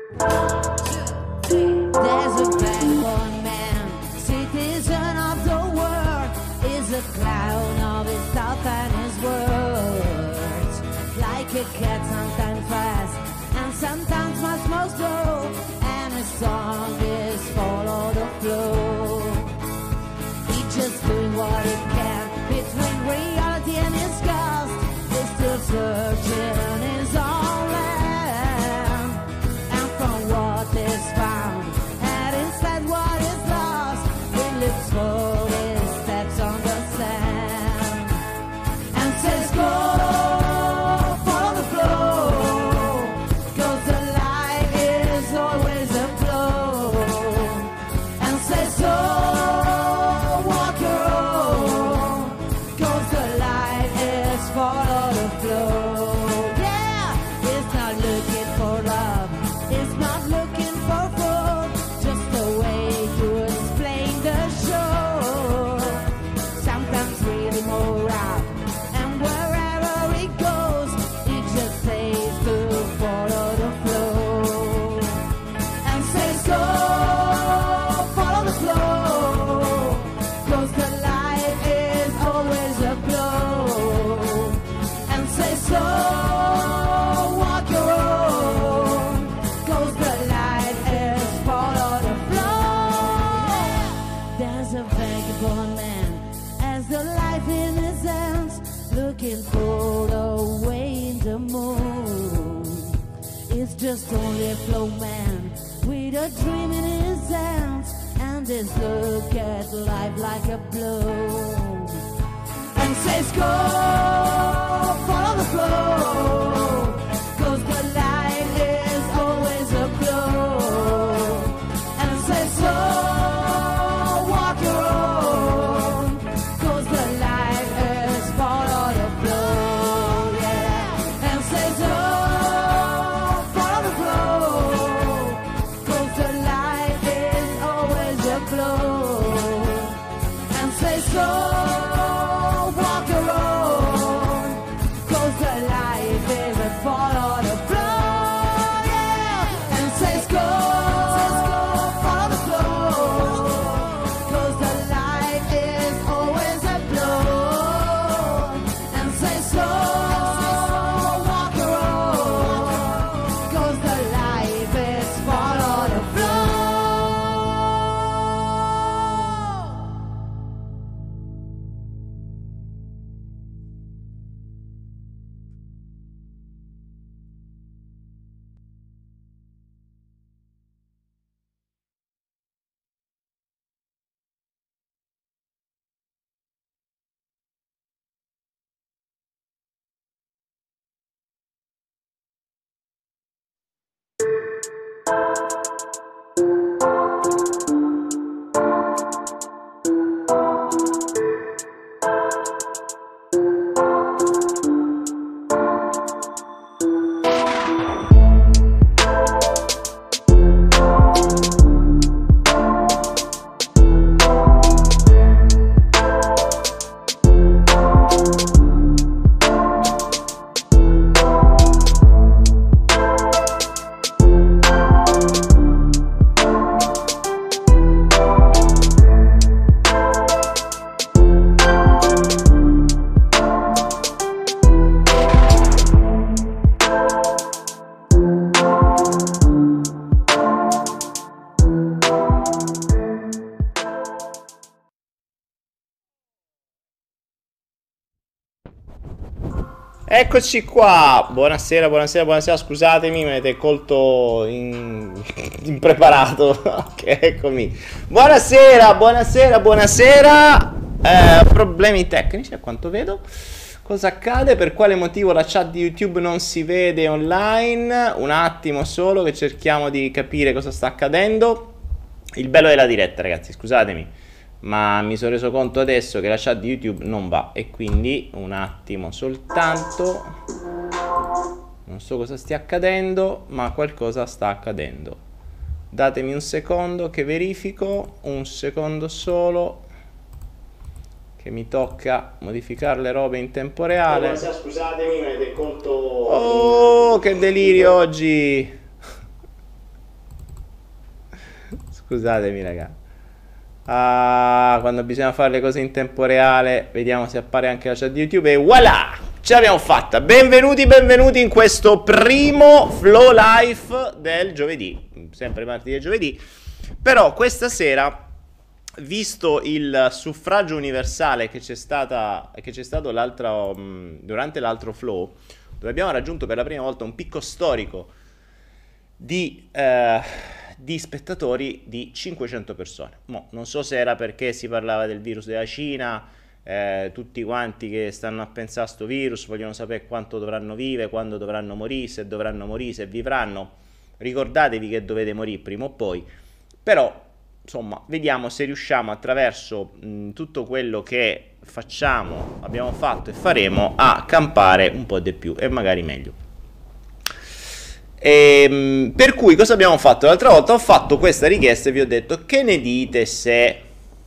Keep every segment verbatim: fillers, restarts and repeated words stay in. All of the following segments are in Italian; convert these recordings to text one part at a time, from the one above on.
There's a vagabond man, citizen of the world, is a clown of his thoughts and his words. Like a cat, sometimes fast, and sometimes much more slow, and his song is follow the flow. He's just doing what he can, between reality and his ghost. He's still searching his own land, and from what is found, and instead what is lost, he looks for his steps on the sand, and says go, follow the flow, 'cause the light is always a flow, and says so, walk your own, 'cause the light is follow the flow. Yeah, it's not looking for love, it's not looking for food, just a way to explain the show. Sometimes really more out, and wherever it goes, it just says to follow the flow, and says go, follow the flow, 'cause the light is always a glow, and says so, walk your own, 'cause the light is follow the flow. There's a vagabond man, as the life in his hands, looking for the way in the moon. It's just only a flow man, with a dream in his hands, and his look at life like a bloom, and says go, follow the flow, 'cause the light is always a glow, and says so, walk your own, 'cause the light is follow the flow, yeah, and says oh, follow the flow, 'cause the light is always a glow, and says so, walk your own, 'cause the light is a follow the flow, yeah, and says go, follow the flow, 'cause the light is always a glow, and says so, walk your own, 'cause the light is follow the flow. Eccoci qua, buonasera, buonasera, buonasera, scusatemi, mi avete colto in... impreparato. Ok, eccomi. Buonasera, buonasera, buonasera. Eh, problemi tecnici, a quanto vedo. Cosa accade? Per quale motivo la chat di YouTube non si vede online? Un attimo solo che cerchiamo di capire cosa sta accadendo. Il bello della diretta, ragazzi, scusatemi, ma mi sono reso conto adesso che la chat di YouTube non va, e quindi un attimo soltanto, non so cosa stia accadendo, ma qualcosa sta accadendo. Datemi un secondo che verifico, un secondo solo, che mi tocca modificare le robe in tempo reale. Scusatemi, mi avete colto. Oh, che delirio oggi! Scusatemi, raga. Ah, quando bisogna fare le cose in tempo reale, vediamo se appare anche la chat di YouTube e voilà! Ce l'abbiamo fatta. Benvenuti, benvenuti in questo primo Flow Life del giovedì. Sempre martedì e giovedì. Però questa sera, visto il suffragio universale che c'è stata che c'è stato l'altro durante l'altro Flow, dove abbiamo raggiunto per la prima volta un picco storico di eh, di spettatori di cinquecento persone. Mo, non so se era perché si parlava del virus della Cina, eh, tutti quanti che stanno a pensare a sto virus vogliono sapere quanto dovranno vivere, quando dovranno morire, se dovranno morire, se vivranno. Ricordatevi che dovete morire prima o poi. Però, insomma, vediamo se riusciamo attraverso mh, tutto quello che facciamo, abbiamo fatto e faremo a campare un po' di più e magari meglio. E, per cui cosa abbiamo fatto l'altra volta? Ho fatto questa richiesta e vi ho detto: che ne dite se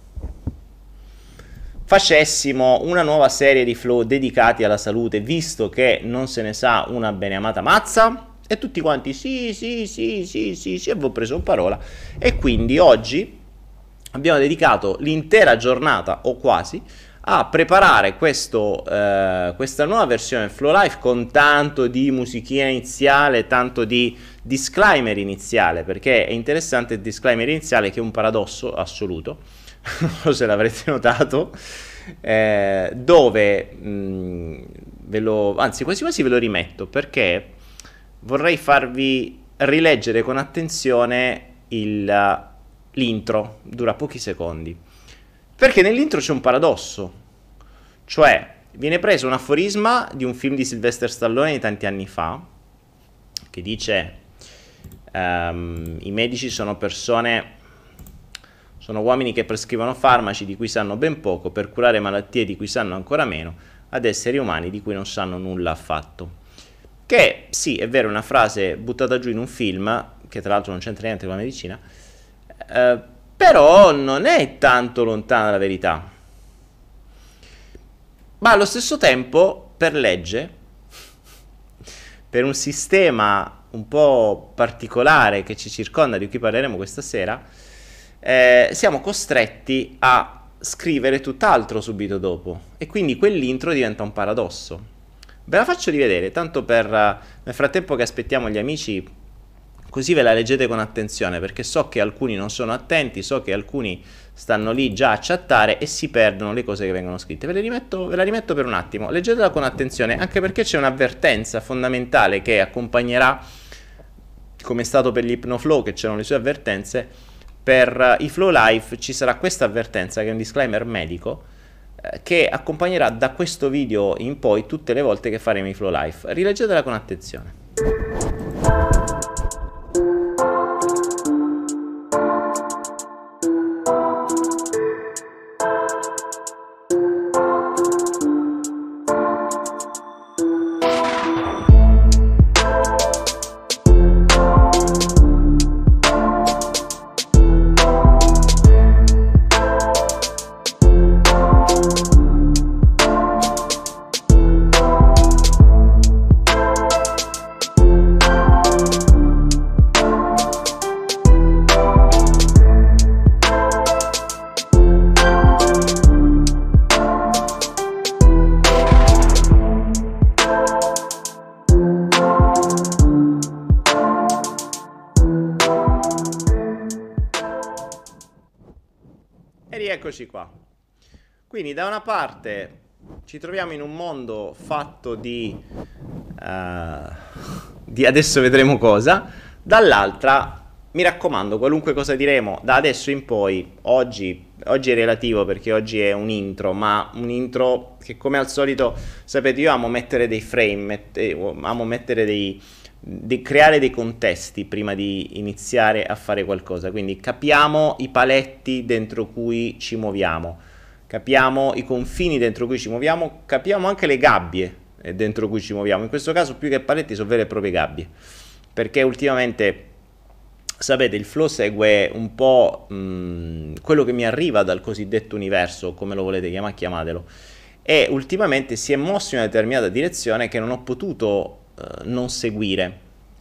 facessimo una nuova serie di flow dedicati alla salute, visto che non se ne sa una beneamata mazza? E tutti quanti sì, sì, sì, sì, sì, sì, avevo preso parola. E quindi oggi abbiamo dedicato l'intera giornata, o quasi, a preparare questo, eh, questa nuova versione del Flow Life con tanto di musichina iniziale, tanto di disclaimer iniziale, perché è interessante il disclaimer iniziale che è un paradosso assoluto, non so se l'avrete notato, eh, dove, mh, ve lo, anzi quasi quasi ve lo rimetto, perché vorrei farvi rileggere con attenzione il, l'intro, dura pochi secondi. Perché nell'intro c'è un paradosso, cioè viene preso un aforisma di un film di Sylvester Stallone di tanti anni fa, che dice um, i medici sono persone, sono uomini che prescrivono farmaci di cui sanno ben poco per curare malattie di cui sanno ancora meno ad esseri umani di cui non sanno nulla affatto. Che sì, è vero, è una frase buttata giù in un film, che tra l'altro non c'entra niente con la medicina, eh, però non è tanto lontana dalla verità. Ma allo stesso tempo, per legge, per un sistema un po' particolare che ci circonda, di cui parleremo questa sera, eh, siamo costretti a scrivere tutt'altro subito dopo. E quindi quell'intro diventa un paradosso. Ve la faccio rivedere, tanto per, nel frattempo che aspettiamo gli amici, così ve la leggete con attenzione, perché so che alcuni non sono attenti, so che alcuni stanno lì già a chattare e si perdono le cose che vengono scritte. Ve, le rimetto, ve la rimetto per un attimo, leggetela con attenzione, anche perché c'è un'avvertenza fondamentale che accompagnerà, come è stato per gli Hypnoflow, che c'erano le sue avvertenze, per i Flow Life ci sarà questa avvertenza, che è un disclaimer medico, eh, che accompagnerà da questo video in poi tutte le volte che faremo i Flow Life. Rileggetela con attenzione. Eccoci qua. Quindi da una parte ci troviamo in un mondo fatto di, uh, di adesso vedremo cosa, dall'altra mi raccomando, qualunque cosa diremo da adesso in poi, oggi, oggi è relativo perché oggi è un intro, ma un intro che come al solito, sapete, io amo mettere dei frame, mette, amo mettere dei... di creare dei contesti prima di iniziare a fare qualcosa, quindi capiamo i paletti dentro cui ci muoviamo, capiamo i confini dentro cui ci muoviamo, capiamo anche le gabbie dentro cui ci muoviamo. In questo caso più che paletti sono vere e proprie gabbie, perché ultimamente, sapete, il flow segue un po' mh, quello che mi arriva dal cosiddetto universo, come lo volete chiamare, chiamatelo, e ultimamente si è mosso in una determinata direzione che non ho potuto non seguire,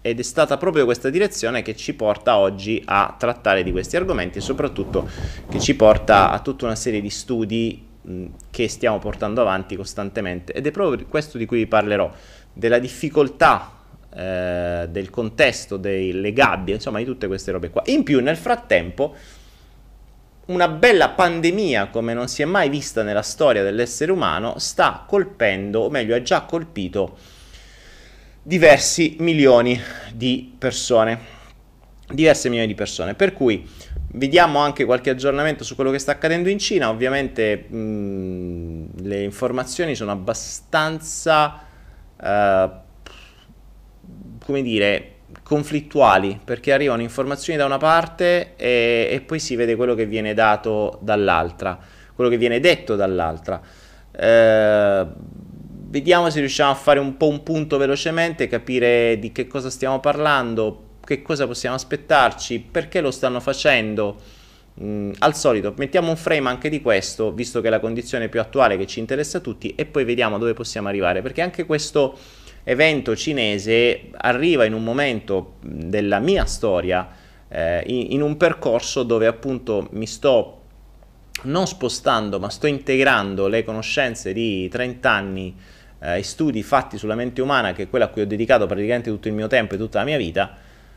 ed è stata proprio questa direzione che ci porta oggi a trattare di questi argomenti e soprattutto che ci porta a tutta una serie di studi mh, che stiamo portando avanti costantemente, ed è proprio questo di cui vi parlerò, della difficoltà eh, del contesto, delle gabbie, insomma di tutte queste robe qua. In più, nel frattempo, una bella pandemia come non si è mai vista nella storia dell'essere umano sta colpendo, o meglio ha già colpito, diversi milioni di persone, diverse milioni di persone, per cui vediamo anche qualche aggiornamento su quello che sta accadendo in Cina. Ovviamente mh, le informazioni sono abbastanza, uh, come dire, conflittuali, perché arrivano informazioni da una parte e, e poi si vede quello che viene dato dall'altra, quello che viene detto dall'altra. Uh, Vediamo se riusciamo a fare un po' un punto velocemente, capire di che cosa stiamo parlando, che cosa possiamo aspettarci, perché lo stanno facendo. Mm, al solito mettiamo un frame anche di questo, visto che è la condizione più attuale che ci interessa a tutti, e poi vediamo dove possiamo arrivare, perché anche questo evento cinese arriva in un momento della mia storia, eh, in, in un percorso dove appunto mi sto non spostando, ma sto integrando le conoscenze di trenta anni e eh, studi fatti sulla mente umana, che è quella a cui ho dedicato praticamente tutto il mio tempo e tutta la mia vita.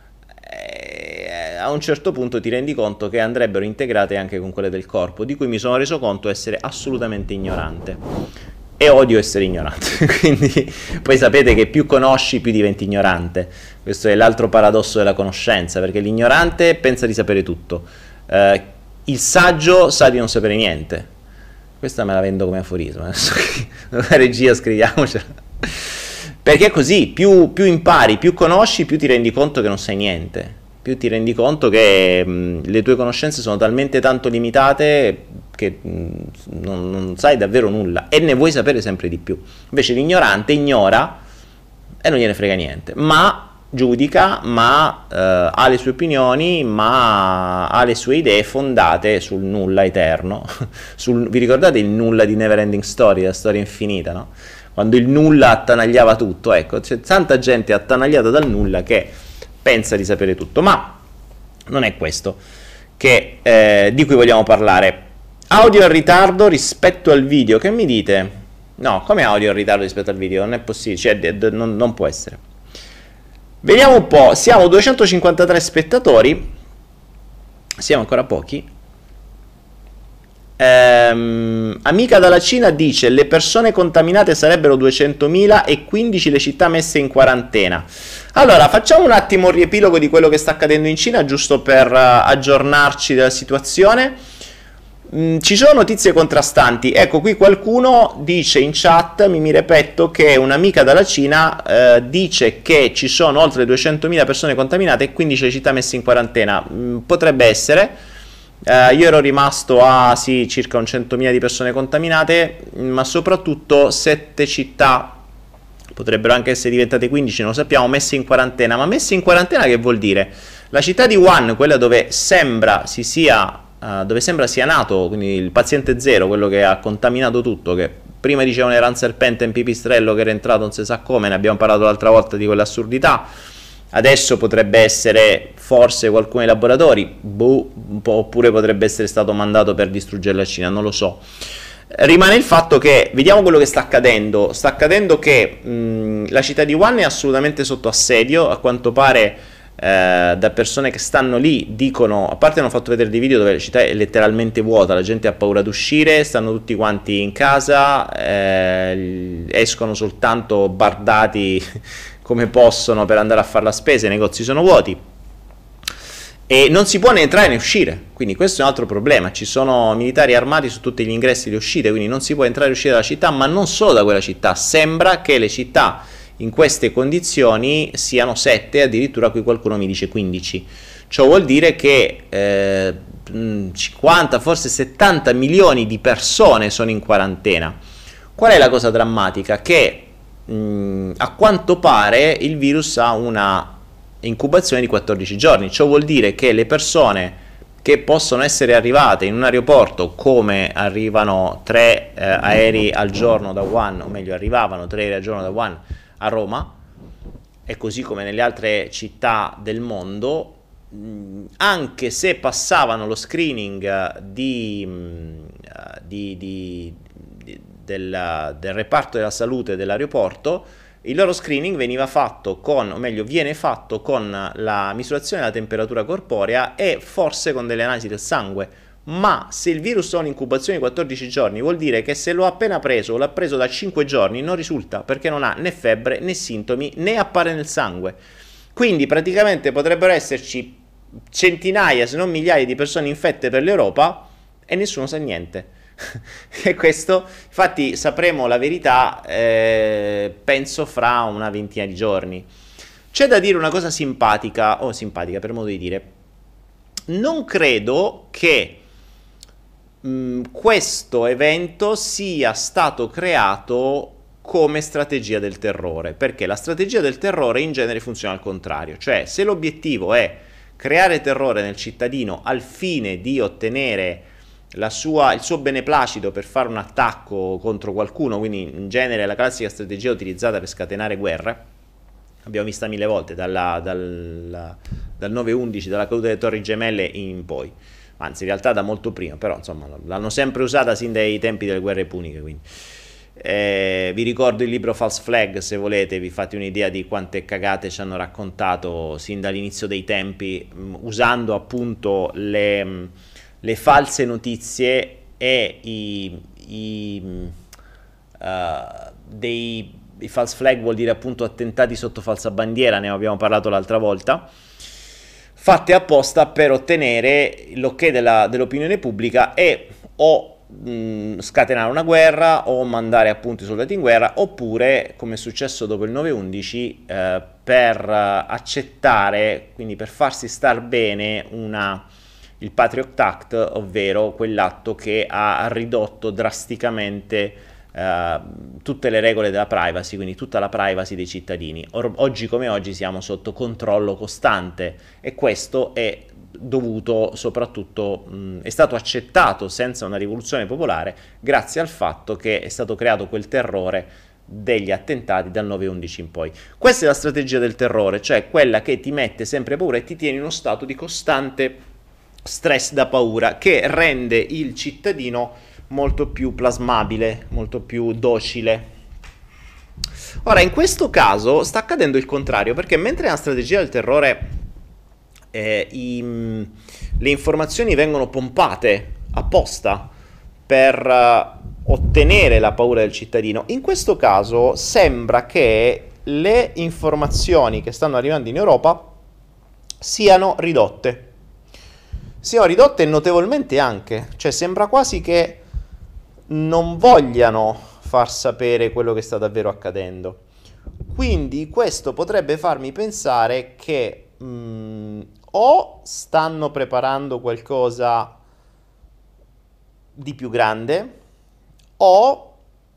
E a un certo punto ti rendi conto che andrebbero integrate anche con quelle del corpo, di cui mi sono reso conto essere assolutamente ignorante, e odio essere ignorante. Quindi poi sapete che più conosci più diventi ignorante. Questo è l'altro paradosso della conoscenza, perché l'ignorante pensa di sapere tutto, eh, il saggio sa di non sapere niente. Questa me la vendo come aforismo, adesso la regia scriviamocela, perché così più, più impari, più conosci, più ti rendi conto che non sai niente, più ti rendi conto che mh, le tue conoscenze sono talmente tanto limitate che mh, non, non sai davvero nulla e ne vuoi sapere sempre di più. Invece l'ignorante ignora e non gliene frega niente, ma giudica, ma eh, ha le sue opinioni, ma ha le sue idee fondate sul nulla eterno. Sul, vi ricordate il nulla di Neverending Story, la storia infinita, no? Quando il nulla attanagliava tutto, ecco, c'è tanta gente attanagliata dal nulla che pensa di sapere tutto, ma non è questo che, eh, di cui vogliamo parlare. Audio in ritardo rispetto al video, che mi dite? No, come audio in ritardo rispetto al video? Non è possibile, cioè, non, non può essere. Vediamo un po', siamo duecentocinquantatré spettatori, siamo ancora pochi. Ehm, Amica dalla Cina dice: le persone contaminate sarebbero duecentomila e quindici le città messe in quarantena. Allora, facciamo un attimo un riepilogo di quello che sta accadendo in Cina, giusto per uh, aggiornarci della situazione. Mm, ci sono notizie contrastanti. Ecco, qui qualcuno dice in chat, mi, mi ripeto, che un'amica dalla Cina eh, dice che ci sono oltre duecentomila persone contaminate e quindici le città messe in quarantena. Mm, potrebbe essere. Eh, io ero rimasto a sì, circa un centomila di persone contaminate, ma soprattutto sette città, potrebbero anche essere diventate quindici, non lo sappiamo, messe in quarantena. Ma messe in quarantena che vuol dire? La città di Wuhan, quella dove sembra si sia... Uh, dove sembra sia nato, quindi il paziente zero, quello che ha contaminato tutto, che prima dicevano era un serpente in pipistrello che era entrato non si sa come, ne abbiamo parlato l'altra volta di quell'assurdità, adesso potrebbe essere forse qualcuno dei laboratori, boh, oppure potrebbe essere stato mandato per distruggere la Cina, non lo so. Rimane il fatto che, vediamo quello che sta accadendo, sta accadendo che mh, la città di Wuhan è assolutamente sotto assedio, a quanto pare. Eh, da persone che stanno lì dicono, a parte hanno fatto vedere dei video dove la città è letteralmente vuota, la gente ha paura di uscire, stanno tutti quanti in casa, eh, escono soltanto bardati come possono per andare a fare la spesa, i negozi sono vuoti e non si può né entrare né uscire, quindi questo è un altro problema. Ci sono militari armati su tutti gli ingressi e le uscite, quindi non si può entrare e uscire dalla città, ma non solo da quella città. Sembra che le città in queste condizioni siano sette, addirittura qui qualcuno mi dice quindici. Ciò vuol dire che eh, cinquanta, forse settanta milioni di persone sono in quarantena. Qual è la cosa drammatica? Che mh, a quanto pare il virus ha una incubazione di quattordici giorni. Ciò vuol dire che le persone che possono essere arrivate in un aeroporto, come arrivano tre eh, aerei al giorno da Wuhan, o meglio arrivavano tre aerei al giorno da Wuhan a Roma, e così come nelle altre città del mondo, anche se passavano lo screening di, di, di, di, del, del reparto della salute dell'aeroporto, il loro screening veniva fatto con, o meglio viene fatto con la misurazione della temperatura corporea e forse con delle analisi del sangue. Ma se il virus ha un'incubazione di quattordici giorni, vuol dire che se l'ho appena preso o l'ha preso da cinque giorni non risulta, perché non ha né febbre né sintomi né appare nel sangue. Quindi praticamente potrebbero esserci centinaia se non migliaia di persone infette per l'Europa e nessuno sa niente. E questo, infatti, sapremo la verità eh, penso fra una ventina di giorni. C'è da dire una cosa simpatica, o simpatica per modo di dire. Non credo che questo evento sia stato creato come strategia del terrore, perché la strategia del terrore in genere funziona al contrario, cioè se l'obiettivo è creare terrore nel cittadino al fine di ottenere la sua, il suo beneplacito per fare un attacco contro qualcuno, quindi in genere la classica strategia utilizzata per scatenare guerre, abbiamo vista mille volte dalla, dal, dal nove undici, dalla caduta delle Torri Gemelle in poi, anzi in realtà da molto prima, però insomma l'hanno sempre usata sin dai tempi delle guerre puniche. Quindi eh, vi ricordo il libro False Flag, se volete vi fate un'idea di quante cagate ci hanno raccontato sin dall'inizio dei tempi, mh, usando appunto le, mh, le false notizie e i, i, uh, dei i false flag vuol dire appunto attentati sotto falsa bandiera, ne abbiamo parlato l'altra volta, fatte apposta per ottenere l'ok della, dell'opinione pubblica e o mh, scatenare una guerra o mandare appunto i soldati in guerra, oppure, come è successo dopo il nove undici, eh, per accettare, quindi per farsi star bene una, il Patriot Act, ovvero quell'atto che ha ridotto drasticamente Uh, tutte le regole della privacy, quindi tutta la privacy dei cittadini. Or- oggi come oggi siamo sotto controllo costante e questo è dovuto soprattutto, mh, è stato accettato senza una rivoluzione popolare grazie al fatto che è stato creato quel terrore degli attentati dal nove undici in poi. Questa è la strategia del terrore, cioè quella che ti mette sempre paura e ti tiene in uno stato di costante stress da paura, che rende il cittadino molto più plasmabile, molto più docile. Ora, in questo caso sta accadendo il contrario, perché mentre nella strategia del terrore eh, i, le informazioni vengono pompate apposta per uh, ottenere la paura del cittadino, in questo caso sembra che le informazioni che stanno arrivando in Europa siano ridotte. Siano ridotte notevolmente anche, cioè sembra quasi che non vogliano far sapere quello che sta davvero accadendo. Quindi questo potrebbe farmi pensare che mh, o stanno preparando qualcosa di più grande o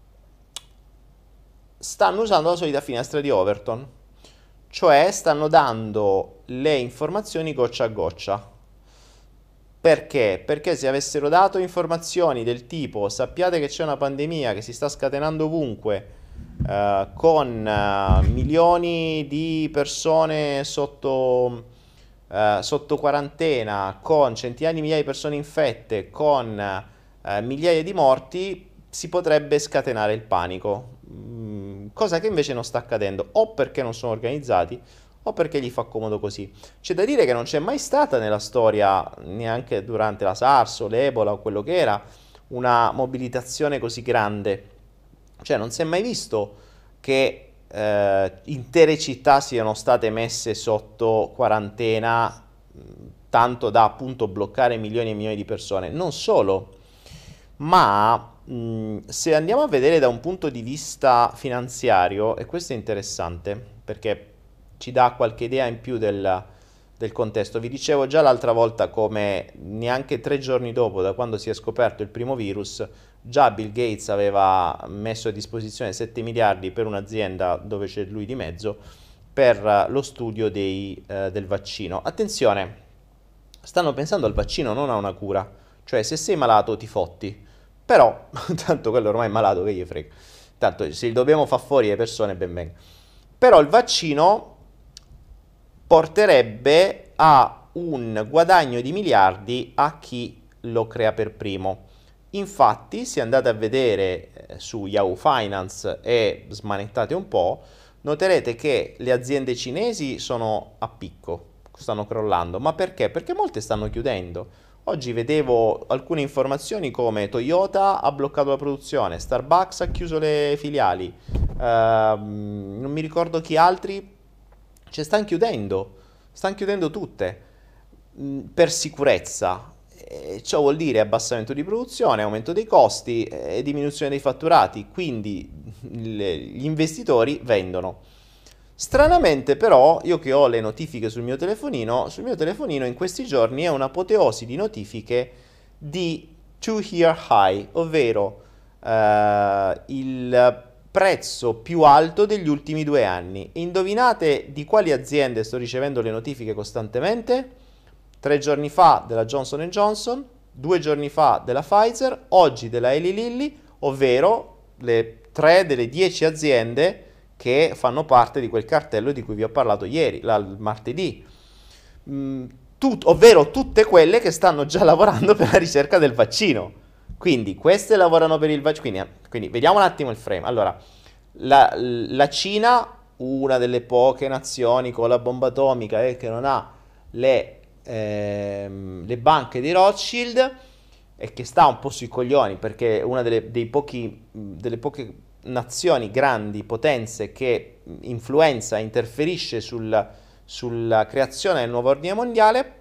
stanno usando la solita finestra di Overton, cioè stanno dando le informazioni goccia a goccia. Perché? Perché se avessero dato informazioni del tipo sappiate che c'è una pandemia che si sta scatenando ovunque, eh, con eh, milioni di persone sotto, eh, sotto quarantena, con centinaia di migliaia di persone infette, con eh, migliaia di morti, si potrebbe scatenare il panico, mm, cosa che invece non sta accadendo, o perché non sono organizzati o perché gli fa comodo così. C'è da dire che non c'è mai stata nella storia, neanche durante la SARS o l'Ebola o quello che era, una mobilitazione così grande. Cioè non si è mai visto che eh, intere città siano state messe sotto quarantena tanto da appunto bloccare milioni e milioni di persone. Non solo, ma mh, se andiamo a vedere da un punto di vista finanziario, e questo è interessante perché ci dà qualche idea in più del, del contesto. Vi dicevo già l'altra volta come neanche tre giorni dopo da quando si è scoperto il primo virus, già Bill Gates aveva messo a disposizione sette miliardi per un'azienda dove c'è lui di mezzo per lo studio dei, eh, del vaccino. Attenzione, stanno pensando al vaccino, non a una cura. Cioè se sei malato ti fotti, però tanto quello ormai è malato che gli frega. Tanto se li dobbiamo far fuori le persone ben venga. Però il vaccino porterebbe a un guadagno di miliardi a chi lo crea per primo. Infatti, se andate a vedere eh, su Yahoo Finance e smanettate un po', noterete che le aziende cinesi sono a picco, stanno crollando. Ma perché? Perché molte stanno chiudendo. Oggi vedevo alcune informazioni come Toyota ha bloccato la produzione, Starbucks ha chiuso le filiali, ehm, non mi ricordo chi altri, cioè stanno chiudendo, stanno chiudendo tutte, mh, per sicurezza. E ciò vuol dire abbassamento di produzione, aumento dei costi e diminuzione dei fatturati, quindi le- gli investitori vendono. Stranamente però, io che ho le notifiche sul mio telefonino, sul mio telefonino in questi giorni è un'apoteosi di notifiche di two-year high, ovvero eh, il prezzo più alto degli ultimi due anni. Indovinate di quali aziende sto ricevendo le notifiche costantemente? Tre giorni fa della Johnson and Johnson, due giorni fa della Pfizer, oggi della Eli Lilly, ovvero le tre delle dieci aziende che fanno parte di quel cartello di cui vi ho parlato ieri, la, il martedì, mm, tut, ovvero tutte quelle che stanno già lavorando per la ricerca del vaccino. Quindi queste lavorano per il vaccino. Quindi, quindi vediamo un attimo il frame. Allora, la, la Cina, una delle poche nazioni con la bomba atomica e eh, che non ha le, ehm, le banche di Rothschild e che sta un po' sui coglioni perché è una delle, dei pochi, delle poche nazioni grandi, potenze che influenza, interferisce sul, sulla creazione del nuovo ordine mondiale,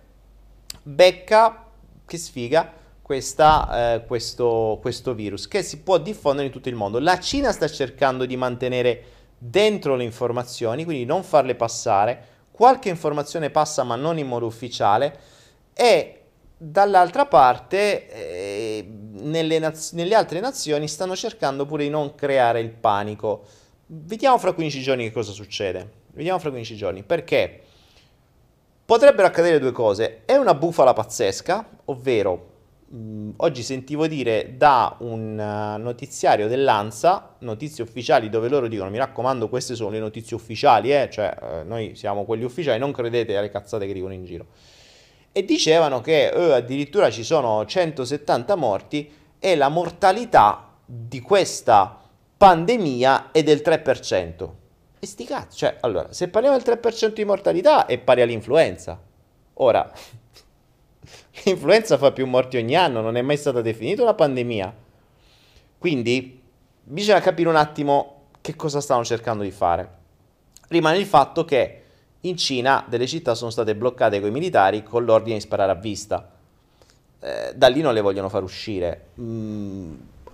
becca, che sfiga, questa, eh, questo, questo virus che si può diffondere in tutto il mondo. La Cina sta cercando di mantenere dentro le informazioni, quindi non farle passare, qualche informazione passa ma non in modo ufficiale e dall'altra parte eh, nelle, naz- nelle altre nazioni stanno cercando pure di non creare il panico. Vediamo fra quindici giorni che cosa succede. Vediamo fra quindici giorni perché potrebbero accadere due cose. È una bufala pazzesca, ovvero mh, oggi sentivo dire da un uh, notiziario dell'ANSA, notizie ufficiali dove loro dicono mi raccomando queste sono le notizie ufficiali, eh? Cioè eh, noi siamo quelli ufficiali, non credete alle cazzate che dicono in giro. E dicevano che eh, addirittura ci sono centosettanta morti e la mortalità di questa pandemia è del tre per cento. E sti cazzo, cioè, allora, se parliamo del tre per cento di mortalità è pari all'influenza. Ora, l'influenza fa più morti ogni anno, non è mai stata definita una pandemia. Quindi bisogna capire un attimo che cosa stanno cercando di fare. Rimane il fatto che in Cina delle città sono state bloccate coi militari con l'ordine di sparare a vista. Eh, da lì non le vogliono far uscire. Mm,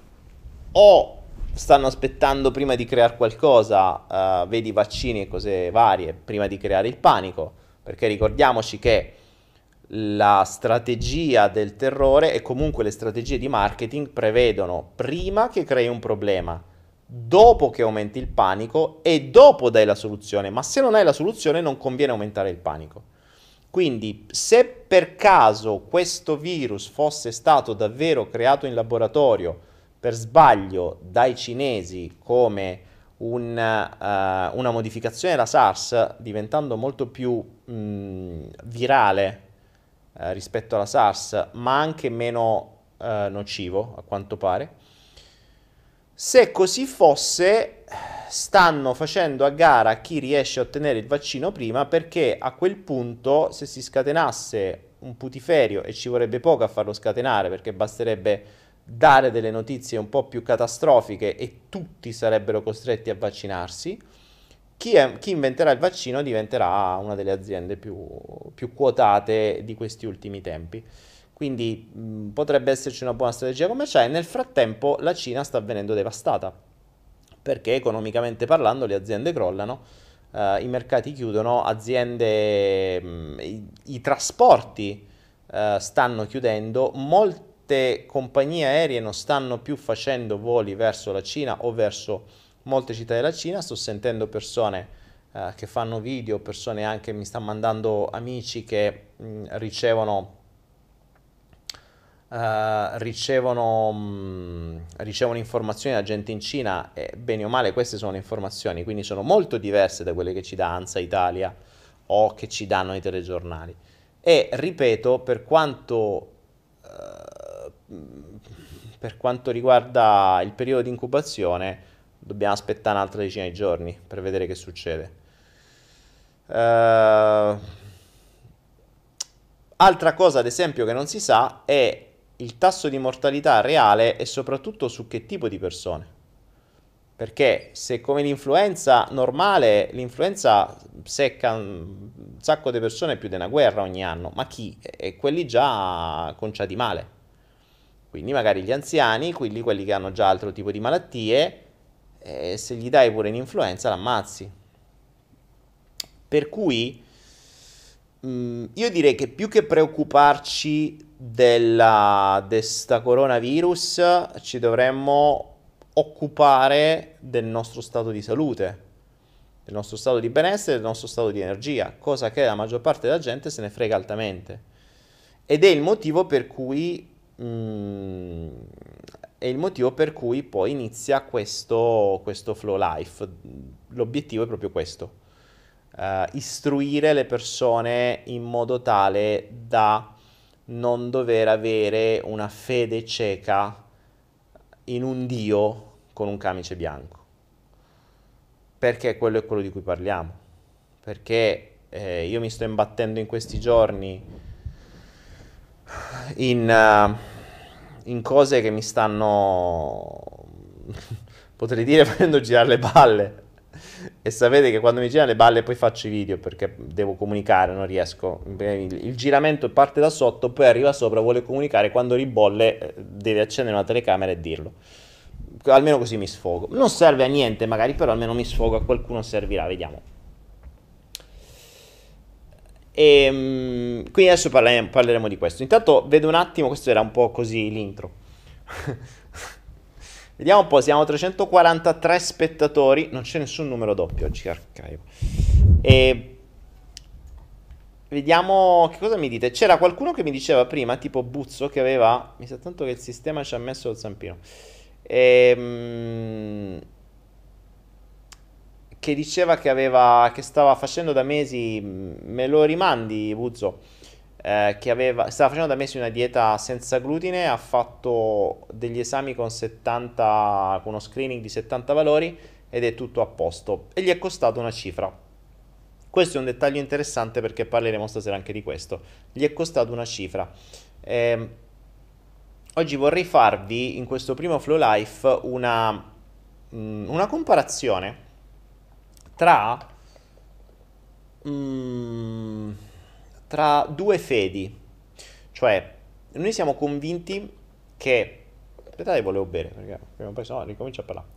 o stanno aspettando prima di creare qualcosa, uh, vedi vaccini e cose varie, prima di creare il panico, perché ricordiamoci che la strategia del terrore e comunque le strategie di marketing prevedono prima che crei un problema, dopo che aumenti il panico e dopo dai la soluzione, ma se non hai la soluzione non conviene aumentare il panico. Quindi se per caso questo virus fosse stato davvero creato in laboratorio per sbaglio dai cinesi come un, uh, una modificazione della SARS, diventando molto più mh, virale uh, rispetto alla SARS, ma anche meno uh, nocivo a quanto pare, se così fosse, stanno facendo a gara chi riesce a ottenere il vaccino prima, perché a quel punto, se si scatenasse un putiferio, e ci vorrebbe poco a farlo scatenare, perché basterebbe dare delle notizie un po' più catastrofiche e tutti sarebbero costretti a vaccinarsi, chi, è, chi inventerà il vaccino diventerà una delle aziende più, più quotate di questi ultimi tempi. Quindi mh, potrebbe esserci una buona strategia commerciale. Nel frattempo la Cina sta venendo devastata, perché economicamente parlando le aziende crollano, uh, i mercati chiudono, aziende, mh, i, i trasporti uh, stanno chiudendo, molte compagnie aeree non stanno più facendo voli verso la Cina o verso molte città della Cina. Sto sentendo persone uh, che fanno video, persone anche mi stanno mandando amici che mh, ricevono Uh, ricevono, mh, ricevono informazioni da gente in Cina e bene o male queste sono le informazioni, quindi sono molto diverse da quelle che ci dà ANSA Italia o che ci danno i telegiornali. E ripeto, per quanto, eh, per quanto riguarda il periodo di incubazione, dobbiamo aspettare un'altra decina di giorni per vedere che succede. Eh, altra cosa, ad esempio, che non si sa è il tasso di mortalità reale e soprattutto su che tipo di persone. Perché se come l'influenza normale, l'influenza secca un sacco di persone più di una guerra ogni anno, ma chi? E quelli già conciati male. Quindi magari gli anziani, quelli, quelli che hanno già altro tipo di malattie, e se gli dai pure un'influenza l'ammazzi. Per cui mh, io direi che più che preoccuparci della, de sta coronavirus, ci dovremmo occupare del nostro stato di salute, del nostro stato di benessere, del nostro stato di energia, cosa che la maggior parte della gente se ne frega altamente. Ed è il motivo per cui mm, è il motivo per cui poi inizia questo, questo flow life. L'obiettivo è proprio questo. Uh, istruire le persone in modo tale da non dover avere una fede cieca in un Dio con un camice bianco, perché quello è quello di cui parliamo, perché eh, io mi sto imbattendo in questi giorni in, uh, in cose che mi stanno potrei dire facendo girare le balle. E sapete che quando mi girano le balle poi faccio i video perché devo comunicare, non riesco. Il, il giramento parte da sotto, poi arriva sopra, vuole comunicare, quando ribolle deve accendere una telecamera e dirlo. Almeno così mi sfogo. Non serve a niente magari, però almeno mi sfogo, a qualcuno servirà, vediamo. E quindi adesso parleremo, parleremo di questo. Intanto vedo un attimo, questo era un po' così l'intro. Vediamo un po', siamo trecentoquarantatré spettatori, non c'è nessun numero doppio oggi, archivo. E vediamo che cosa mi dite. C'era qualcuno che mi diceva prima, tipo Buzzo, che aveva, mi sa tanto che il sistema ci ha messo il zampino, e, che diceva che aveva, che stava facendo da mesi, me lo rimandi Buzzo? Eh, che aveva, stava facendo da mesi una dieta senza glutine, ha fatto degli esami con settanta, con uno screening di settanta valori ed è tutto a posto e gli è costato una cifra. Questo è un dettaglio interessante perché parleremo stasera anche di questo. Gli è costato una cifra. Eh, oggi vorrei farvi in questo primo Flow Life una, mh, una comparazione tra mh, tra due fedi, cioè noi siamo convinti che, aspettate, volevo bere perché prima o poi no, ricomincio a parlare.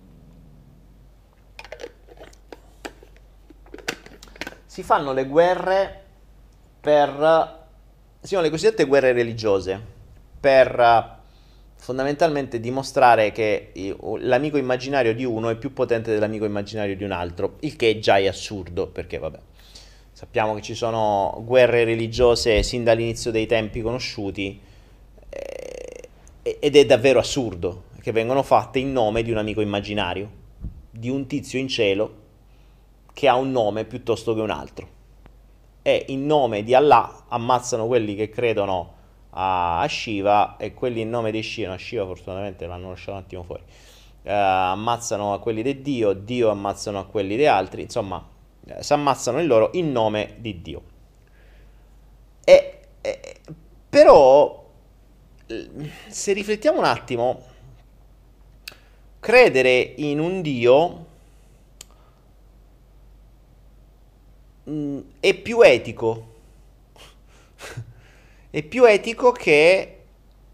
Si fanno le guerre per, si fanno le cosiddette guerre religiose per fondamentalmente dimostrare che l'amico immaginario di uno è più potente dell'amico immaginario di un altro, il che già è assurdo perché vabbè. Sappiamo che ci sono guerre religiose sin dall'inizio dei tempi conosciuti eh, ed è davvero assurdo che vengono fatte in nome di un amico immaginario, di un tizio in cielo che ha un nome piuttosto che un altro. E in nome di Allah ammazzano quelli che credono a, a Shiva e quelli in nome di Shiva, no, Shiva fortunatamente l'hanno lasciato un attimo fuori, eh, ammazzano a quelli di Dio, Dio ammazzano a quelli di altri, insomma si ammazzano il loro in nome di Dio. E, e, però se riflettiamo un attimo, credere in un Dio mh, è più etico è più etico che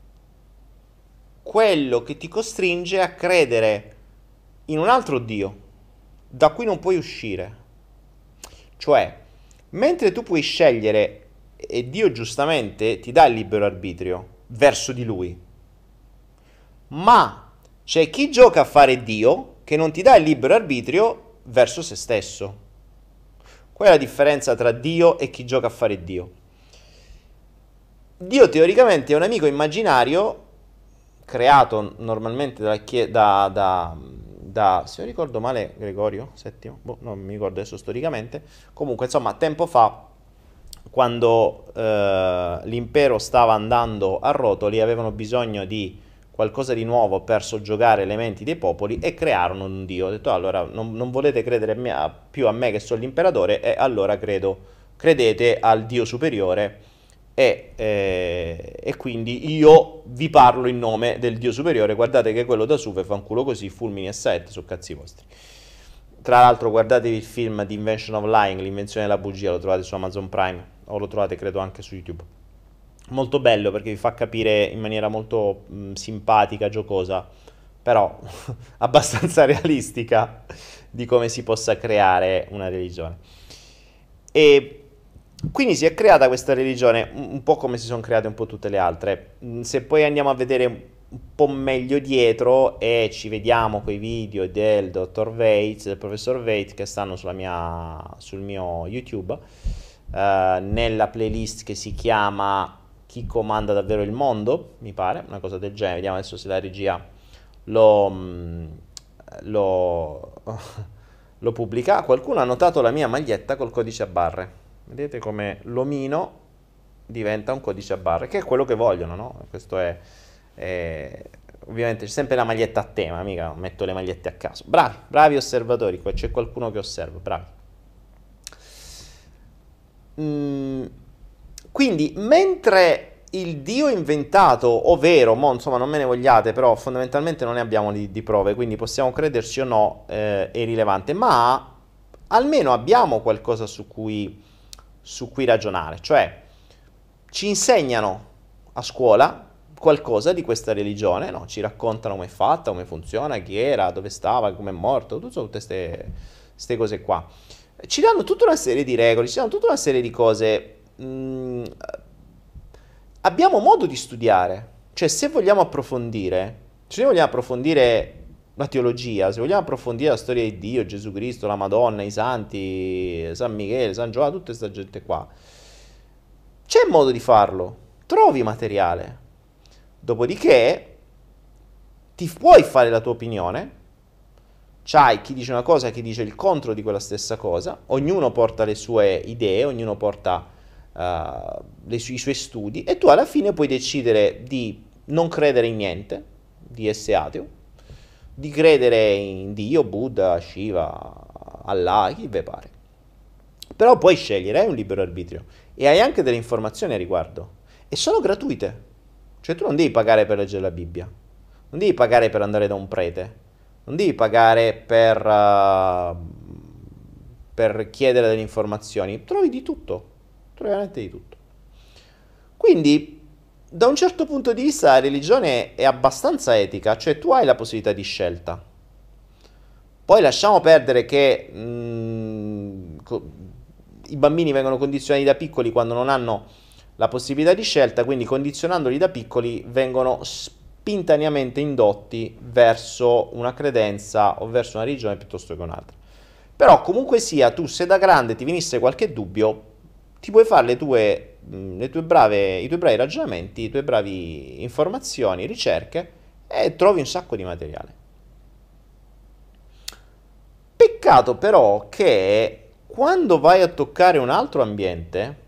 quello che ti costringe a credere in un altro Dio da cui non puoi uscire. Cioè, mentre tu puoi scegliere, e Dio giustamente ti dà il libero arbitrio verso di Lui, ma c'è chi gioca a fare Dio che non ti dà il libero arbitrio verso se stesso. Qual è la differenza tra Dio e chi gioca a fare Dio? Dio teoricamente è un amico immaginario creato normalmente da, da, da, da, se non ricordo male, Gregorio settimo, boh, non mi ricordo adesso storicamente, comunque insomma tempo fa, quando eh, l'impero stava andando a rotoli, avevano bisogno di qualcosa di nuovo per soggiogare le menti dei popoli e crearono un dio. Ho detto allora non, non volete credere a me- a- più a me che sono l'imperatore, e allora credo, credete al dio superiore, e, eh, e quindi io vi parlo in nome del dio superiore. Guardate che quello da Suve fa un culo così, fulmini e saette su cazzi vostri. Tra l'altro guardatevi il film The Invention of Lying, l'invenzione della bugia, lo trovate su Amazon Prime, o lo trovate credo anche su YouTube. Molto bello perché vi fa capire in maniera molto mh, simpatica, giocosa, però abbastanza realistica, di come si possa creare una religione. E quindi si è creata questa religione, un un po' come si sono create un po' tutte le altre. Mm, Se poi andiamo a vedere un po' meglio dietro e ci vediamo quei video del dottor Waits, del professor Waits, che stanno sulla mia, sul mio YouTube, eh, nella playlist che si chiama Chi comanda davvero il mondo, mi pare, una cosa del genere. Vediamo adesso se la regia lo, mm, lo, lo pubblica. Qualcuno ha notato la mia maglietta col codice a barre. Vedete come l'omino diventa un codice a barre, che è quello che vogliono, no? Questo è, è- ovviamente c'è sempre la maglietta a tema, mica metto le magliette a caso. Bravi, bravi osservatori, qua c'è qualcuno che osserva, bravi. Mm, quindi, mentre il dio inventato, ovvero, mo, insomma, non me ne vogliate, però fondamentalmente non ne abbiamo di, di prove, quindi possiamo crederci o no, eh, è irrilevante, ma almeno abbiamo qualcosa su cui, su cui ragionare, cioè ci insegnano a scuola qualcosa di questa religione, no? Ci raccontano come è fatta, come funziona, chi era, dove stava, come è morto, tutte queste cose qua. Ci danno tutta una serie di regole, ci danno tutta una serie di cose. Mm, abbiamo modo di studiare, cioè se vogliamo approfondire, se vogliamo approfondire la teologia, se vogliamo approfondire la storia di Dio, Gesù Cristo, la Madonna, i santi, San Michele, San Giovanni, tutta questa gente qua, c'è modo di farlo, trovi materiale. Dopodiché ti puoi fare la tua opinione, c'hai chi dice una cosa, chi dice il contro di quella stessa cosa, ognuno porta le sue idee, ognuno porta uh, le su- i suoi studi, e tu alla fine puoi decidere di non credere in niente, di essere ateo, di credere in Dio, Buddha, Shiva, Allah, chi ve pare. Però puoi scegliere, hai un libero arbitrio e hai anche delle informazioni a riguardo, e sono gratuite. Cioè tu non devi pagare per leggere la Bibbia, non devi pagare per andare da un prete, non devi pagare per, uh, per chiedere delle informazioni, trovi di tutto, trovi veramente di tutto. Quindi, da un certo punto di vista, la religione è abbastanza etica, cioè tu hai la possibilità di scelta. Poi lasciamo perdere che mm, co- i bambini vengono condizionati da piccoli quando non hanno la possibilità di scelta, quindi condizionandoli da piccoli vengono spintaneamente indotti verso una credenza o verso una religione piuttosto che un'altra. Però comunque sia, tu se da grande ti venisse qualche dubbio, ti puoi fare le tue, mh, le tue brave, i tuoi bravi ragionamenti, i tuoi bravi informazioni, ricerche, e trovi un sacco di materiale. Peccato però che quando vai a toccare un altro ambiente,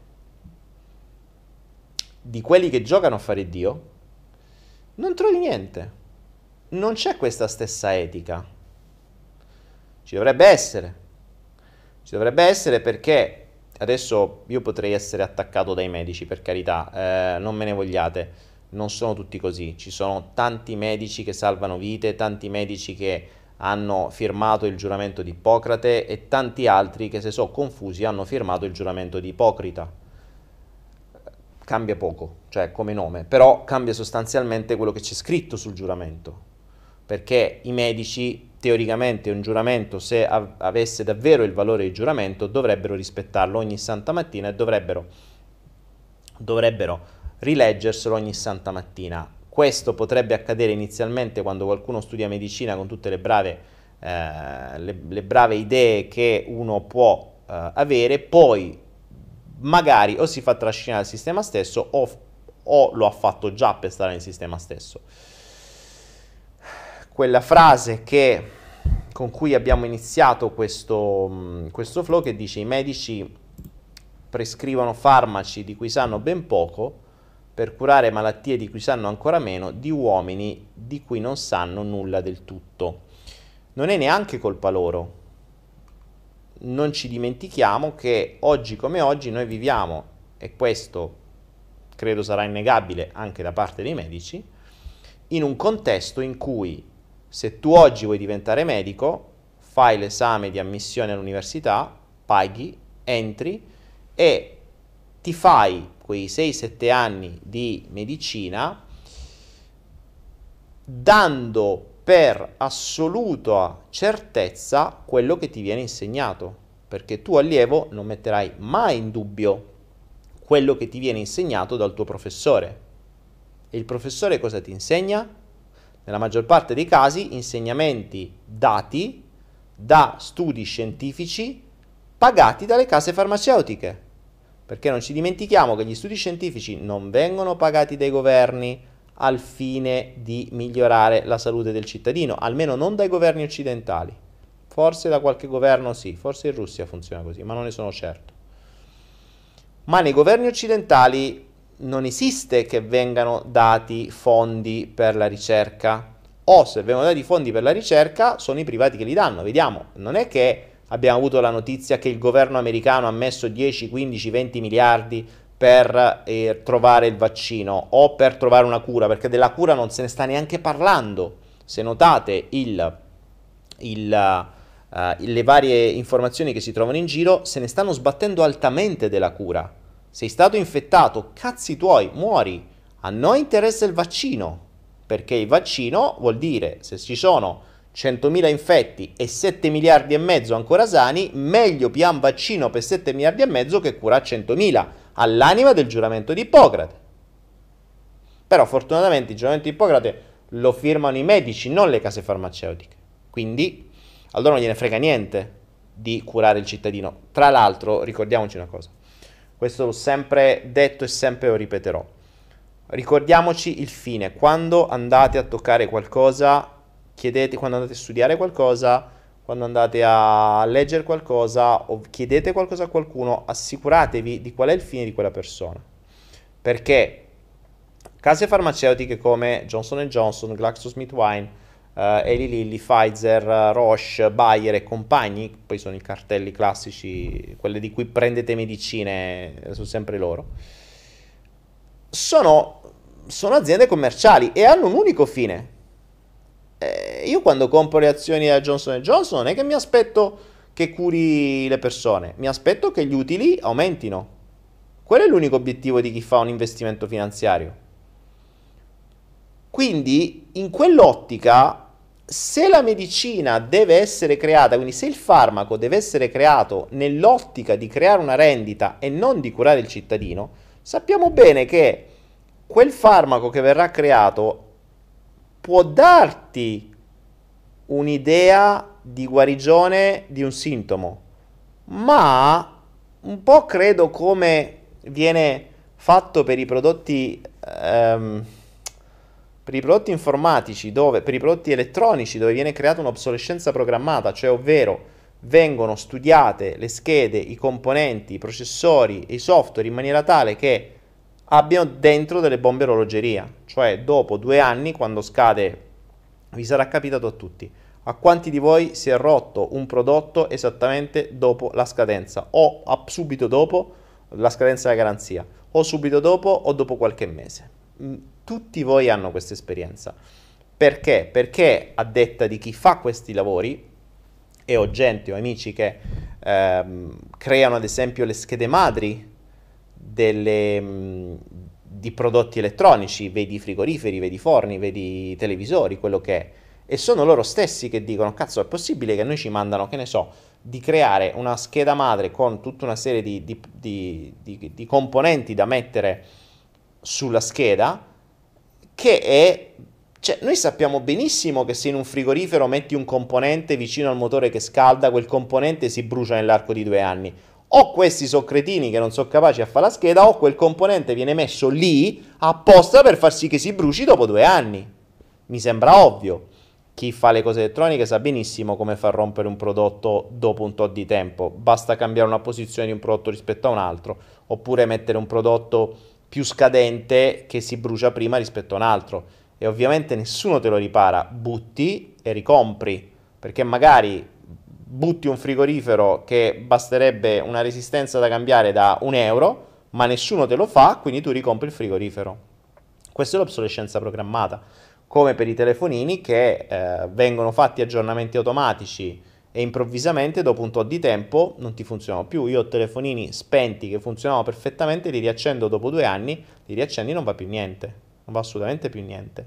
di quelli che giocano a fare Dio, non trovi niente. Non c'è questa stessa etica. Ci dovrebbe essere. Ci dovrebbe essere perché adesso io potrei essere attaccato dai medici, per carità, eh, non me ne vogliate, non sono tutti così. Ci sono tanti medici che salvano vite, tanti medici che hanno firmato il giuramento di Ippocrate e tanti altri che, se sono confusi, hanno firmato il giuramento di Ipocrita. Cambia poco, cioè come nome, però cambia sostanzialmente quello che c'è scritto sul giuramento, perché i medici, teoricamente, un giuramento, se av- avesse davvero il valore di giuramento, dovrebbero rispettarlo ogni santa mattina e dovrebbero, dovrebbero rileggerselo ogni santa mattina. Questo potrebbe accadere inizialmente quando qualcuno studia medicina con tutte le brave, eh, le, le brave idee che uno può eh, avere, poi magari o si fa trascinare dal sistema stesso o, o lo ha fatto già per stare nel sistema stesso. Quella frase che con cui abbiamo iniziato questo, questo flow, che dice: i medici prescrivono farmaci di cui sanno ben poco per curare malattie di cui sanno ancora meno di uomini di cui non sanno nulla del tutto. Non è neanche colpa loro. Non ci dimentichiamo che oggi come oggi noi viviamo, e questo credo sarà innegabile anche da parte dei medici, in un contesto in cui se tu oggi vuoi diventare medico, fai l'esame di ammissione all'università, paghi, entri e ti fai quei sei sette anni di medicina dando per assoluta certezza quello che ti viene insegnato, perché tu allievo non metterai mai in dubbio quello che ti viene insegnato dal tuo professore. E il professore cosa ti insegna? Nella maggior parte dei casi insegnamenti dati da studi scientifici pagati dalle case farmaceutiche, perché non ci dimentichiamo che gli studi scientifici non vengono pagati dai governi al fine di migliorare la salute del cittadino, almeno non dai governi occidentali. Forse da qualche governo sì, forse in Russia funziona così, ma non ne sono certo. Ma nei governi occidentali non esiste che vengano dati fondi per la ricerca, o se vengono dati fondi per la ricerca sono i privati che li danno. Vediamo, non è che abbiamo avuto la notizia che il governo americano ha messo dieci, quindici, venti miliardi per eh, trovare il vaccino o per trovare una cura, perché della cura non se ne sta neanche parlando. Se notate il, il, uh, le varie informazioni che si trovano in giro, se ne stanno sbattendo altamente della cura. Sei stato infettato, cazzi tuoi, muori. A noi interessa il vaccino, perché il vaccino vuol dire, se ci sono centomila infetti e sette miliardi e mezzo ancora sani, meglio pian vaccino per sette miliardi e mezzo che cura centomila, all'anima del giuramento di Ippocrate. Però fortunatamente il giuramento di Ippocrate lo firmano i medici, non le case farmaceutiche. Quindi allora non gliene frega niente di curare il cittadino. Tra l'altro, ricordiamoci una cosa, questo l'ho sempre detto e sempre lo ripeterò, ricordiamoci il fine. Quando andate a toccare qualcosa, chiedete, quando andate a studiare qualcosa, quando andate a leggere qualcosa o chiedete qualcosa a qualcuno, assicuratevi di qual è il fine di quella persona. Perché case farmaceutiche come Johnson and Johnson, GlaxoSmithKline, uh, Eli Lilly, Pfizer, uh, Roche, Bayer e compagni, poi sono i cartelli classici, quelli di cui prendete medicine, sono sempre loro, sono, sono aziende commerciali e hanno un unico fine. Eh, io quando compro le azioni da Johnson and Johnson non è che mi aspetto che curi le persone, mi aspetto che gli utili aumentino. Quello è l'unico obiettivo di chi fa un investimento finanziario. Quindi in quell'ottica, se la medicina deve essere creata, quindi se il farmaco deve essere creato nell'ottica di creare una rendita e non di curare il cittadino, sappiamo bene che quel farmaco che verrà creato può darti un'idea di guarigione di un sintomo, ma un po' credo come viene fatto per i prodotti ehm, per i prodotti informatici, dove, per i prodotti elettronici, dove viene creata un'obsolescenza programmata, cioè ovvero vengono studiate le schede, i componenti, i processori e i software in maniera tale che abbiano dentro delle bombe orologeria, cioè dopo due anni, quando scade, vi sarà capitato a tutti, a quanti di voi si è rotto un prodotto esattamente dopo la scadenza, o a, subito dopo la scadenza della garanzia, o subito dopo o dopo qualche mese. Tutti voi hanno questa esperienza. Perché? Perché a detta di chi fa questi lavori, e ho gente, ho amici che ehm, creano ad esempio le schede madri delle, mh, di prodotti elettronici, vedi frigoriferi, vedi forni, vedi televisori, quello che è, e sono loro stessi che dicono: cazzo, è possibile che noi ci mandano, che ne so, di creare una scheda madre con tutta una serie di, di, di, di, di componenti da mettere sulla scheda, che è, cioè, noi sappiamo benissimo che se in un frigorifero metti un componente vicino al motore che scalda, quel componente si brucia nell'arco di due anni. O questi sono cretini che non sono capaci a fare la scheda, o quel componente viene messo lì apposta per far sì che si bruci dopo due anni. Mi sembra ovvio. chi fa le cose elettroniche sa benissimo come far rompere un prodotto dopo un tot di tempo. Basta cambiare una posizione di un prodotto rispetto a un altro, oppure mettere un prodotto più scadente che si brucia prima rispetto a un altro. E ovviamente nessuno te lo ripara, butti e ricompri, perché magari butti un frigorifero che basterebbe una resistenza da cambiare da un euro, ma nessuno te lo fa, quindi tu ricompri il frigorifero. Questa è l'obsolescenza programmata, come per i telefonini che eh, vengono fatti aggiornamenti automatici e improvvisamente dopo un tot di tempo non ti funzionano più. Io ho telefonini spenti che funzionavano perfettamente, li riaccendo dopo due anni, li riaccendi e non va più niente, non va assolutamente più niente.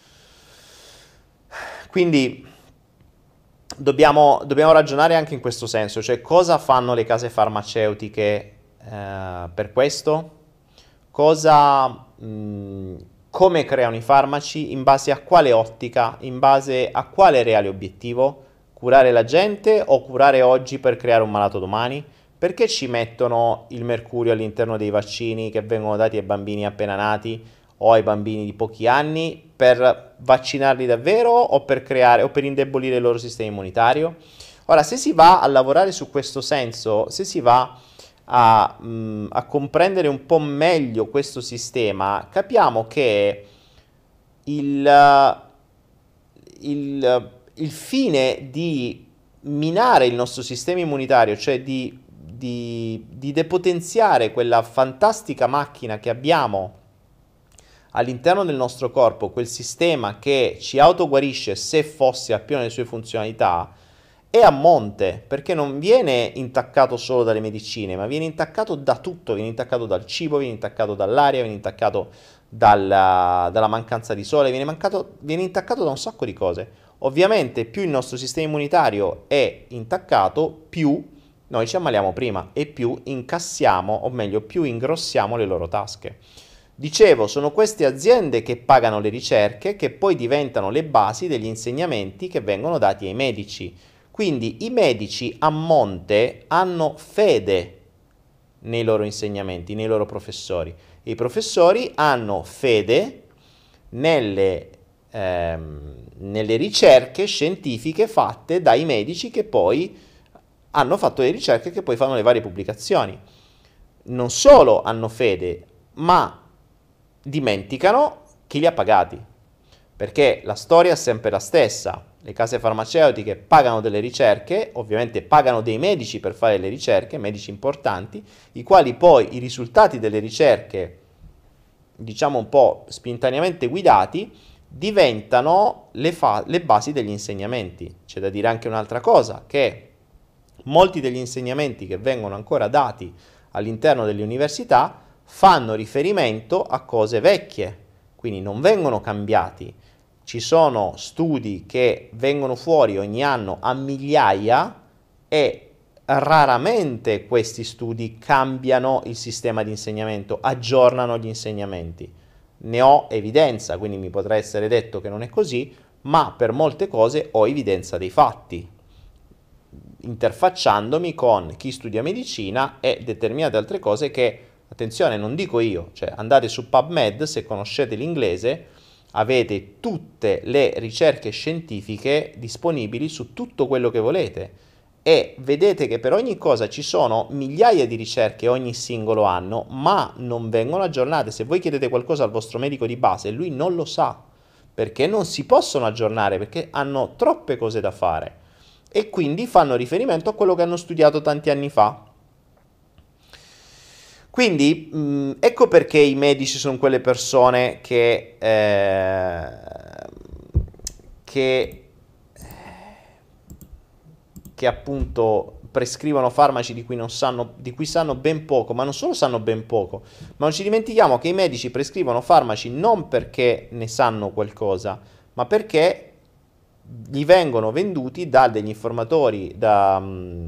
Quindi dobbiamo, dobbiamo ragionare anche in questo senso, cioè cosa fanno le case farmaceutiche eh, per questo? Cosa, mh, come creano i farmaci, in base a quale ottica, in base a quale reale obiettivo? Curare la gente o curare oggi per creare un malato domani? Perché ci mettono il mercurio all'interno dei vaccini che vengono dati ai bambini appena nati o ai bambini di pochi anni? Per vaccinarli davvero o per creare o per indebolire il loro sistema immunitario? Ora, se si va a lavorare su questo senso, se si va a, mh, a comprendere un po' meglio questo sistema, capiamo che il, il, il fine di minare il nostro sistema immunitario, cioè di, di, di depotenziare quella fantastica macchina che abbiamo all'interno del nostro corpo, quel sistema che ci autoguarisce se fosse a pieno le sue funzionalità, è a monte, perché non viene intaccato solo dalle medicine, ma viene intaccato da tutto, viene intaccato dal cibo, viene intaccato dall'aria, viene intaccato dalla, dalla mancanza di sole, viene, mancato, viene intaccato da un sacco di cose. Ovviamente più il nostro sistema immunitario è intaccato, più noi ci ammaliamo prima e più incassiamo, o meglio, più ingrossiamo le loro tasche. Dicevo, sono queste aziende che pagano le ricerche che poi diventano le basi degli insegnamenti che vengono dati ai medici. Quindi i medici a monte hanno fede nei loro insegnamenti, nei loro professori. I professori hanno fede nelle, ehm, nelle ricerche scientifiche fatte dai medici che poi hanno fatto le ricerche che poi fanno le varie pubblicazioni. Non solo hanno fede, ma dimenticano chi li ha pagati, perché la storia è sempre la stessa. Le case farmaceutiche pagano delle ricerche, ovviamente pagano dei medici per fare le ricerche, medici importanti, i quali poi i risultati delle ricerche, diciamo un po' spintaneamente guidati, diventano le, fa- le basi degli insegnamenti. C'è da dire anche un'altra cosa, che molti degli insegnamenti che vengono ancora dati all'interno delle università fanno riferimento a cose vecchie, quindi non vengono cambiati. Ci sono studi che vengono fuori ogni anno a migliaia e raramente questi studi cambiano il sistema di insegnamento, aggiornano gli insegnamenti. Ne ho evidenza, quindi mi potrà essere detto che non è così, ma per molte cose ho evidenza dei fatti, interfacciandomi con chi studia medicina e determinate altre cose che, attenzione, non dico io, cioè andate su PubMed, se conoscete l'inglese, avete tutte le ricerche scientifiche disponibili su tutto quello che volete e vedete che per ogni cosa ci sono migliaia di ricerche ogni singolo anno, ma non vengono aggiornate. Se voi chiedete qualcosa al vostro medico di base, lui non lo sa, perché non si possono aggiornare, perché hanno troppe cose da fare e quindi fanno riferimento a quello che hanno studiato tanti anni fa. Quindi mh, ecco perché i medici sono quelle persone che, eh, che, che appunto prescrivono farmaci di cui, non sanno, di cui sanno ben poco, ma non solo sanno ben poco, ma non ci dimentichiamo che i medici prescrivono farmaci non perché ne sanno qualcosa, ma perché gli vengono venduti da degli informatori, da,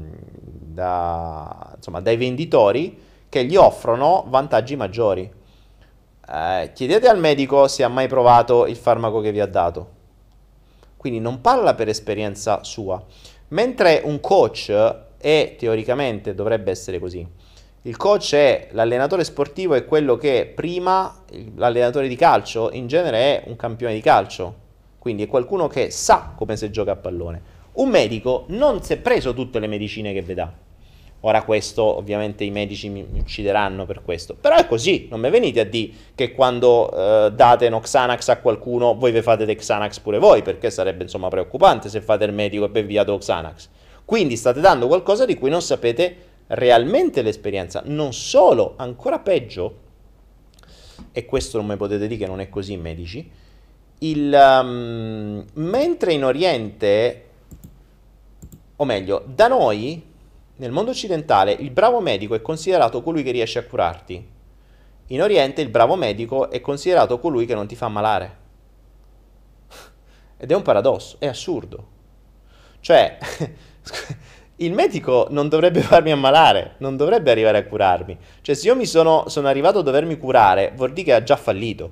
da, insomma, dai venditori, che gli offrono vantaggi maggiori. Eh, chiedete al medico se ha mai provato il farmaco che vi ha dato. Quindi non parla per esperienza sua. Mentre un coach è, teoricamente, dovrebbe essere così. Il coach è l'allenatore sportivo, è quello che prima, l'allenatore di calcio, in genere è un campione di calcio. quindi è qualcuno che sa come si gioca a pallone. Un medico non si è preso tutte le medicine che veda. Ora questo, ovviamente i medici mi uccideranno per questo, però è così, non mi venite a dire che quando eh, date uno Xanax a qualcuno voi vi fate del Xanax pure voi, perché sarebbe insomma preoccupante se fate il medico e vi vi date lo Xanax. Quindi state dando qualcosa di cui non sapete realmente l'esperienza. Non solo, ancora peggio, e questo non mi potete dire che non è così in medici, il, um, mentre in Oriente, o meglio, da noi, nel mondo occidentale, il bravo medico è considerato colui che riesce a curarti. In Oriente il bravo medico è considerato colui che non ti fa ammalare. Ed è un paradosso, è assurdo. Cioè, il medico non dovrebbe farmi ammalare, non dovrebbe arrivare a curarmi. Cioè, se io mi sono, sono arrivato a dovermi curare, vuol dire che ha già fallito.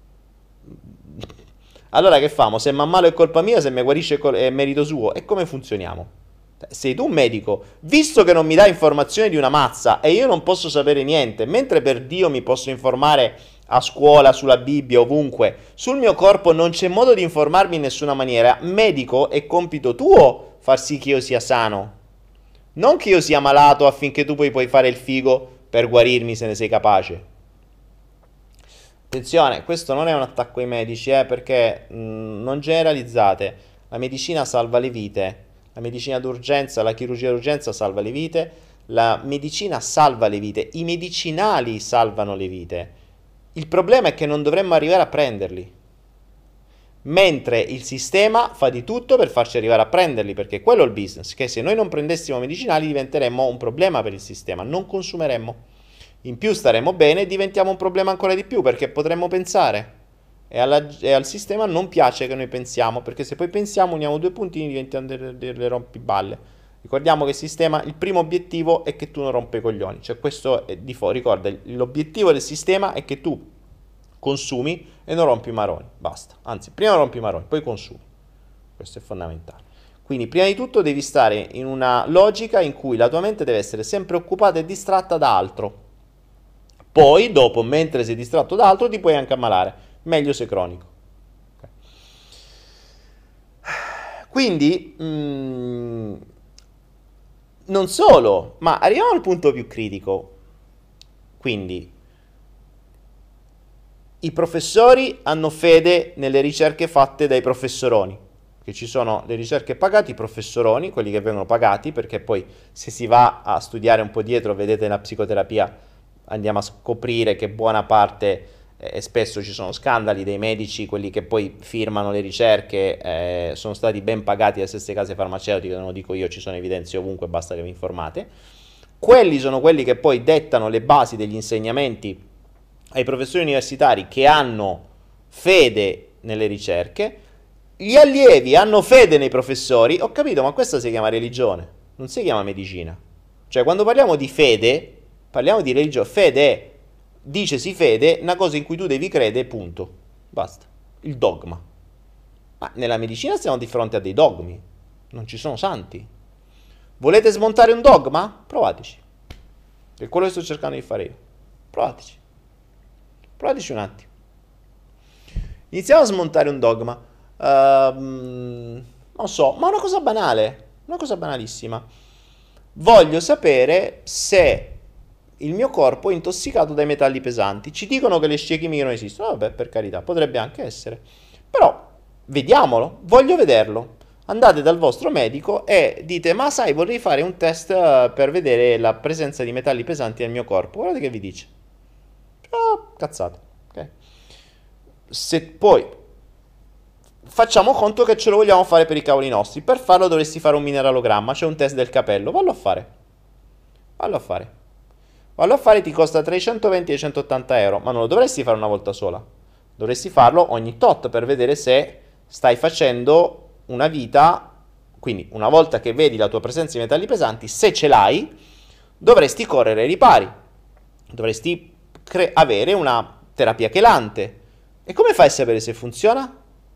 Allora che famo? Se mi ammalo è colpa mia, se mi guarisce è merito suo. E come funzioniamo? Sei tu un medico, visto che non mi dai informazioni di una mazza e io non posso sapere niente, mentre per Dio mi posso informare a scuola, sulla Bibbia, ovunque, sul mio corpo non c'è modo di informarmi in nessuna maniera, medico, è compito tuo far sì che io sia sano, non che io sia malato affinché tu poi puoi fare il figo per guarirmi se ne sei capace. Attenzione, questo non è un attacco ai medici, eh, perché mh, non generalizzate, la medicina salva le vite. La medicina d'urgenza, la chirurgia d'urgenza salva le vite, la medicina salva le vite, i medicinali salvano le vite. Il problema è che non dovremmo arrivare a prenderli, mentre il sistema fa di tutto per farci arrivare a prenderli, perché quello è il business, che se noi non prendessimo medicinali diventeremmo un problema per il sistema, non consumeremmo. In più staremo bene e diventiamo un problema ancora di più, perché potremmo pensare. E, alla, e al sistema non piace che noi pensiamo, perché se poi pensiamo uniamo due puntini diventiamo delle, delle rompiballe. Ricordiamo che il sistema, il primo obiettivo è che tu non rompi i coglioni, cioè questo è di fuori, ricorda, l'obiettivo del sistema è che tu consumi e non rompi i maroni, basta, anzi prima rompi i maroni, poi consumi, questo è fondamentale. Quindi prima di tutto devi stare in una logica in cui la tua mente deve essere sempre occupata e distratta da altro, poi dopo, mentre sei distratto da altro, ti puoi anche ammalare. Meglio se cronico. Okay. Quindi, mh, non solo, ma arriviamo al punto più critico. Quindi, i professori hanno fede nelle ricerche fatte dai professoroni. Che ci sono le ricerche pagate, i professoroni, quelli che vengono pagati, perché poi se si va a studiare un po' dietro, vedete la psicoterapia, andiamo a scoprire che buona parte... e spesso ci sono scandali dei medici, quelli che poi firmano le ricerche, eh, sono stati ben pagati da stesse case farmaceutiche, non lo dico io, ci sono evidenze ovunque, basta che vi informate. Quelli sono quelli che poi dettano le basi degli insegnamenti ai professori universitari che hanno fede nelle ricerche, gli allievi hanno fede nei professori, ho capito, ma questa si chiama religione, non si chiama medicina. Cioè quando parliamo di fede, parliamo di religione, fede è dicesi fede, una cosa in cui tu devi credere, punto. Basta. Il dogma. Ma nella medicina stiamo di fronte a dei dogmi. Non ci sono santi. Volete smontare un dogma? Provateci. È quello che sto cercando di fare io. Provateci. Provateci un attimo. Iniziamo a smontare un dogma. Uh, non so, ma una cosa banale. Una cosa banalissima. Voglio sapere se... il mio corpo è intossicato dai metalli pesanti. Ci dicono che le scie chimiche non esistono. Vabbè, per carità, potrebbe anche essere. Però, vediamolo, voglio vederlo. Andate dal vostro medico e dite, ma sai, vorrei fare un test per vedere la presenza di metalli pesanti nel mio corpo. Guardate che vi dice. Oh, cazzate. Okay. Se poi facciamo conto che ce lo vogliamo fare per i cavoli nostri. Per farlo dovresti fare un mineralogramma. C'è un test del capello. Vallo a fare. Vallo a fare. Vallo a fare, ti costa tra i centoventi e i centottanta euro, ma non lo dovresti fare una volta sola, dovresti farlo ogni tot per vedere se stai facendo una vita, quindi una volta che vedi la tua presenza di metalli pesanti, se ce l'hai, dovresti correre ai ripari, dovresti cre- avere una terapia chelante. E come fai a sapere se funziona?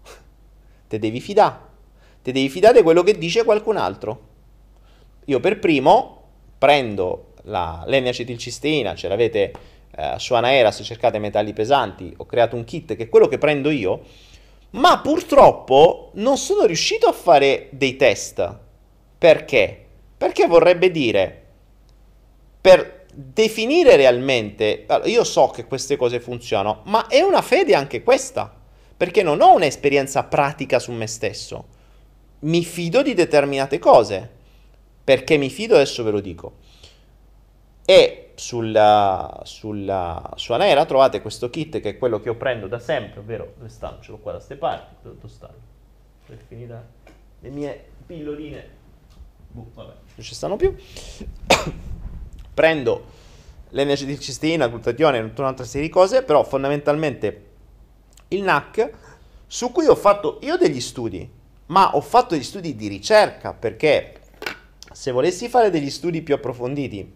Te devi fidare, te devi fidare di quello che dice qualcun altro. Io per primo prendo la, l'N-acetilcisteina, ce l'avete eh, su Anaera, se cercate metalli pesanti, ho creato un kit che è quello che prendo io, Ma purtroppo non sono riuscito a fare dei test. Perché? Perché vorrebbe dire, per definire realmente, allora, io so che queste cose funzionano, ma è una fede anche questa, perché non ho un'esperienza pratica su me stesso. Mi fido di determinate cose. Perché mi fido, adesso ve lo dico. E sulla, sulla, su Anaera trovate questo kit che è quello che io prendo da sempre, ovvero dove stanno? Ce l'ho qua da ste parti, dove stanno? È finita le mie pilloline. Boh, vabbè, non ci stanno più. Prendo l'N A C D cisteina, il glutatione e tutta un'altra serie di cose, però fondamentalmente il N A C, su cui ho fatto io degli studi, ma ho fatto degli studi di ricerca, perché se volessi fare degli studi più approfonditi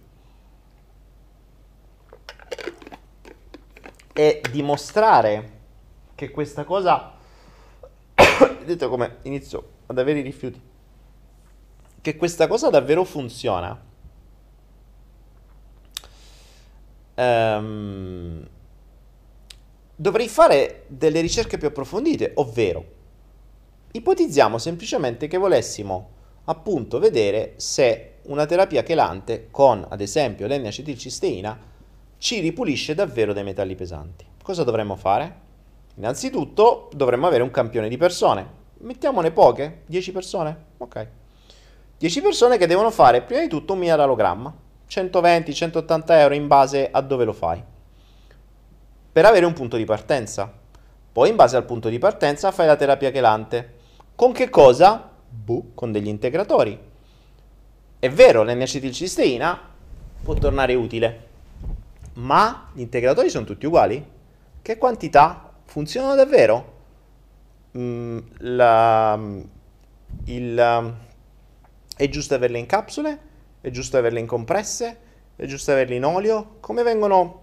e dimostrare che questa cosa, vedete come inizio ad avere i rifiuti, che questa cosa davvero funziona, ehm, dovrei fare delle ricerche più approfondite, ovvero ipotizziamo semplicemente che volessimo appunto vedere se una terapia chelante con ad esempio l'N A C D cisteina ci ripulisce davvero dai metalli pesanti. Cosa dovremmo fare? Innanzitutto dovremmo avere un campione di persone. Mettiamone poche, dieci persone, ok. dieci persone che devono fare prima di tutto un mineralogramma, centoventi centottanta euro in base a dove lo fai, per avere un punto di partenza. Poi in base al punto di partenza fai la terapia chelante. Con che cosa? Buh, con degli integratori. È vero, l'N A C D cisteina può tornare utile, ma gli integratori sono tutti uguali? Che quantità? Funzionano davvero? Mm, la, il, è giusto averle in capsule? È giusto averle in compresse? È giusto averle in olio? Come vengono,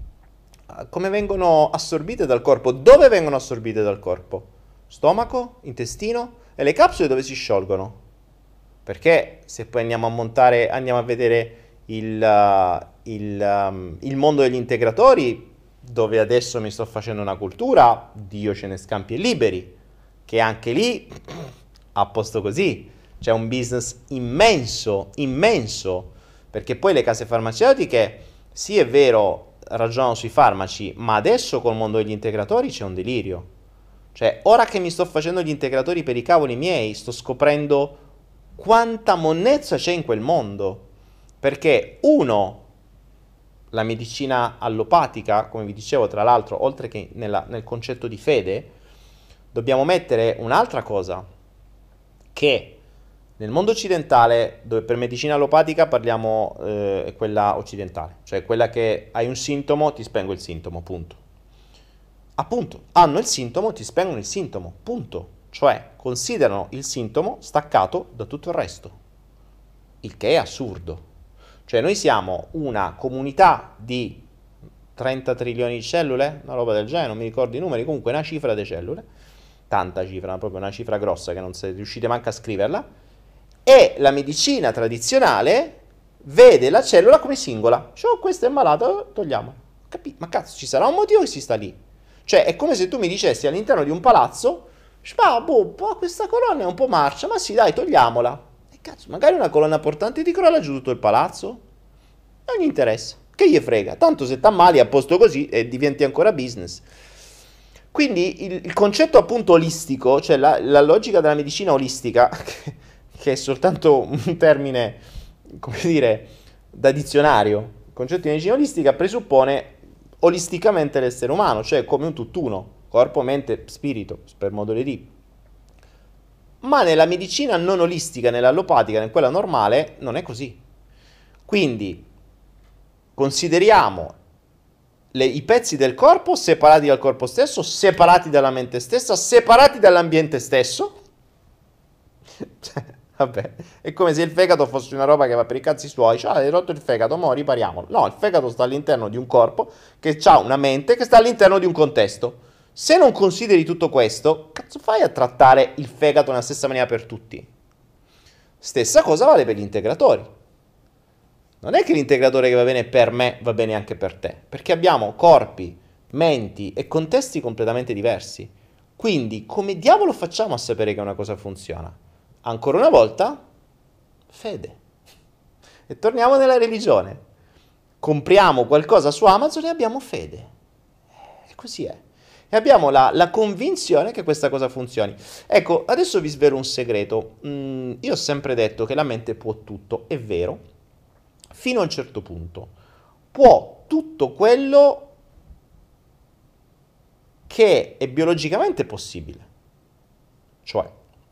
come vengono assorbite dal corpo? Dove vengono assorbite dal corpo? Stomaco? Intestino? E le capsule dove si sciolgono? Perché se poi andiamo a montare, andiamo a vedere il, uh, il, um, il mondo degli integratori, dove adesso mi sto facendo una cultura, Dio ce ne scampi e liberi, che anche lì, a posto così, c'è un business immenso, immenso, perché poi le case farmaceutiche, sì è vero, ragionano sui farmaci, ma adesso col mondo degli integratori c'è un delirio. Cioè, ora che mi sto facendo gli integratori per i cavoli miei, sto scoprendo quanta monnezza c'è in quel mondo. Perché, uno, la medicina allopatica, come vi dicevo tra l'altro, oltre che nella, nel concetto di fede, dobbiamo mettere un'altra cosa, che nel mondo occidentale, dove per medicina allopatica parliamo, eh, è quella occidentale, cioè quella che hai un sintomo, ti spengo il sintomo, punto. Appunto, hanno il sintomo, ti spengono il sintomo, punto. Cioè, considerano il sintomo staccato da tutto il resto. Il che è assurdo. Cioè, noi siamo una comunità di trenta trilioni di cellule, una roba del genere, non mi ricordo i numeri, comunque una cifra di cellule, tanta cifra, proprio una cifra grossa che non siete riuscite manco a scriverla, e la medicina tradizionale vede la cellula come singola. Cioè, oh, questo è malato, togliamo. Capi? Ma cazzo, ci sarà un motivo che si sta lì. Cioè, è come se tu mi dicessi all'interno di un palazzo, ah, boh, boh, questa colonna è un po' marcia, ma sì, dai, togliamola. E cazzo, magari una colonna portante ti crolla giù tutto il palazzo? Non gli interessa. Che gli frega? Tanto se t'ammali a posto così e diventi ancora business. Quindi il, il concetto appunto olistico, cioè la, la logica della medicina olistica, che, che è soltanto un termine, come dire, da dizionario, il concetto di medicina olistica presuppone olisticamente l'essere umano, cioè come un tutt'uno, corpo, mente, spirito, per modo di dire. Ma nella medicina non olistica, nell'allopatica, in quella normale, non è così. Quindi consideriamo le, i pezzi del corpo separati dal corpo stesso, separati dalla mente stessa, separati dall'ambiente stesso. Cioè, vabbè, è come se il fegato fosse una roba che va per i cazzi suoi. Cioè, hai rotto il fegato, mo ripariamolo. No, il fegato sta all'interno di un corpo che ha una mente che sta all'interno di un contesto. Se non consideri tutto questo, cazzo fai a trattare il fegato nella stessa maniera per tutti? Stessa cosa vale per gli integratori. Non è che l'integratore che va bene per me va bene anche per te, perché abbiamo corpi, menti e contesti completamente diversi. Quindi, come diavolo facciamo a sapere che una cosa funziona? Ancora una volta, fede. E torniamo nella religione. Compriamo qualcosa su Amazon e abbiamo fede. E così è. E abbiamo la, la convinzione che questa cosa funzioni. Ecco, adesso vi svelo un segreto. Mm, io ho sempre detto che la mente può tutto, è vero, fino a un certo punto. Può tutto quello che è biologicamente possibile. Cioè,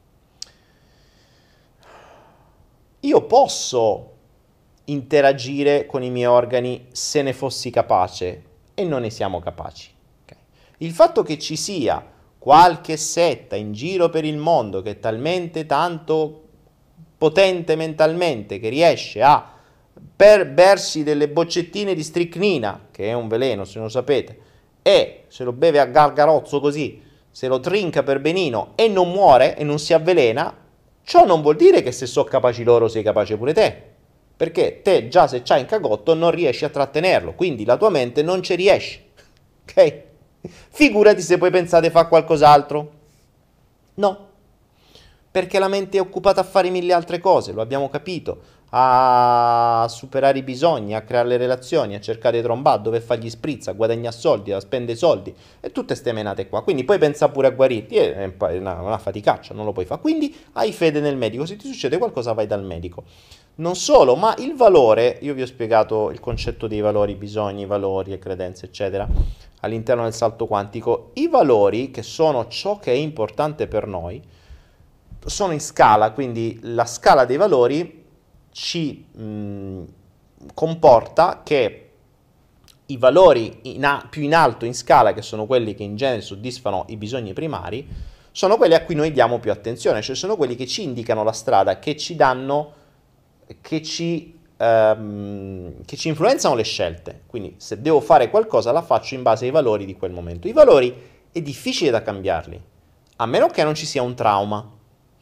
io posso interagire con i miei organi se ne fossi capace e non ne siamo capaci. Okay? Il fatto che ci sia qualche setta in giro per il mondo che è talmente tanto potente mentalmente che riesce a per bersi delle boccettine di stricnina, che è un veleno se non lo sapete, e se lo beve a gargarozzo così, se lo trinca per benino e non muore e non si avvelena, ciò non vuol dire che se sono capaci loro sei capace pure te, perché te già se c'hai in cagotto non riesci a trattenerlo, quindi la tua mente non ci riesce, ok? Figurati se poi pensate fa qualcos'altro. No, perché la mente è occupata a fare mille altre cose, lo abbiamo capito, a superare i bisogni, a creare le relazioni, a cercare di trombare, dove fa gli spritz, a guadagnare soldi, a spendere soldi e tutte ste menate qua. Quindi poi pensa pure a guarirti, è una, una faticaccia, non lo puoi fare. Quindi hai fede nel medico, se ti succede qualcosa vai dal medico. Non solo, ma il valore, io vi ho spiegato il concetto dei valori, bisogni, valori e credenze, eccetera, all'interno del salto quantico. I valori, che sono ciò che è importante per noi, sono in scala, quindi la scala dei valori ci mh, comporta che i valori in a- più in alto in scala, che sono quelli che in genere soddisfano i bisogni primari, sono quelli a cui noi diamo più attenzione, cioè sono quelli che ci indicano la strada, che ci danno, che ci, ehm, che ci influenzano le scelte. Quindi se devo fare qualcosa la faccio in base ai valori di quel momento. I valori è difficile da cambiarli, a meno che non ci sia un trauma.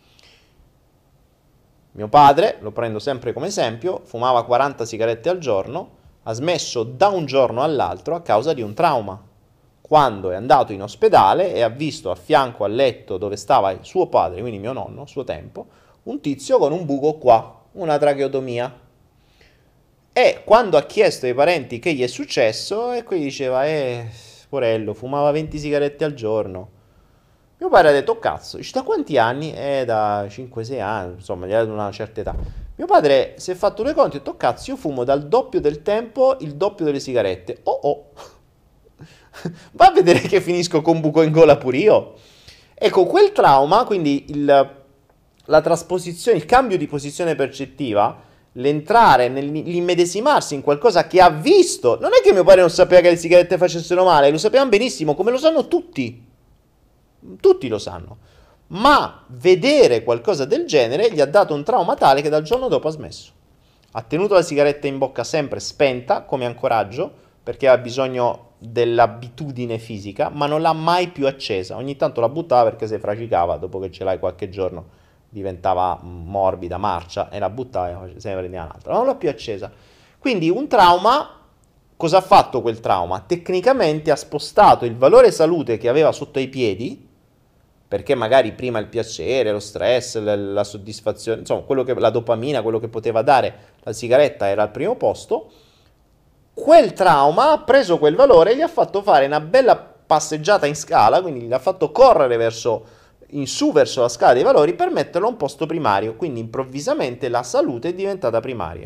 Mio padre, lo prendo sempre come esempio, fumava quaranta sigarette al giorno, ha smesso da un giorno all'altro a causa di un trauma. Quando è andato in ospedale e ha visto a fianco al letto dove stava il suo padre, quindi mio nonno, a suo tempo, un tizio con un buco qua, una tracheotomia. E quando ha chiesto ai parenti che gli è successo, e qui diceva, eh, porello, fumava venti sigarette al giorno. Mio padre ha detto, cazzo, dice, da quanti anni? Eh, da cinque sei anni, insomma, gli ha dato una certa età. Mio padre si è fatto due conti e ha detto, cazzo, io fumo dal doppio del tempo il doppio delle sigarette. Oh oh, va a vedere che finisco con buco in gola pure io. Ecco, quel trauma, quindi il, la trasposizione, il cambio di posizione percettiva, l'entrare, nell'immedesimarsi in qualcosa che ha visto. Non è che mio padre non sapeva che le sigarette facessero male, lo sapevano benissimo, come lo sanno tutti. Tutti lo sanno, ma vedere qualcosa del genere gli ha dato un trauma tale che dal giorno dopo ha smesso. Ha tenuto la sigaretta in bocca sempre spenta come ancoraggio perché ha bisogno dell'abitudine fisica, ma non l'ha mai più accesa. Ogni tanto la buttava perché si fragicava, dopo che ce l'hai qualche giorno diventava morbida, marcia, e la buttava e se ne prendeva un'altra. Non l'ha più accesa. Quindi un trauma. Cosa ha fatto quel trauma? Tecnicamente ha spostato il valore salute che aveva sotto ai piedi, perché magari prima il piacere, lo stress, la, la soddisfazione, insomma, quello che, la dopamina, quello che poteva dare la sigaretta era al primo posto. Quel trauma ha preso quel valore e gli ha fatto fare una bella passeggiata in scala, quindi gli ha fatto correre verso, in su verso la scala dei valori per metterlo a un posto primario, quindi improvvisamente la salute è diventata primaria.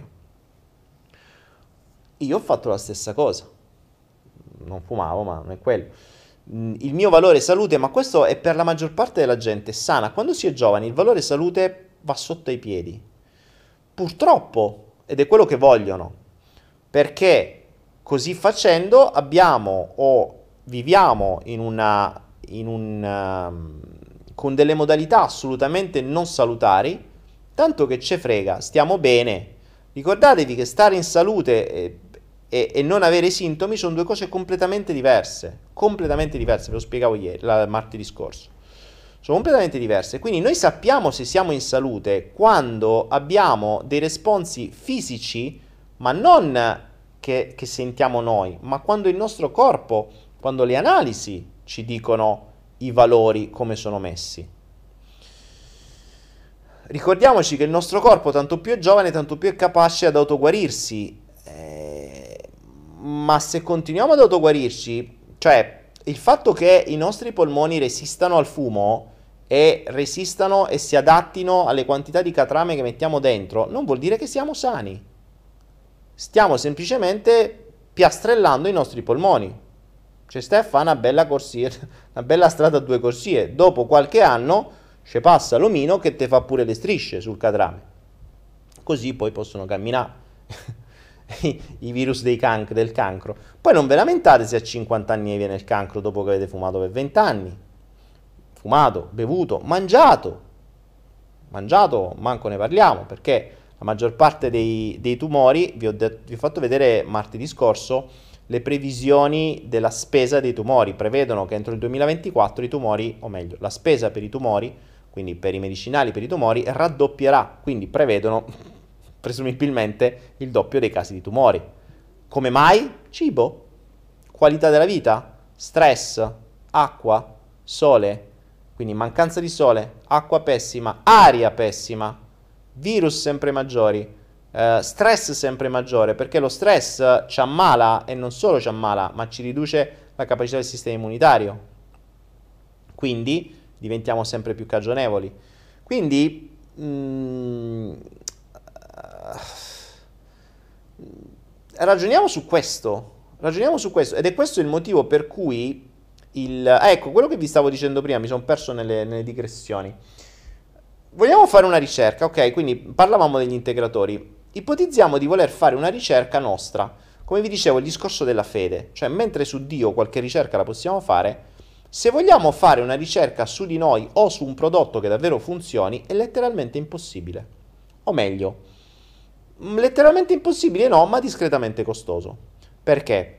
Io ho fatto la stessa cosa, non fumavo, ma non è quello. Il mio valore salute, ma questo è per la maggior parte della gente sana, quando si è giovani il valore salute va sotto ai piedi, purtroppo, ed è quello che vogliono, perché così facendo abbiamo o viviamo in una, in un, uh, con delle modalità assolutamente non salutari, tanto che ce frega, stiamo bene. Ricordatevi che stare in salute e, e, e non avere sintomi sono due cose completamente diverse, completamente diverse, ve lo spiegavo ieri, la, martedì scorso. Sono completamente diverse, quindi noi sappiamo se siamo in salute quando abbiamo dei responsi fisici, ma non che, che sentiamo noi, ma quando il nostro corpo, quando le analisi ci dicono i valori come sono messi. Ricordiamoci che il nostro corpo, tanto più è giovane, tanto più è capace ad autoguarirsi. Eh, ma se continuiamo ad autoguarirci, cioè il fatto che i nostri polmoni resistano al fumo e resistano e si adattino alle quantità di catrame che mettiamo dentro, non vuol dire che siamo sani. Stiamo semplicemente piastrellando i nostri polmoni. Cioè stai a fare una bella corsia, una bella strada a due corsie. Dopo qualche anno ci passa l'omino che te fa pure le strisce sul catrame. Così poi possono camminare i virus dei can- del cancro. Poi non ve lamentate se a cinquanta anni vi viene il cancro dopo che avete fumato per venti anni. Fumato, bevuto, mangiato. Mangiato, manco ne parliamo, perché la maggior parte dei, dei tumori, vi ho, det- vi ho fatto vedere martedì scorso, le previsioni della spesa dei tumori. Prevedono che entro il duemilaventiquattro i tumori, o meglio, la spesa per i tumori, quindi per i medicinali per i tumori, raddoppierà. Quindi prevedono presumibilmente il doppio dei casi di tumori. Come mai? Cibo, qualità della vita, stress, acqua, sole, quindi mancanza di sole, acqua pessima, aria pessima, virus sempre maggiori, eh, stress sempre maggiore, perché lo stress ci ammala e non solo ci ammala, ma ci riduce la capacità del sistema immunitario. Quindi diventiamo sempre più cagionevoli. Quindi mm, ragioniamo su questo, ragioniamo su questo, ed è questo il motivo per cui il... ah, ecco, quello che vi stavo dicendo prima, mi sono perso nelle, nelle digressioni. Vogliamo fare una ricerca, ok? Quindi parlavamo degli integratori. Ipotizziamo di voler fare una ricerca nostra. Come vi dicevo, il discorso della fede. Cioè, mentre su Dio qualche ricerca la possiamo fare, se vogliamo fare una ricerca su di noi o su un prodotto che davvero funzioni, è letteralmente impossibile. O meglio, letteralmente impossibile no, ma discretamente costoso. Perché?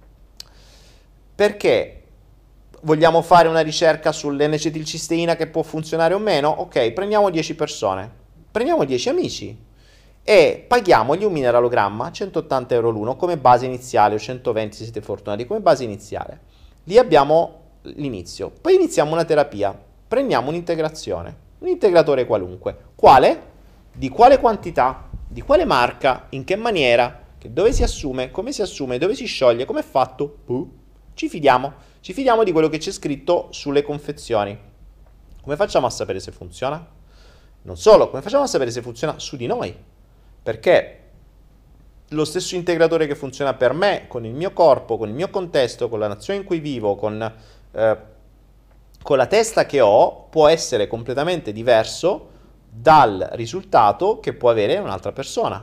Perché vogliamo fare una ricerca sull'N acetilcisteina che può funzionare o meno? Ok, prendiamo dieci persone, prendiamo dieci amici e paghiamogli un mineralogramma, centottanta euro l'uno, come base iniziale, o centoventi se siete fortunati, come base iniziale. Lì abbiamo l'inizio. Poi iniziamo una terapia, prendiamo un'integrazione, un integratore qualunque. Quale? Di quale quantità? Di quale marca? In che maniera? Che dove si assume? Come si assume? Dove si scioglie? Come è fatto? Uh, ci fidiamo. Ci fidiamo di quello che c'è scritto sulle confezioni. Come facciamo a sapere se funziona? Non solo, come facciamo a sapere se funziona su di noi? Perché lo stesso integratore che funziona per me, con il mio corpo, con il mio contesto, con la nazione in cui vivo, con, eh, con la testa che ho, può essere completamente diverso dal risultato che può avere un'altra persona.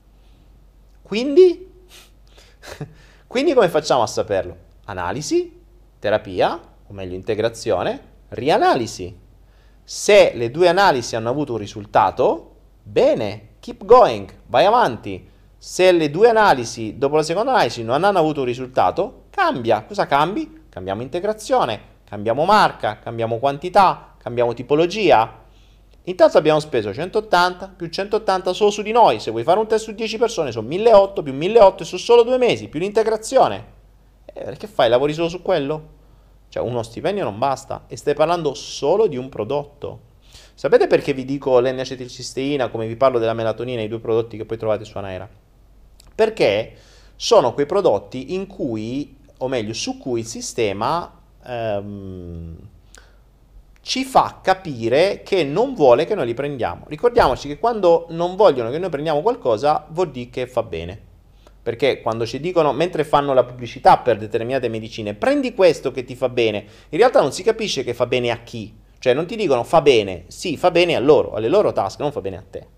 Quindi, quindi come facciamo a saperlo? Analisi, terapia, o meglio integrazione, rianalisi. Se le due analisi hanno avuto un risultato, bene, keep going, vai avanti. Se le due analisi, dopo la seconda analisi, non hanno avuto un risultato, cambia. Cosa cambi? Cambiamo integrazione, cambiamo marca, cambiamo quantità, cambiamo tipologia. Intanto abbiamo speso centottanta più centottanta solo su di noi. Se vuoi fare un test su dieci persone sono milleottocento più milleottocento e sono solo due mesi, più l'integrazione. Eh, perché fai? Lavori solo su quello? Cioè uno stipendio non basta e stai parlando solo di un prodotto. Sapete perché vi dico l'N acetilcisteina, come vi parlo della melatonina, i due prodotti che poi trovate su Anaera? Perché sono quei prodotti in cui, o meglio, su cui il sistema ehm, ci fa capire che non vuole che noi li prendiamo. Ricordiamoci che quando non vogliono che noi prendiamo qualcosa, vuol dire che fa bene. Perché quando ci dicono, mentre fanno la pubblicità per determinate medicine, prendi questo che ti fa bene, in realtà non si capisce che fa bene a chi. Cioè non ti dicono fa bene, sì, fa bene a loro, alle loro tasche, non fa bene a te.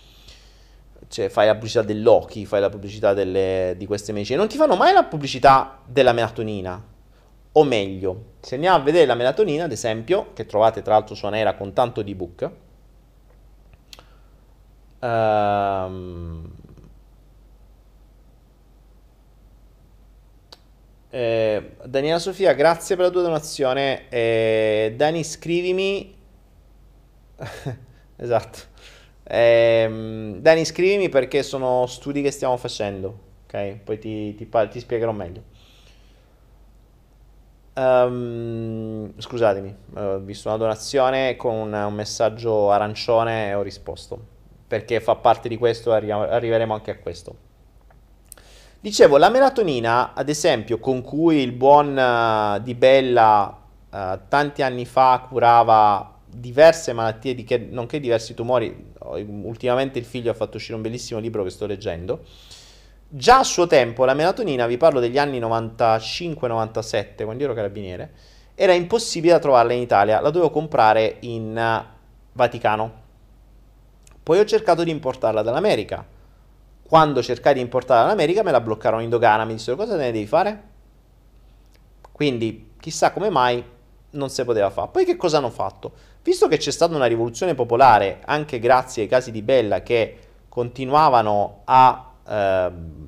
Cioè fai la pubblicità dell'Oki, fai la pubblicità delle, di queste medicine, non ti fanno mai la pubblicità della melatonina. O meglio, se andiamo a vedere la melatonina, ad esempio, che trovate tra l'altro su Anaera con tanto di book, ehm... Eh, Daniela Sofia, grazie per la tua donazione. Eh, Dani, scrivimi. Esatto. Eh, Dani, scrivimi perché sono studi che stiamo facendo. Ok? Poi ti, ti, ti spiegherò meglio. Ehm, scusatemi, ho visto una donazione con un, un messaggio arancione e ho risposto, perché fa parte di questo, arri- arriveremo anche a questo. Dicevo, la melatonina, ad esempio, con cui il buon eh, Di Bella eh, tanti anni fa curava diverse malattie, di che- nonché diversi tumori. Ultimamente il figlio ha fatto uscire un bellissimo libro che sto leggendo. Già a suo tempo la melatonina, vi parlo degli anni novantacinque novantasette, quando ero carabiniere, era impossibile da trovarla in Italia, la dovevo comprare in eh, Vaticano. Poi ho cercato di importarla dall'America. Quando cercai di importarla dall'America me la bloccarono in dogana, mi dissero cosa te ne devi fare? Quindi chissà come mai non si poteva fare. Poi che cosa hanno fatto? Visto che c'è stata una rivoluzione popolare, anche grazie ai casi di Bella che continuavano a... ehm,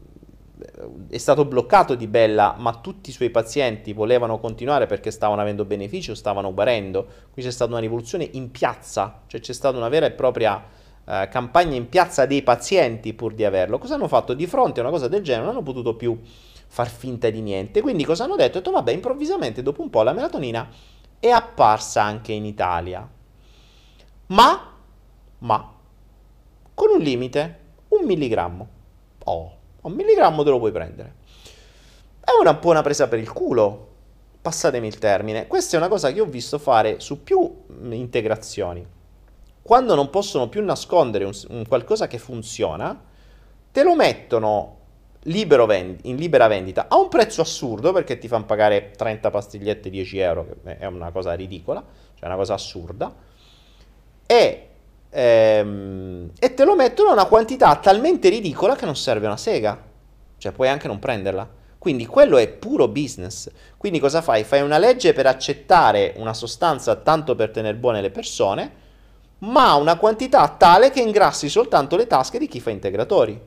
è stato bloccato Di Bella, ma tutti i suoi pazienti volevano continuare perché stavano avendo beneficio, stavano guarendo. Qui c'è stata una rivoluzione in piazza, cioè c'è stata una vera e propria eh, campagna in piazza dei pazienti pur di averlo. Cosa hanno fatto? Di fronte a una cosa del genere non hanno potuto più far finta di niente. Quindi cosa hanno detto? Hanno detto, vabbè, improvvisamente dopo un po' la melatonina è apparsa anche in Italia. Ma, ma, con un limite, un milligrammo. Oh, un milligrammo te lo puoi prendere. È una buona presa per il culo, passatemi il termine. Questa è una cosa che ho visto fare su più mh, integrazioni. Quando non possono più nascondere un, un qualcosa che funziona, te lo mettono libero vend- in libera vendita a un prezzo assurdo perché ti fanno pagare trenta pastigliette dieci euro, che è una cosa ridicola, cioè una cosa assurda, e, ehm, e te lo mettono a una quantità talmente ridicola che non serve una sega, cioè puoi anche non prenderla. Quindi quello è puro business. Quindi cosa fai? Fai una legge per accettare una sostanza tanto per tenere buone le persone, ma a una quantità tale che ingrassi soltanto le tasche di chi fa integratori.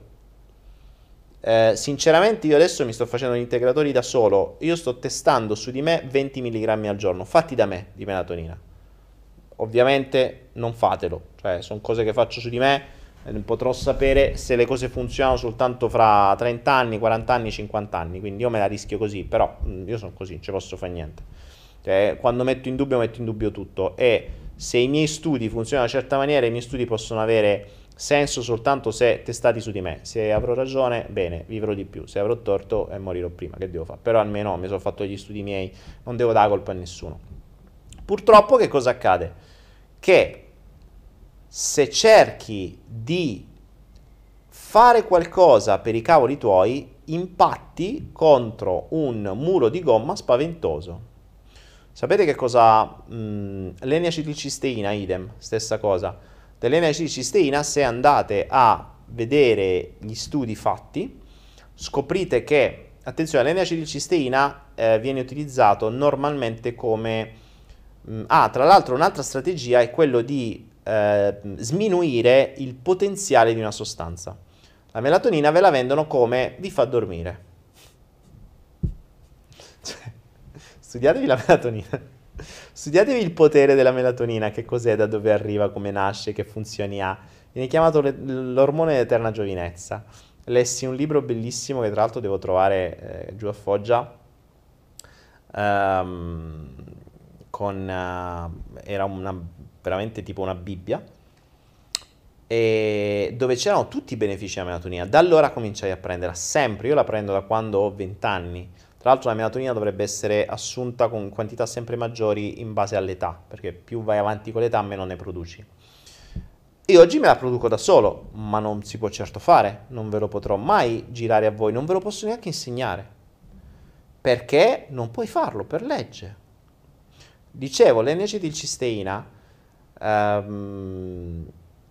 Eh, sinceramente io adesso mi sto facendo gli integratori da solo, io sto testando su di me venti milligrammi al giorno, fatti da me di melatonina. Ovviamente non fatelo, cioè sono cose che faccio su di me, eh, potrò sapere se le cose funzionano soltanto fra trenta anni, quaranta anni, cinquanta anni, quindi io me la rischio così, però mh, io sono così, non ci posso fare niente. Cioè, quando metto in dubbio metto in dubbio tutto e se i miei studi funzionano in una certa maniera, i miei studi possono avere senso soltanto se testati su di me. Se avrò ragione, bene, vivrò di più. Se avrò torto, eh, morirò prima. Che devo fare? Però almeno mi sono fatto gli studi miei, non devo dare colpa a nessuno. Purtroppo, che cosa accade? Che se cerchi di fare qualcosa per i cavoli tuoi, impatti contro un muro di gomma spaventoso. Sapete che cosa? Mm, l'N acetilcisteina, idem, stessa cosa. Dell'N acetilcisteina, se andate a vedere gli studi fatti, scoprite che, attenzione, l'N acetilcisteina eh, viene utilizzato normalmente come... mm, ah, tra l'altro un'altra strategia è quello di eh, sminuire il potenziale di una sostanza. La melatonina ve la vendono come vi fa dormire. Cioè, studiatevi la melatonina. Studiatevi il potere della melatonina, che cos'è, da dove arriva, come nasce, che funzioni ha. Viene chiamato le- l'ormone dell'eterna giovinezza. Lessi un libro bellissimo che tra l'altro devo trovare eh, giù a Foggia. ehm, con, eh, era una, veramente tipo una Bibbia e dove c'erano tutti i benefici della melatonina. Da allora cominciai a prenderla sempre, io la prendo da quando ho venti anni. Tra l'altro la melatonina dovrebbe essere assunta con quantità sempre maggiori in base all'età, perché più vai avanti con l'età meno ne produci. E oggi me la produco da solo, ma non si può certo fare, non ve lo potrò mai girare a voi, non ve lo posso neanche insegnare, perché non puoi farlo per legge. Dicevo, l'N acetilcisteina, ehm,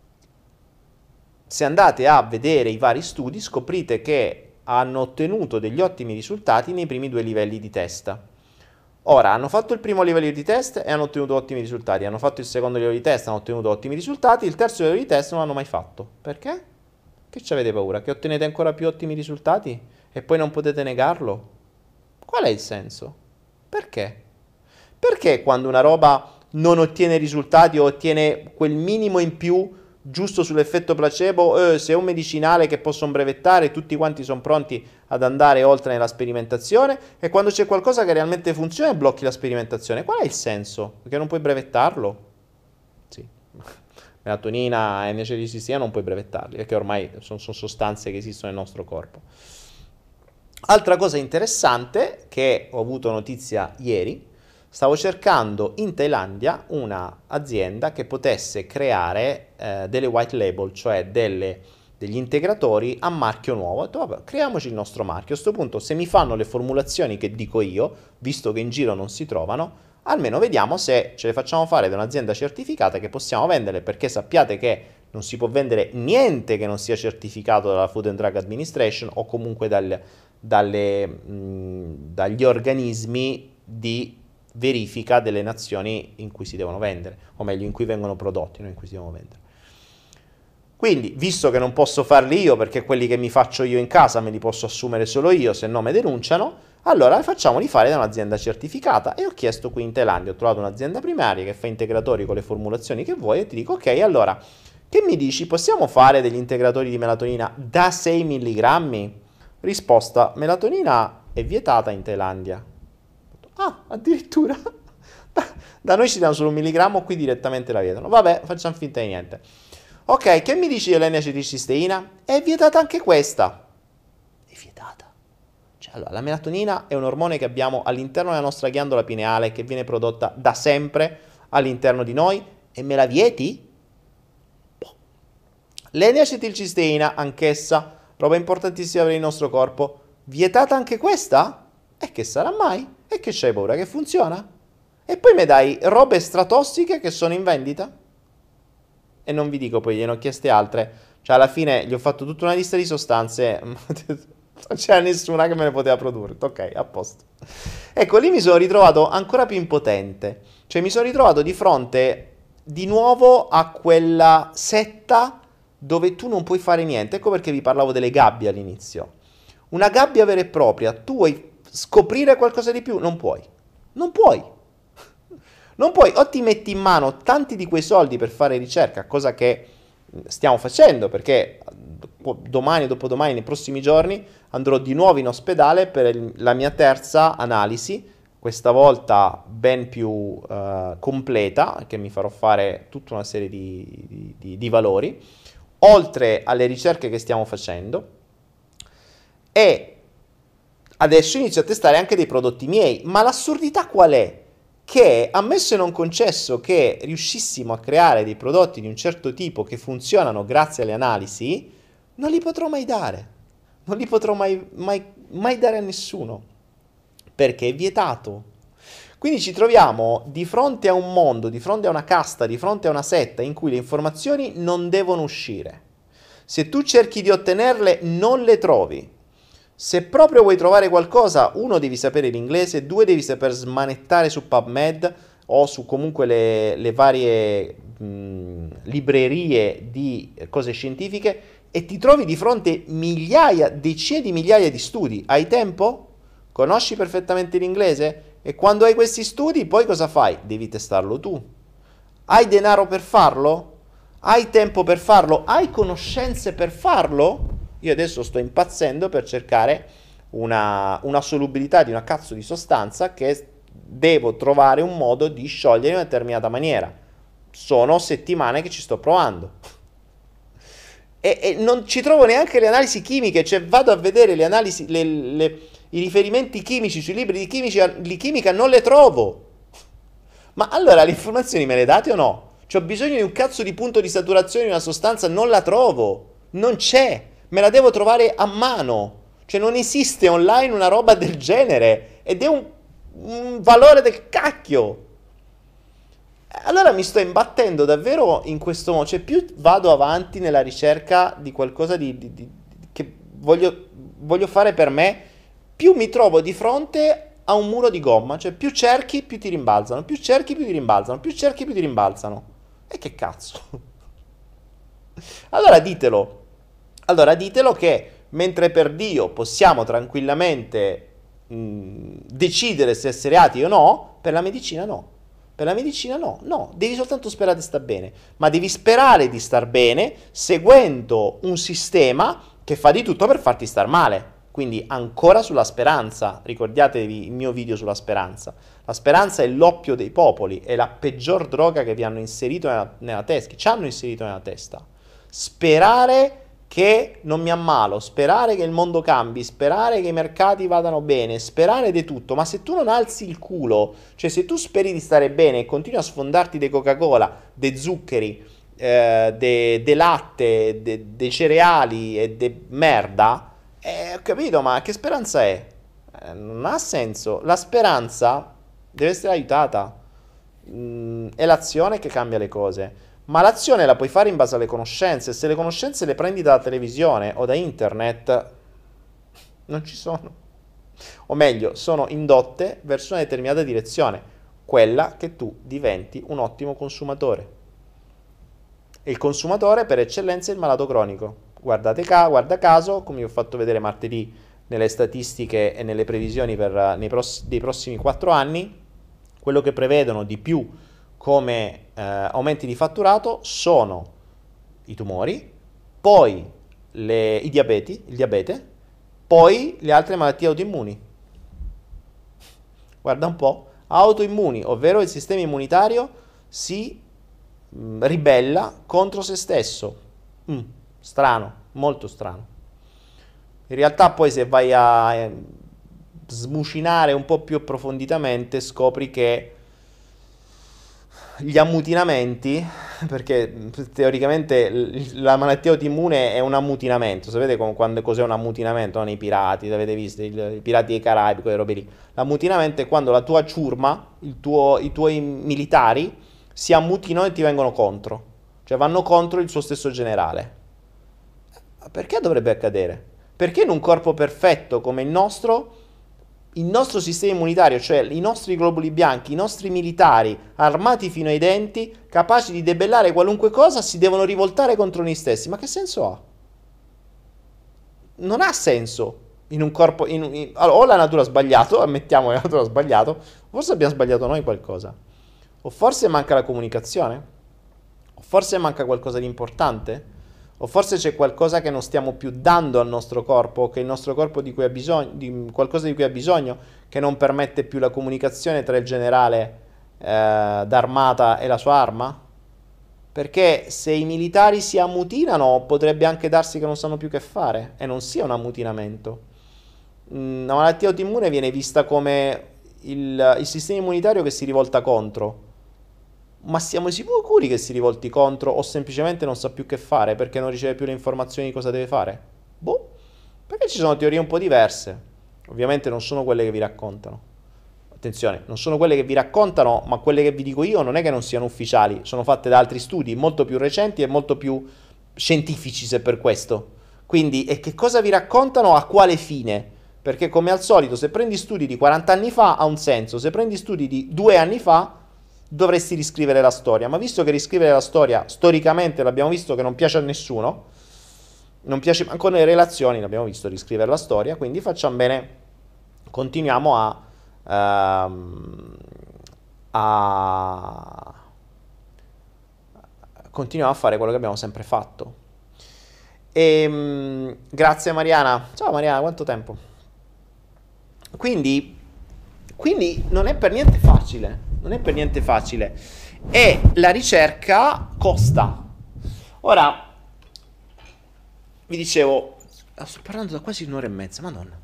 se andate a vedere i vari studi scoprite che hanno ottenuto degli ottimi risultati nei primi due livelli di test. Ora, hanno fatto il primo livello di test e hanno ottenuto ottimi risultati, hanno fatto il secondo livello di test e hanno ottenuto ottimi risultati, il terzo livello di test non l'hanno mai fatto. Perché? Che ci avete paura? Che ottenete ancora più ottimi risultati e poi non potete negarlo? Qual è il senso? Perché? Perché quando una roba non ottiene risultati o ottiene quel minimo in più giusto sull'effetto placebo, eh, se è un medicinale che possono brevettare, tutti quanti sono pronti ad andare oltre nella sperimentazione, e quando c'è qualcosa che realmente funziona blocchi la sperimentazione. Qual è il senso? Perché non puoi brevettarlo? Sì. Melatonina e N C D cisteina non puoi brevettarli, perché ormai sono, sono sostanze che esistono nel nostro corpo. Altra cosa interessante che ho avuto notizia ieri, stavo cercando in Thailandia una azienda che potesse creare eh, delle white label, cioè delle, degli integratori a marchio nuovo. Ho detto, vabbè, creiamoci il nostro marchio. A questo punto, se mi fanno le formulazioni che dico io, visto che in giro non si trovano, almeno vediamo se ce le facciamo fare da un'azienda certificata che possiamo vendere, perché sappiate che non si può vendere niente che non sia certificato dalla Food and Drug Administration o comunque dal, dalle, mh, dagli organismi di verifica delle nazioni in cui si devono vendere, o meglio in cui vengono prodotti, non in cui si devono vendere. Quindi, visto che non posso farli io, perché quelli che mi faccio io in casa me li posso assumere solo io, se no mi denunciano, allora facciamoli fare da un'azienda certificata. E ho chiesto qui in Thailandia, ho trovato un'azienda primaria che fa integratori con le formulazioni che vuoi, e ti dico, ok, allora, che mi dici, possiamo fare degli integratori di melatonina da sei milligrammi? Risposta, melatonina è vietata in Thailandia. Ah, addirittura? Da noi ci danno solo un milligrammo, qui direttamente la vietano. Vabbè, facciamo finta di niente. Ok, che mi dici dell'N C D cisteina? È vietata anche questa. È vietata. Cioè, allora, la melatonina è un ormone che abbiamo all'interno della nostra ghiandola pineale, che viene prodotta da sempre all'interno di noi, e me la vieti? Boh. L'N C D cisteina, anch'essa, roba importantissima per il nostro corpo, vietata anche questa? E che sarà mai? E che c'hai paura che funziona? E poi mi dai robe stratossiche che sono in vendita? E non vi dico, poi gliene ho chieste altre. Cioè, alla fine gli ho fatto tutta una lista di sostanze, non c'era nessuna che me ne poteva produrre. Ok, a posto. Ecco, lì mi sono ritrovato ancora più impotente. Cioè, mi sono ritrovato di fronte di nuovo a quella setta dove tu non puoi fare niente. Ecco perché vi parlavo delle gabbie all'inizio. Una gabbia vera e propria, tu vuoi scoprire qualcosa di più? Non puoi. Non puoi. Non puoi, o ti metti in mano tanti di quei soldi per fare ricerca, cosa che stiamo facendo, perché domani o dopodomani, nei prossimi giorni, andrò di nuovo in ospedale per la mia terza analisi, questa volta ben più uh, completa, che mi farò fare tutta una serie di, di, di valori, oltre alle ricerche che stiamo facendo. E adesso inizio a testare anche dei prodotti miei, ma l'assurdità qual è? Che, ammesso e non concesso che riuscissimo a creare dei prodotti di un certo tipo che funzionano grazie alle analisi, non li potrò mai dare. Non li potrò mai, mai, mai dare a nessuno, perché è vietato. Quindi ci troviamo di fronte a un mondo, di fronte a una casta, di fronte a una setta in cui le informazioni non devono uscire. Se tu cerchi di ottenerle, non le trovi. Se proprio vuoi trovare qualcosa, uno, devi sapere l'inglese, due, devi saper smanettare su PubMed o su comunque le, le varie mh, librerie di cose scientifiche, e ti trovi di fronte migliaia, decine di migliaia di studi. Hai tempo? Conosci perfettamente l'inglese? E quando hai questi studi, poi cosa fai? Devi testarlo tu. Hai denaro per farlo? Hai tempo per farlo? Hai conoscenze per farlo? Io adesso sto impazzendo per cercare una, una solubilità di una cazzo di sostanza che devo trovare un modo di sciogliere in una determinata maniera. Sono settimane che ci sto provando. E, e non ci trovo neanche le analisi chimiche, cioè vado a vedere le analisi, le, le, i riferimenti chimici sui libri di, chimici, di chimica, non le trovo. Ma allora le informazioni me le date o no? C'ho bisogno di un cazzo di punto di saturazione di una sostanza, non la trovo. Non c'è. Me la devo trovare a mano. Cioè non esiste online una roba del genere. Ed è un, un valore del cacchio. Allora mi sto imbattendo davvero in questo modo. Cioè più vado avanti nella ricerca di qualcosa di, di, di, che voglio, voglio fare per me, più mi trovo di fronte a un muro di gomma. Cioè più cerchi, più ti rimbalzano. Più cerchi, più ti rimbalzano. Più cerchi, più ti rimbalzano. E che cazzo? Allora ditelo. Allora ditelo che mentre per Dio possiamo tranquillamente mh, decidere se essere atei o no, per la medicina no. Per la medicina no, no, devi soltanto sperare di star bene, ma devi sperare di star bene seguendo un sistema che fa di tutto per farti star male. Quindi ancora sulla speranza, ricordatevi il mio video sulla speranza. La speranza è l'oppio dei popoli, è la peggior droga che vi hanno inserito nella, nella testa, che ci hanno inserito nella testa. Sperare che non mi ammalo, sperare che il mondo cambi, sperare che i mercati vadano bene, sperare di tutto, ma se tu non alzi il culo, cioè se tu speri di stare bene e continui a sfondarti dei Coca-Cola, dei zuccheri, eh, dei de latte, dei de cereali e de merda, eh, ho capito, ma che speranza è? Eh, non ha senso. La speranza deve essere aiutata. Mm, è l'azione che cambia le cose. Ma l'azione la puoi fare in base alle conoscenze. Se le conoscenze le prendi dalla televisione o da internet, non ci sono. O meglio, sono indotte verso una determinata direzione, quella che tu diventi un ottimo consumatore. E il consumatore per eccellenza è il malato cronico. Guardate ca- guarda caso, come vi ho fatto vedere martedì nelle statistiche e nelle previsioni per, nei pross- dei prossimi quattro anni, quello che prevedono di più come eh, aumenti di fatturato sono i tumori, poi le, i diabeti, il diabete, poi le altre malattie autoimmuni. Guarda un po', autoimmuni, ovvero il sistema immunitario si mh, ribella contro se stesso. Mm, strano, molto strano. In realtà poi se vai a eh, smucinare un po' più approfonditamente scopri che gli ammutinamenti, perché teoricamente la malattia autoimmune è un ammutinamento, sapete quando, cos'è un ammutinamento? No? Nei pirati, l'avete visto, il, i pirati dei Caraibi, quelle robe lì. L'ammutinamento è quando la tua ciurma, il tuo, i tuoi militari si ammutinano e ti vengono contro, cioè vanno contro il suo stesso generale. Perché dovrebbe accadere? Perché in un corpo perfetto come il nostro, il nostro sistema immunitario, cioè i nostri globuli bianchi, i nostri militari armati fino ai denti, capaci di debellare qualunque cosa, si devono rivoltare contro noi stessi? Ma che senso ha? Non ha senso in un corpo... In, in, allora, o la natura ha sbagliato, ammettiamo che la natura ha sbagliato, forse abbiamo sbagliato noi qualcosa. O forse manca la comunicazione? O forse manca qualcosa di importante? O forse c'è qualcosa che non stiamo più dando al nostro corpo, che il nostro corpo di cui ha bisogno, di qualcosa di cui ha bisogno, che non permette più la comunicazione tra il generale eh, d'armata e la sua arma? Perché se i militari si ammutinano, potrebbe anche darsi che non sanno più che fare e non sia un ammutinamento. Una malattia autoimmune viene vista come il, il sistema immunitario che si rivolta contro. Ma siamo sicuri che si rivolti contro o semplicemente non sa più che fare perché non riceve più le informazioni di cosa deve fare? Boh, perché ci sono teorie un po' diverse. Ovviamente non sono quelle che vi raccontano. Attenzione, non sono quelle che vi raccontano, ma quelle che vi dico io non è che non siano ufficiali, sono fatte da altri studi molto più recenti e molto più scientifici, se per questo. Quindi, e che cosa vi raccontano a quale fine? Perché come al solito, se prendi studi di quaranta anni fa ha un senso, se prendi studi di due anni fa dovresti riscrivere la storia, ma visto che riscrivere la storia storicamente l'abbiamo visto che non piace a nessuno, non piace manco nelle relazioni, l'abbiamo visto riscrivere la storia, quindi facciamo bene, continuiamo a, ehm, a continuiamo a fare quello che abbiamo sempre fatto. E, grazie Mariana, ciao Mariana, quanto tempo? Quindi, quindi non è per niente facile. Non è per niente facile. E la ricerca costa. Ora, vi dicevo, sto parlando da quasi un'ora e mezza, madonna.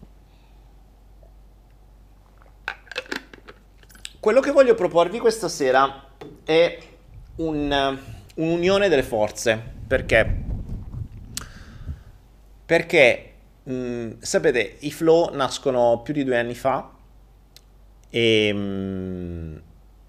Quello che voglio proporvi questa sera è un, un'unione delle forze. Perché? Perché, mh, sapete, i flow nascono più di due anni fa e... Mh,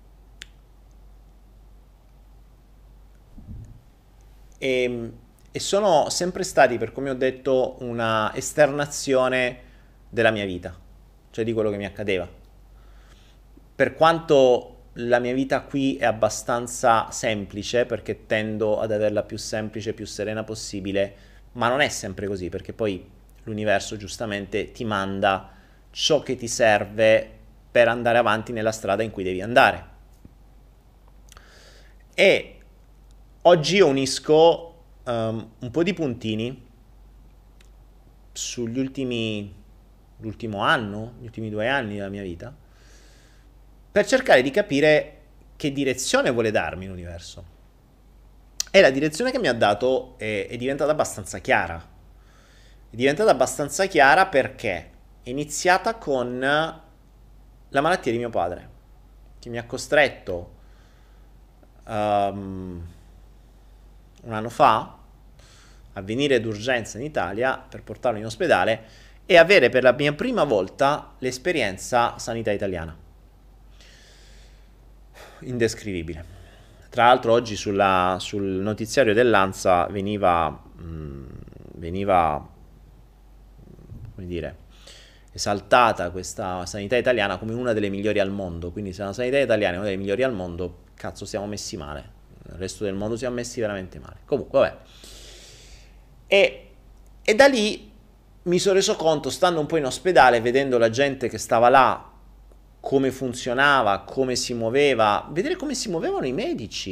E, e sono sempre stati, per come ho detto, una esternazione della mia vita, cioè di quello che mi accadeva. Per quanto la mia vita qui è abbastanza semplice, perché tendo ad averla più semplice, più serena possibile, ma non è sempre così, perché poi l'universo giustamente ti manda ciò che ti serve per andare avanti nella strada in cui devi andare. E oggi io unisco um, un po' di puntini sugli ultimi, l'ultimo anno, gli ultimi due anni della mia vita, per cercare di capire che direzione vuole darmi l'universo. E la direzione che mi ha dato è, è diventata abbastanza chiara. È diventata abbastanza chiara perché è iniziata con la malattia di mio padre, che mi ha costretto um, un anno fa a venire d'urgenza in Italia per portarlo in ospedale e avere per la mia prima volta l'esperienza sanità italiana. Indescrivibile. Tra l'altro oggi sulla, sul notiziario dell'ANSA veniva, mh, veniva, come dire, esaltata questa sanità italiana come una delle migliori al mondo. Quindi se la sanità italiana è una delle migliori al mondo, cazzo, siamo messi male. Nel resto del mondo siamo messi veramente male. Comunque, vabbè. E, e da lì mi sono reso conto, stando un po' in ospedale, vedendo la gente che stava là, come funzionava, come si muoveva, vedere come si muovevano i medici.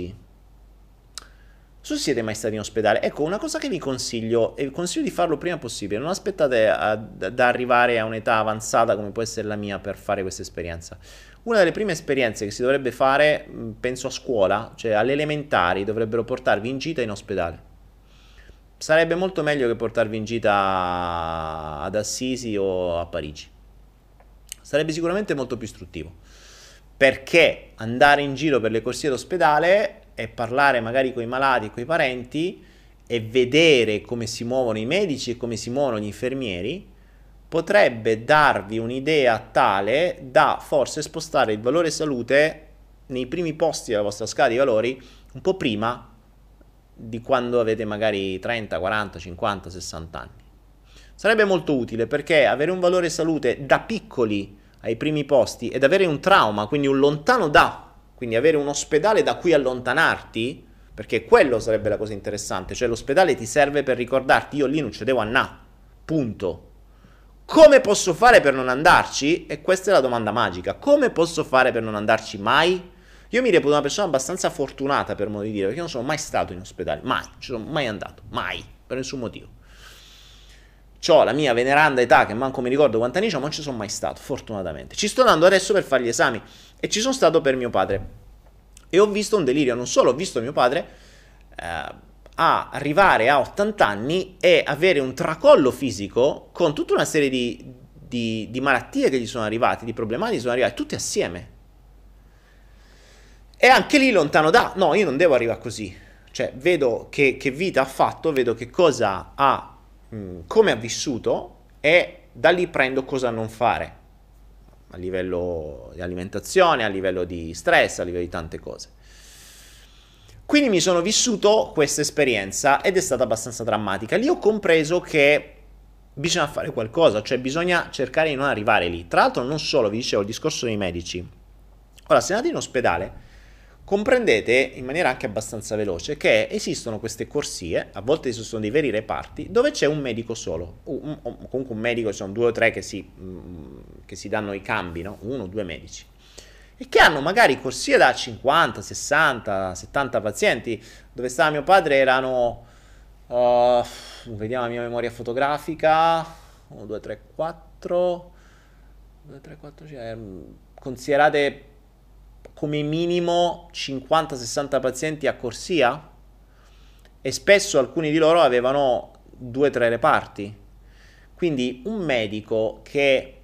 Non so se siete mai stati in ospedale. Ecco, una cosa che vi consiglio, e vi consiglio di farlo prima possibile, non aspettate a, da arrivare a un'età avanzata come può essere la mia per fare questa esperienza. Una delle prime esperienze che si dovrebbe fare, penso a scuola, cioè alle elementari, dovrebbero portarvi in gita in ospedale. Sarebbe molto meglio che portarvi in gita ad Assisi o a Parigi. Sarebbe sicuramente molto più istruttivo, perché andare in giro per le corsie d'ospedale e parlare magari con i malati e con i parenti e vedere come si muovono i medici e come si muovono gli infermieri potrebbe darvi un'idea tale da forse spostare il valore salute nei primi posti della vostra scala di valori un po' prima di quando avete magari trenta, quaranta, cinquanta, sessanta anni. Sarebbe molto utile perché avere un valore salute da piccoli ai primi posti ed avere un trauma, quindi un lontano da, quindi avere un ospedale da cui allontanarti, perché quello sarebbe la cosa interessante, cioè l'ospedale ti serve per ricordarti io lì non cedevo a na, punto. Come posso fare per non andarci? E questa è la domanda magica, come posso fare per non andarci mai? Io mi reputo una persona abbastanza fortunata, per modo di dire, perché non sono mai stato in ospedale, mai, non ci sono mai andato, mai, per nessun motivo. C'ho la mia veneranda età che manco mi ricordo quanti anni ho, ma non ci sono mai stato, fortunatamente. Ci sto andando adesso per fare gli esami e ci sono stato per mio padre. E ho visto un delirio, non solo ho visto mio padre eh, a arrivare a ottanta anni e avere un tracollo fisico con tutta una serie di, di, di malattie che gli sono arrivate, di problematiche che sono arrivate, tutte assieme. E anche lì lontano da, no, io non devo arrivare così. Cioè, vedo che, che vita ha fatto, vedo che cosa ha, mh, come ha vissuto e da lì prendo cosa non fare. A livello di alimentazione, a livello di stress, a livello di tante cose. Quindi mi sono vissuto questa esperienza ed è stata abbastanza drammatica. Lì ho compreso che bisogna fare qualcosa, cioè bisogna cercare di non arrivare lì. Tra l'altro non solo, vi dicevo, il discorso dei medici. Ora, se andate in ospedale, comprendete in maniera anche abbastanza veloce che esistono queste corsie, a volte esistono dei veri reparti, dove c'è un medico solo, o, un, o comunque un medico, ci sono due o tre che si, mh, che si danno i cambi, no? Uno o due medici, e che hanno magari corsie da cinquanta, sessanta, settanta pazienti. Dove stava mio padre erano, uh, vediamo la mia memoria fotografica, uno, due, tre, quattro, due, tre, quattro, cioè, considerate come minimo cinquanta sessanta pazienti a corsia e spesso alcuni di loro avevano due tre reparti. Quindi un medico che,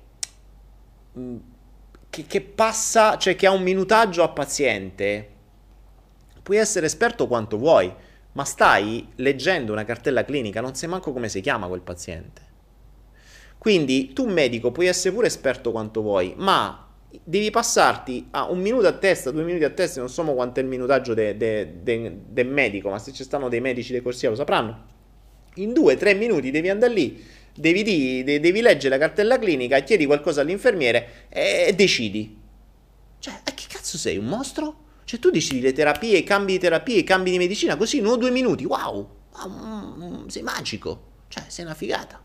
che, che passa, cioè che ha un minutaggio a paziente, puoi essere esperto quanto vuoi, ma stai leggendo una cartella clinica, non sai manco come si chiama quel paziente. Quindi tu medico puoi essere pure esperto quanto vuoi, ma devi passarti a un minuto a testa, due minuti a testa, non so quanto è il minutaggio del de, de, de medico, ma se ci stanno dei medici di corsia lo sapranno. In due tre minuti devi andare lì, devi, di, de, devi leggere la cartella clinica, chiedi qualcosa all'infermiere e, e decidi. Cioè, eh, che cazzo sei, un mostro? Cioè tu decidi le terapie, i cambi di terapie, i cambi di medicina, così in uno o due minuti, wow, wow, sei magico, cioè sei una figata.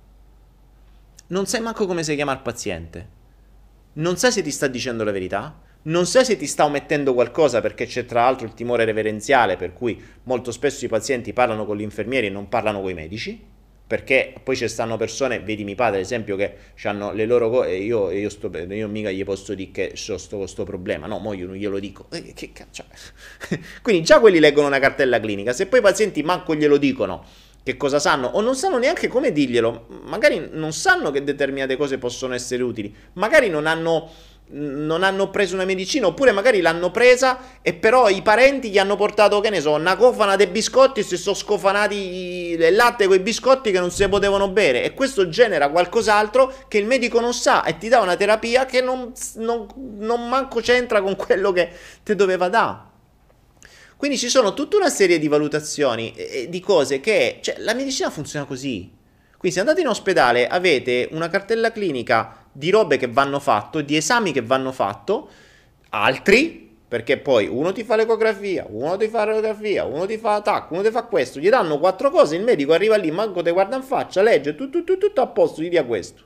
Non sai manco come si chiama il paziente. Non sai se ti sta dicendo la verità, Non sai se ti sta omettendo qualcosa, perché c'è tra l'altro il timore reverenziale, per cui molto spesso i pazienti parlano con gli infermieri e non parlano con i medici, perché poi ci stanno persone, vedi mio padre ad esempio, che hanno le loro cose e io, io, sto, io mica gli posso dire che ho sto, questo problema, no, mo io non glielo dico. Eh, che cazzo. Quindi già quelli leggono una cartella clinica, se poi i pazienti manco glielo dicono che cosa sanno, o non sanno neanche come dirglielo, magari non sanno che determinate cose possono essere utili, magari non hanno, non hanno preso una medicina, oppure magari l'hanno presa e però i parenti gli hanno portato, che ne so, una cofana dei biscotti e si sono scofanati il latte con i biscotti che non si potevano bere, e questo genera qualcos'altro che il medico non sa e ti dà una terapia che non, non, non manco c'entra con quello che ti doveva dare. Quindi ci sono tutta una serie di valutazioni e di cose che, cioè, la medicina funziona così. Quindi se andate in ospedale avete una cartella clinica di robe che vanno fatto, di esami che vanno fatto, altri, perché poi uno ti fa l'ecografia, uno ti fa l'ecografia, uno ti fa attacco, uno ti fa questo, gli danno quattro cose, il medico arriva lì, manco te guarda in faccia, legge, tutto, tutto, tutto a posto, gli dia questo.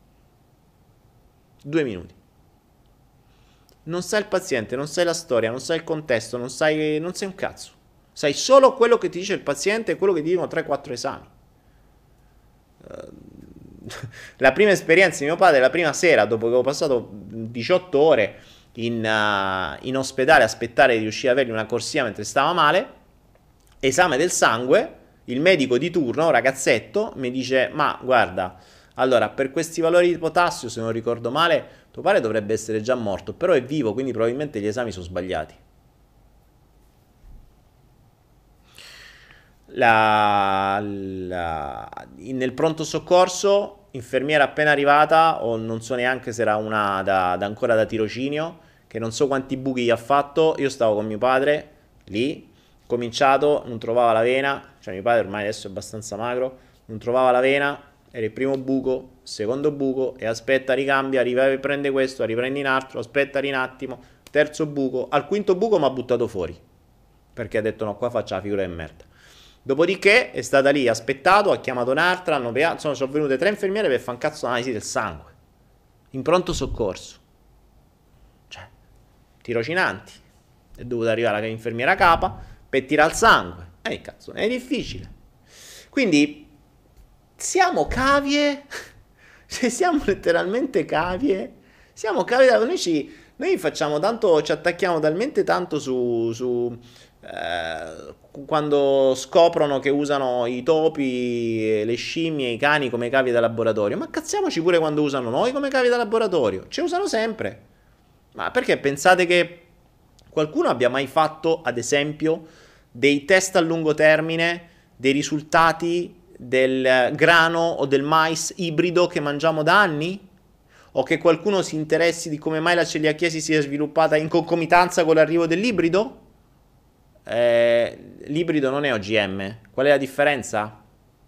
Due minuti. Non sai il paziente, non sai la storia, non sai il contesto, non sai, non sai un cazzo. Sai solo quello che ti dice il paziente e quello che ti dicono tre quattro esami. La prima esperienza di mio padre, la prima sera, dopo che avevo passato diciotto ore in, uh, in ospedale a aspettare di riuscire ad avergli una corsia mentre stava male, esame del sangue, il medico di turno, ragazzetto, mi dice: ma guarda, allora per questi valori di potassio, se non ricordo male, tuo padre dovrebbe essere già morto, però è vivo, quindi probabilmente gli esami sono sbagliati. La, la, nel pronto soccorso, infermiera appena arrivata, o non so neanche se era una da, da ancora da tirocinio, che non so quanti buchi gli ha fatto. Io stavo con mio padre lì, cominciato, non trovava la vena, cioè mio padre ormai adesso è abbastanza magro, non trovava la vena, era il primo buco, secondo buco, e aspetta, ricambia, riprende questo, riprende un altro, aspetta un attimo, terzo buco, al quinto buco mi ha buttato fuori, perché ha detto no, qua faccia la figura di merda. Dopodiché è stata lì, ha aspettato, ha chiamato un'altra, hanno pegato, insomma sono venute tre infermiere per fare un cazzo d'analisi del sangue, in pronto soccorso, cioè, tirocinanti, è dovuta arrivare l'infermiera capa per tirare il sangue, e eh, cazzo, è difficile. Quindi siamo cavie, cioè siamo letteralmente cavie, siamo cavie, noi ci, noi facciamo tanto, ci attacchiamo talmente tanto su, su eh, quando scoprono che usano i topi, le scimmie, i cani come cavie da laboratorio, ma cazziamoci pure quando usano noi come cavie da laboratorio, ci usano sempre. Ma perché pensate che qualcuno abbia mai fatto, ad esempio, dei test a lungo termine, dei risultati del grano o del mais ibrido che mangiamo da anni? O che qualcuno si interessi di come mai la celiachia si sia sviluppata in concomitanza con l'arrivo dell'ibrido? Eh, l'ibrido non è O G M. Qual è la differenza?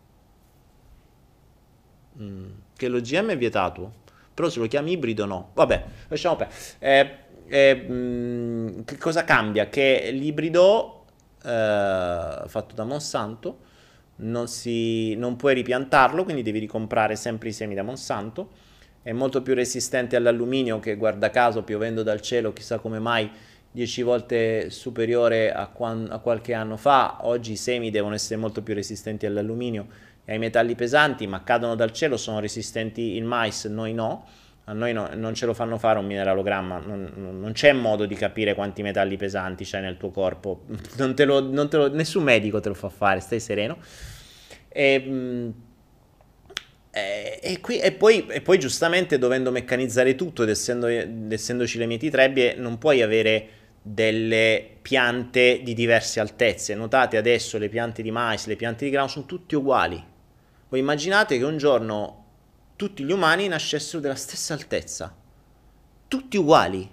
Mm, che l'O G M è vietato, però se lo chiami ibrido no. Vabbè, lasciamo perdere. Eh, eh, mh, che cosa cambia? Che l'ibrido eh, fatto da Monsanto non, si, non puoi ripiantarlo, quindi devi ricomprare sempre i semi da Monsanto. È molto più resistente all'alluminio, che guarda caso, piovendo dal cielo, chissà come mai, dieci volte superiore a, quan, a qualche anno fa. Oggi i semi devono essere molto più resistenti all'alluminio e ai metalli pesanti, ma cadono dal cielo, sono resistenti il mais, noi no. A noi no, non ce lo fanno fare un mineralogramma, non, non c'è modo di capire quanti metalli pesanti c'hai nel tuo corpo, non te lo, non te lo, nessun medico te lo fa fare, stai sereno. E, e, e, qui, e, poi, e poi giustamente, dovendo meccanizzare tutto ed, essendo, ed essendoci le mietitrebbie, non puoi avere delle piante di diverse altezze. Notate adesso le piante di mais, le piante di grano sono tutte uguali. Voi immaginate che un giorno tutti gli umani nascessero della stessa altezza, tutti uguali,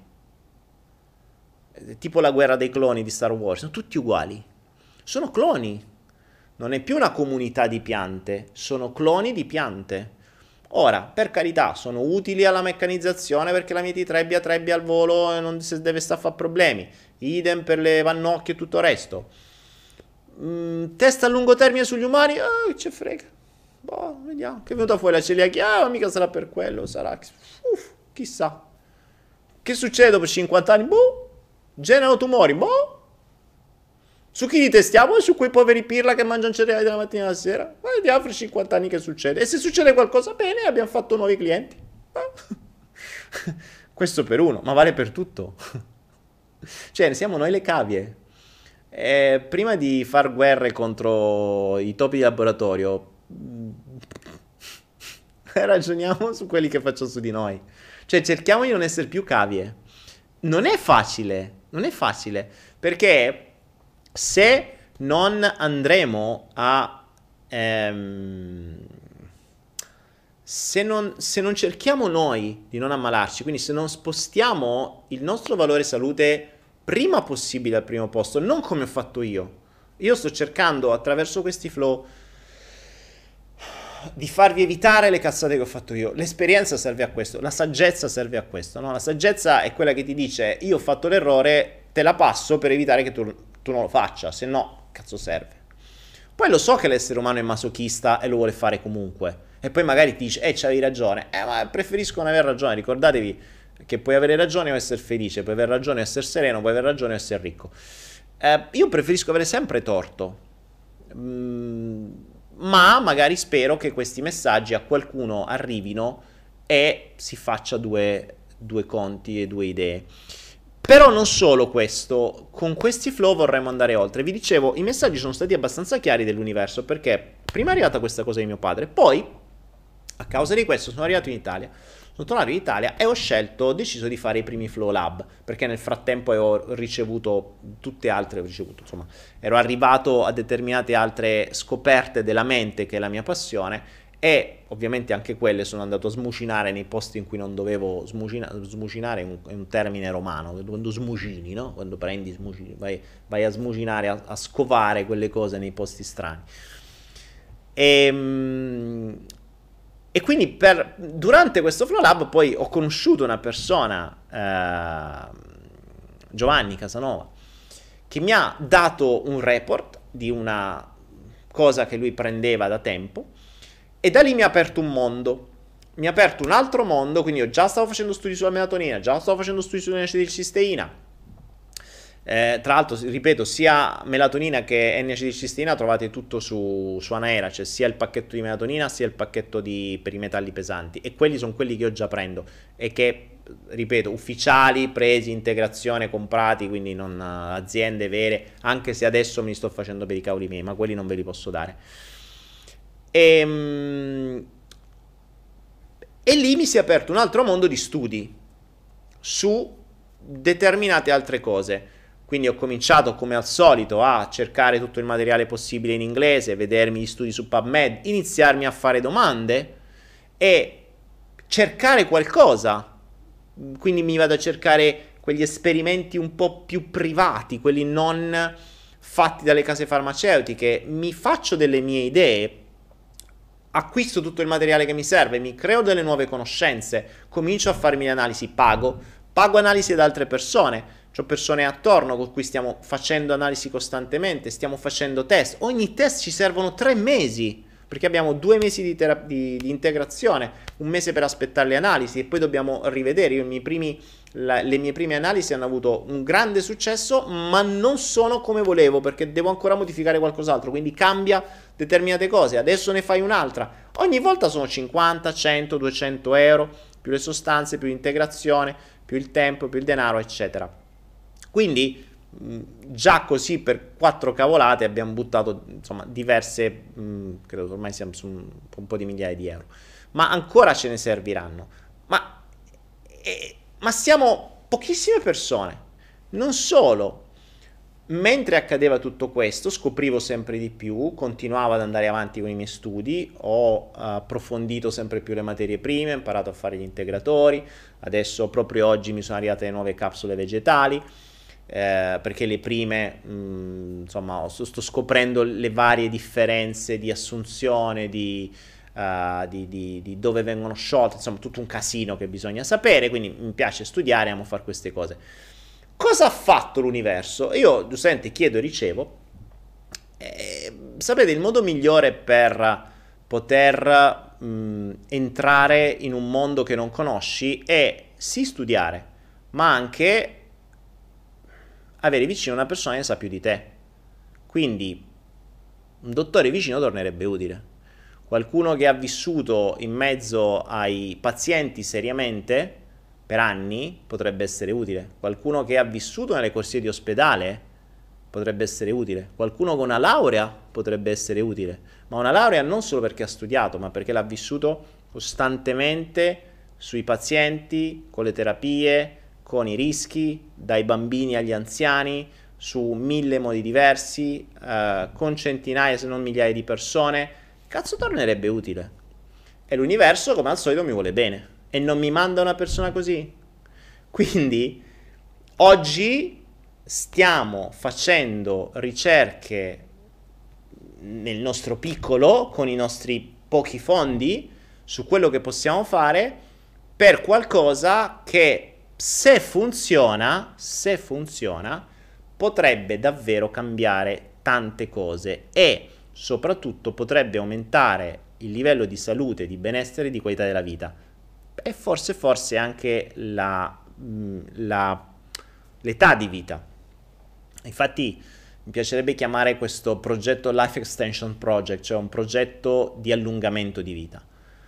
tipo la guerra dei cloni di Star Wars, sono tutti uguali, sono cloni, non è più una comunità di piante, sono cloni di piante. Ora, per carità, sono utili alla meccanizzazione perché la mietitrebbia trebbia al volo e non si deve stare a fare problemi, idem per le pannocchie e tutto il resto. Mm, test a lungo termine sugli umani, oh, ce frega. Boh, vediamo, che è venuta fuori la celiachia, ah, mica sarà per quello, sarà, uff, chissà. Che succede dopo cinquanta anni? Boh, generano tumori, boh. Su chi li testiamo? Su quei poveri pirla che mangiano cereali dalla mattina alla sera? Ma vediamo fra cinquanta anni che succede. E se succede qualcosa, bene, abbiamo fatto nuovi clienti. Questo per uno, ma vale per tutto. Cioè, siamo noi le cavie. Eh, prima di far guerre contro i topi di laboratorio, ragioniamo su quelli che facciano su di noi. Cioè, cerchiamo di non essere più cavie. Non è facile, non è facile, perché se non andremo a... Ehm, se, non, se non cerchiamo noi di non ammalarci, quindi se non spostiamo il nostro valore salute prima possibile al primo posto, non come ho fatto io. Io sto cercando attraverso questi flow di farvi evitare le cazzate che ho fatto io. L'esperienza serve a questo, la saggezza serve a questo, no? La saggezza è quella che ti dice: io ho fatto l'errore, te la passo per evitare che tu, tu non lo faccia, se no cazzo serve. Poi lo so che l'essere umano è masochista e lo vuole fare comunque, e poi magari ti dice: eh, c'avevi ragione, eh, ma preferisco non aver ragione. Ricordatevi che puoi avere ragione o essere felice, puoi aver ragione o essere sereno, puoi aver ragione o essere ricco. Eh, io preferisco avere sempre torto, mm, ma magari spero che questi messaggi a qualcuno arrivino e si faccia due, due conti e due idee. Però non solo questo, con questi flow vorremmo andare oltre. Vi dicevo, i messaggi sono stati abbastanza chiari dell'universo, perché prima è arrivata questa cosa di mio padre, poi a causa di questo sono arrivato in Italia. Sono tornato in Italia e ho scelto, ho deciso di fare i primi Flow Lab, perché nel frattempo ho ricevuto tutte altre, ho ricevuto, insomma, ero arrivato a determinate altre scoperte della mente, che è la mia passione, e ovviamente anche quelle sono andato a smucinare nei posti in cui non dovevo smucina, smucinare, è un, è un termine romano, quando smucini, no? Quando prendi, smucini, vai, vai a smucinare, a, a scovare quelle cose nei posti strani. E... E quindi per, durante questo Flow Lab poi ho conosciuto una persona, eh, Giovanni Casanova, che mi ha dato un report di una cosa che lui prendeva da tempo, e da lì mi ha aperto un mondo, mi ha aperto un altro mondo. Quindi io già stavo facendo studi sulla melatonina, già stavo facendo studi sull'N-acetilcisteina. Eh, tra l'altro, ripeto, sia melatonina che N-acetilcisteina trovate tutto su, su Anaera, cioè sia il pacchetto di melatonina sia il pacchetto di, per i metalli pesanti, e quelli sono quelli che io già prendo e che, ripeto, ufficiali, presi, integrazione, comprati, quindi non uh, aziende vere, anche se adesso me li sto facendo per i cavoli miei, ma quelli non ve li posso dare. E, um, e lì mi si è aperto un altro mondo di studi su determinate altre cose. Quindi ho cominciato, come al solito, a cercare tutto il materiale possibile in inglese, vedermi gli studi su PubMed, iniziarmi a fare domande e cercare qualcosa. Quindi mi vado a cercare quegli esperimenti un po' più privati, quelli non fatti dalle case farmaceutiche. Mi faccio delle mie idee, acquisto tutto il materiale che mi serve, mi creo delle nuove conoscenze, comincio a farmi le analisi, pago, pago analisi ad altre persone. C'ho persone attorno con cui stiamo facendo analisi costantemente, stiamo facendo test. Ogni test ci servono tre mesi, perché abbiamo due mesi di, terap- di, di integrazione, un mese per aspettare le analisi e poi dobbiamo rivedere. Io, i miei primi, la, le mie prime analisi hanno avuto un grande successo, ma non sono come volevo, perché devo ancora modificare qualcos'altro, quindi cambia determinate cose. Adesso ne fai un'altra. Ogni volta sono cinquanta, cento, duecento euro, più le sostanze, più l'integrazione, più il tempo, più il denaro, eccetera. Quindi già così per quattro cavolate abbiamo buttato, insomma, diverse, mh, credo che ormai siamo su un, un po' di migliaia di euro, ma ancora ce ne serviranno. Ma, eh, ma siamo pochissime persone. Non solo, mentre accadeva tutto questo scoprivo sempre di più, continuavo ad andare avanti con i miei studi, ho approfondito sempre più le materie prime, ho imparato a fare gli integratori. Adesso proprio oggi mi sono arrivate le nuove capsule vegetali, Eh, perché le prime, mh, insomma, sto scoprendo le varie differenze di assunzione, di, uh, di, di, di dove vengono sciolte, insomma, tutto un casino che bisogna sapere, quindi mi piace studiare, amo fare queste cose. Cosa ha fatto l'universo? Io giustamente chiedo e ricevo. Eh, sapete, il modo migliore per poter mh, entrare in un mondo che non conosci è sì studiare, ma anche avere vicino una persona che sa più di te. Quindi un dottore vicino tornerebbe utile. Qualcuno che ha vissuto in mezzo ai pazienti seriamente per anni potrebbe essere utile. Qualcuno che ha vissuto nelle corsie di ospedale potrebbe essere utile. Qualcuno con una laurea potrebbe essere utile. Ma una laurea non solo perché ha studiato, ma perché l'ha vissuto costantemente sui pazienti, con le terapie, con i rischi, dai bambini agli anziani, su mille modi diversi, eh, con centinaia se non migliaia di persone. Cazzo, tornerebbe utile. E l'universo, come al solito, mi vuole bene e non mi manda una persona così. Quindi oggi stiamo facendo ricerche nel nostro piccolo, con i nostri pochi fondi, su quello che possiamo fare per qualcosa che, se funziona, se funziona, potrebbe davvero cambiare tante cose e soprattutto potrebbe aumentare il livello di salute, di benessere e di qualità della vita e forse forse anche la, la, l'età di vita. Infatti mi piacerebbe chiamare questo progetto Life Extension Project, cioè un progetto di allungamento di vita.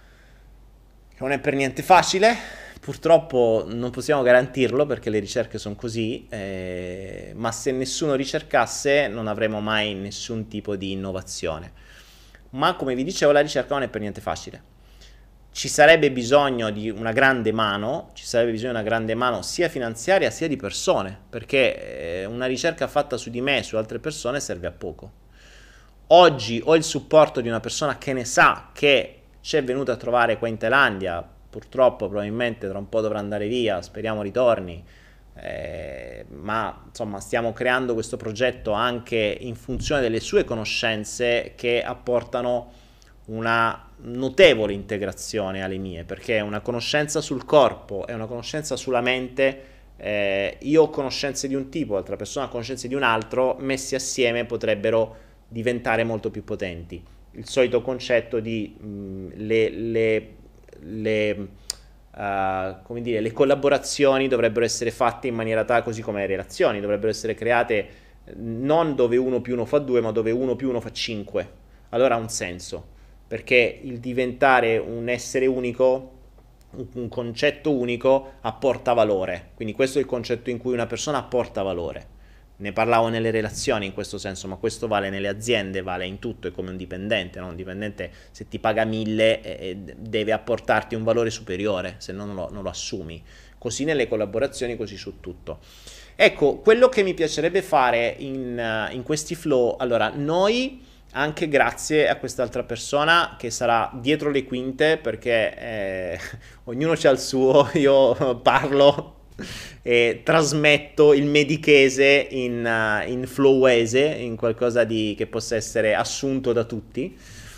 Non è per niente facile, purtroppo non possiamo garantirlo perché le ricerche sono così, eh, ma se nessuno ricercasse non avremo mai nessun tipo di innovazione. Ma come vi dicevo, la ricerca non è per niente facile. Ci sarebbe bisogno di una grande mano, ci sarebbe bisogno di una grande mano sia finanziaria sia di persone, perché eh, una ricerca fatta su di me e su altre persone serve a poco. Oggi ho il supporto di una persona che ne sa, che ci è venuta a trovare qua in Thailandia, purtroppo probabilmente tra un po' dovrà andare via, speriamo ritorni, eh, ma insomma stiamo creando questo progetto anche in funzione delle sue conoscenze che apportano una notevole integrazione alle mie, perché è una conoscenza sul corpo, è una conoscenza sulla mente, eh, io ho conoscenze di un tipo, l'altra persona ha conoscenze di un altro, messi assieme potrebbero diventare molto più potenti. Il solito concetto di mh, le, le, le, uh, come dire, le collaborazioni dovrebbero essere fatte in maniera tale, così come le relazioni dovrebbero essere create non dove uno più uno fa due, ma dove uno più uno fa cinque. Allora ha un senso, perché il diventare un essere unico, un, un concetto unico, apporta valore. Quindi questo è il concetto in cui una persona apporta valore. Ne parlavo nelle relazioni in questo senso, ma questo vale nelle aziende, vale in tutto, è come un dipendente, no? Un dipendente se ti paga mille eh, deve apportarti un valore superiore, se no non lo, non lo assumi. Così nelle collaborazioni, così su tutto. Ecco, quello che mi piacerebbe fare in, uh, in questi flow, allora, noi, anche grazie a quest'altra persona che sarà dietro le quinte, perché eh, ognuno c'ha il suo, io parlo e trasmetto il medichese in, uh, in flowese, in qualcosa di, che possa essere assunto da tutti.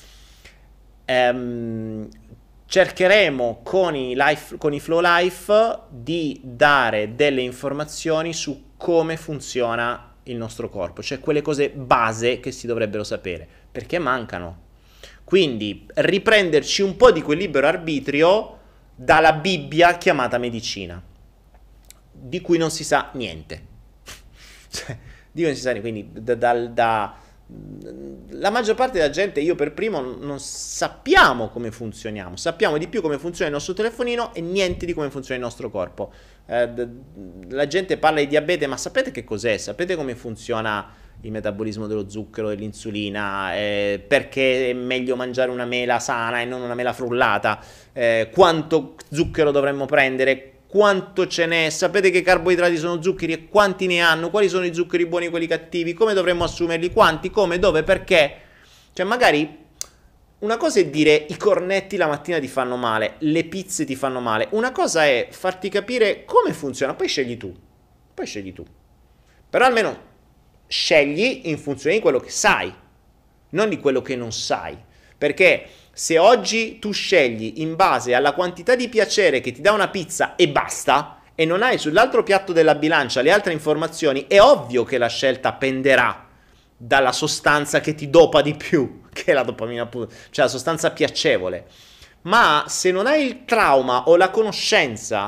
Um, cercheremo con i, life, con i Flow Life di dare delle informazioni su come funziona il nostro corpo, cioè quelle cose base che si dovrebbero sapere, perché mancano. Quindi riprenderci un po' di quel libero arbitrio dalla Bibbia chiamata medicina, di cui non si sa niente. Cioè, di cui non si sa niente, quindi da, da, da la maggior parte della gente, io per primo, non sappiamo come funzioniamo, sappiamo di più come funziona il nostro telefonino e niente di come funziona il nostro corpo. Eh, la gente parla di diabete, ma sapete che cos'è? Sapete come funziona il metabolismo dello zucchero, dell'insulina, eh, perché è meglio mangiare una mela sana e non una mela frullata, eh, quanto zucchero dovremmo prendere, quanto ce n'è, sapete che i carboidrati sono zuccheri e quanti ne hanno, quali sono i zuccheri buoni e quelli cattivi, come dovremmo assumerli, quanti, come, dove, perché. Cioè magari una cosa è dire i cornetti la mattina ti fanno male, le pizze ti fanno male, una cosa è farti capire come funziona, poi scegli tu, poi scegli tu. Però almeno scegli in funzione di quello che sai, non di quello che non sai, perché se oggi tu scegli in base alla quantità di piacere che ti dà una pizza e basta, e non hai sull'altro piatto della bilancia le altre informazioni, è ovvio che la scelta penderà dalla sostanza che ti dopa di più, che è la dopamina, cioè la sostanza piacevole. Ma se non hai il trauma o la conoscenza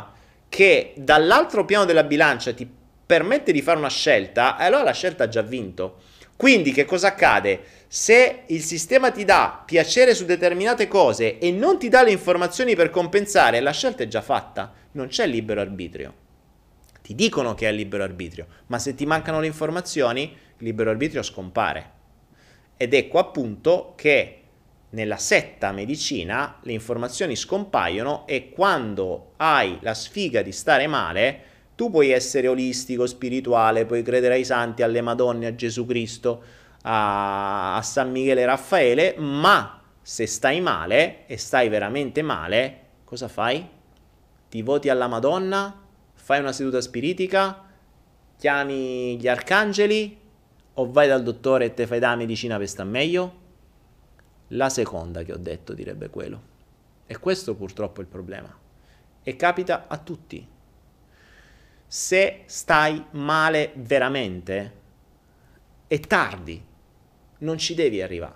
che dall'altro piano della bilancia ti permette di fare una scelta, allora la scelta ha già vinto. Quindi che cosa accade? Se il sistema ti dà piacere su determinate cose e non ti dà le informazioni per compensare, la scelta è già fatta, non c'è libero arbitrio. Ti dicono che è libero arbitrio, ma se ti mancano le informazioni, il libero arbitrio scompare. Ed ecco appunto che nella setta medicina le informazioni scompaiono e quando hai la sfiga di stare male, tu puoi essere olistico, spirituale, puoi credere ai santi, alle Madonne, a Gesù Cristo, a, a San Michele e Raffaele, ma se stai male e stai veramente male, cosa fai? Ti voti alla Madonna, fai una seduta spiritica, chiami gli arcangeli o vai dal dottore e te fai da medicina per star meglio? La seconda che ho detto, direbbe quello. E questo purtroppo è il problema. E capita a tutti. Se stai male veramente, è tardi, non ci devi arrivare.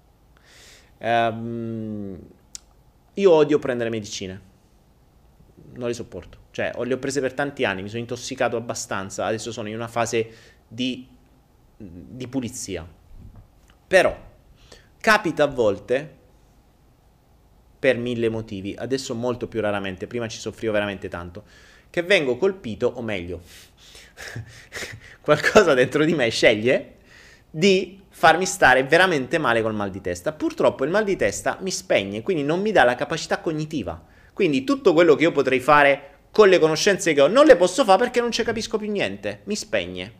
Um, io odio prendere medicine, non le sopporto, cioè le ho prese per tanti anni, mi sono intossicato abbastanza, adesso sono in una fase di, di pulizia. Però capita a volte, per mille motivi, adesso molto più raramente, prima ci soffrivo veramente tanto, che vengo colpito, o meglio, qualcosa dentro di me sceglie di farmi stare veramente male col mal di testa. Purtroppo il mal di testa mi spegne, quindi non mi dà la capacità cognitiva. Quindi tutto quello che io potrei fare con le conoscenze che ho non le posso fare perché non ci capisco più niente, mi spegne.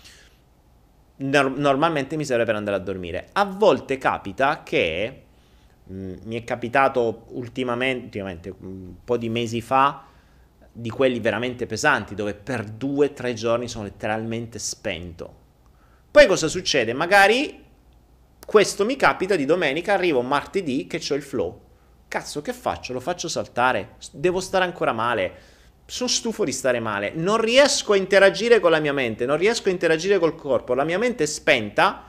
Normalmente mi serve per andare a dormire. A volte capita che mh, mi è capitato ultimamente, ultimamente un po' di mesi fa, di quelli veramente pesanti, dove per due o tre giorni sono letteralmente spento. Poi cosa succede? Magari questo mi capita di domenica, arrivo martedì che c'ho il flow. Cazzo, che faccio? Lo faccio saltare? Devo stare ancora male. Sono stufo di stare male. Non riesco a interagire con la mia mente, non riesco a interagire col corpo. La mia mente è spenta.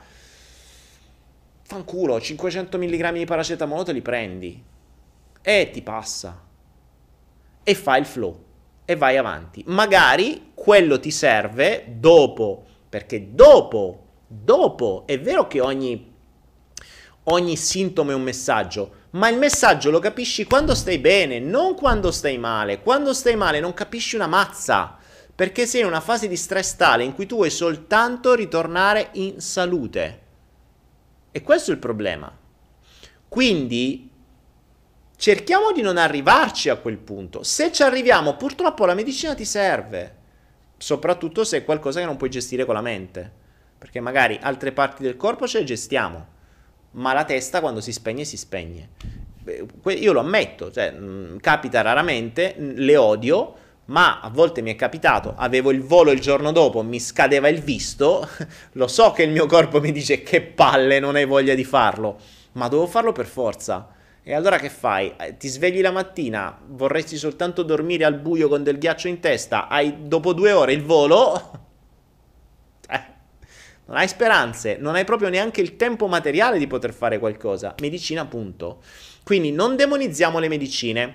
Fanculo, cinquecento milligrammi di paracetamolo te li prendi. E ti passa. E fai il flow. E vai avanti. Magari quello ti serve dopo, perché dopo, dopo, è vero che ogni, ogni sintomo è un messaggio, ma il messaggio lo capisci quando stai bene, non quando stai male. Quando stai male non capisci una mazza, perché sei in una fase di stress tale in cui tu vuoi soltanto ritornare in salute. E questo è il problema. Quindi cerchiamo di non arrivarci a quel punto. Se ci arriviamo, purtroppo la medicina ti serve, soprattutto se è qualcosa che non puoi gestire con la mente, perché magari altre parti del corpo ce le gestiamo, ma la testa quando si spegne si spegne. Io lo ammetto, cioè, mh, capita raramente, le odio, ma a volte mi è capitato, avevo il volo il giorno dopo, mi scadeva il visto, lo so che il mio corpo mi dice che palle, non hai voglia di farlo, ma devo farlo per forza. E allora che fai? Ti svegli la mattina, vorresti soltanto dormire al buio con del ghiaccio in testa, hai dopo due ore il volo, eh, non hai speranze, non hai proprio neanche il tempo materiale di poter fare qualcosa. Medicina, punto. Quindi non demonizziamo le medicine,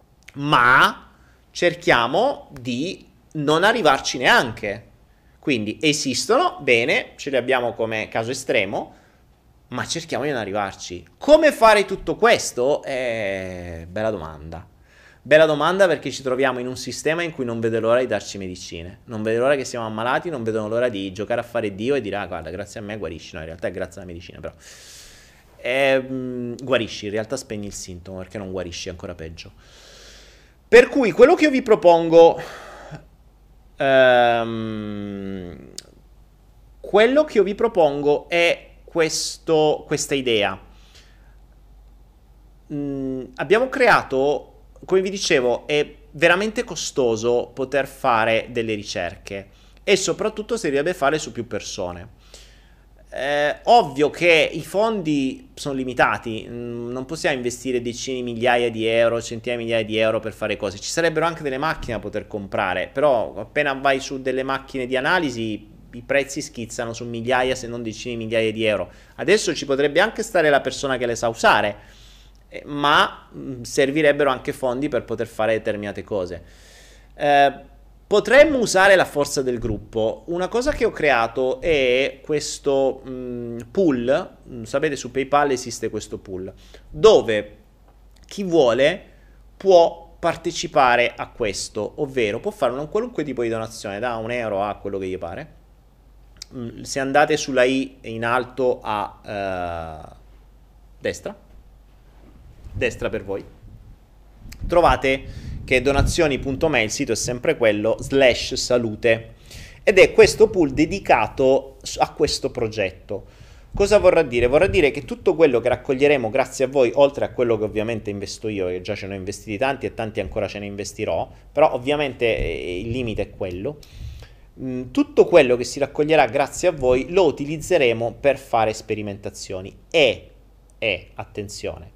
ma cerchiamo di non arrivarci neanche. Quindi esistono, bene, ce li abbiamo come caso estremo, ma cerchiamo di non arrivarci. Come fare tutto questo? Eh, bella domanda. Bella domanda, perché ci troviamo in un sistema in cui non vedo l'ora di darci medicine. Non vedo l'ora che siamo ammalati, non vedo l'ora di giocare a fare Dio e dire, ah, guarda, grazie a me guarisci. No, in realtà è grazie alla medicina, però. Eh, mh, guarisci, in realtà spegni il sintomo, perché non guarisci, è ancora peggio. Per cui quello che io vi propongo... Ehm, quello che io vi propongo è questo, questa idea. Mm, abbiamo creato, come vi dicevo, è veramente costoso poter fare delle ricerche e soprattutto si deve fare su più persone. Eh, ovvio che i fondi sono limitati, mm, non possiamo investire decine di migliaia di euro, centinaia di migliaia di euro per fare cose. Ci sarebbero anche delle macchine da poter comprare, però appena vai su delle macchine di analisi i prezzi schizzano su migliaia se non decine di migliaia di euro. Adesso ci potrebbe anche stare la persona che le sa usare, eh, ma mh, servirebbero anche fondi per poter fare determinate cose. Eh, potremmo usare la forza del gruppo. Una cosa che ho creato è questo mh, pool. Mh, sapete, su PayPal esiste questo pool dove chi vuole può partecipare a questo, ovvero può fare un qualunque tipo di donazione, da un euro a quello che gli pare. Mh, se andate sulla i in alto a eh, destra, destra per voi, trovate che donazioni punto me, il sito è sempre quello, slash salute, ed è questo pool dedicato a questo progetto. Cosa vorrà dire? Vorrà dire che tutto quello che raccoglieremo grazie a voi, oltre a quello che ovviamente investo io, che già ce ne ho investiti tanti e tanti ancora ce ne investirò, però ovviamente il limite è quello, tutto quello che si raccoglierà grazie a voi lo utilizzeremo per fare sperimentazioni e, e attenzione,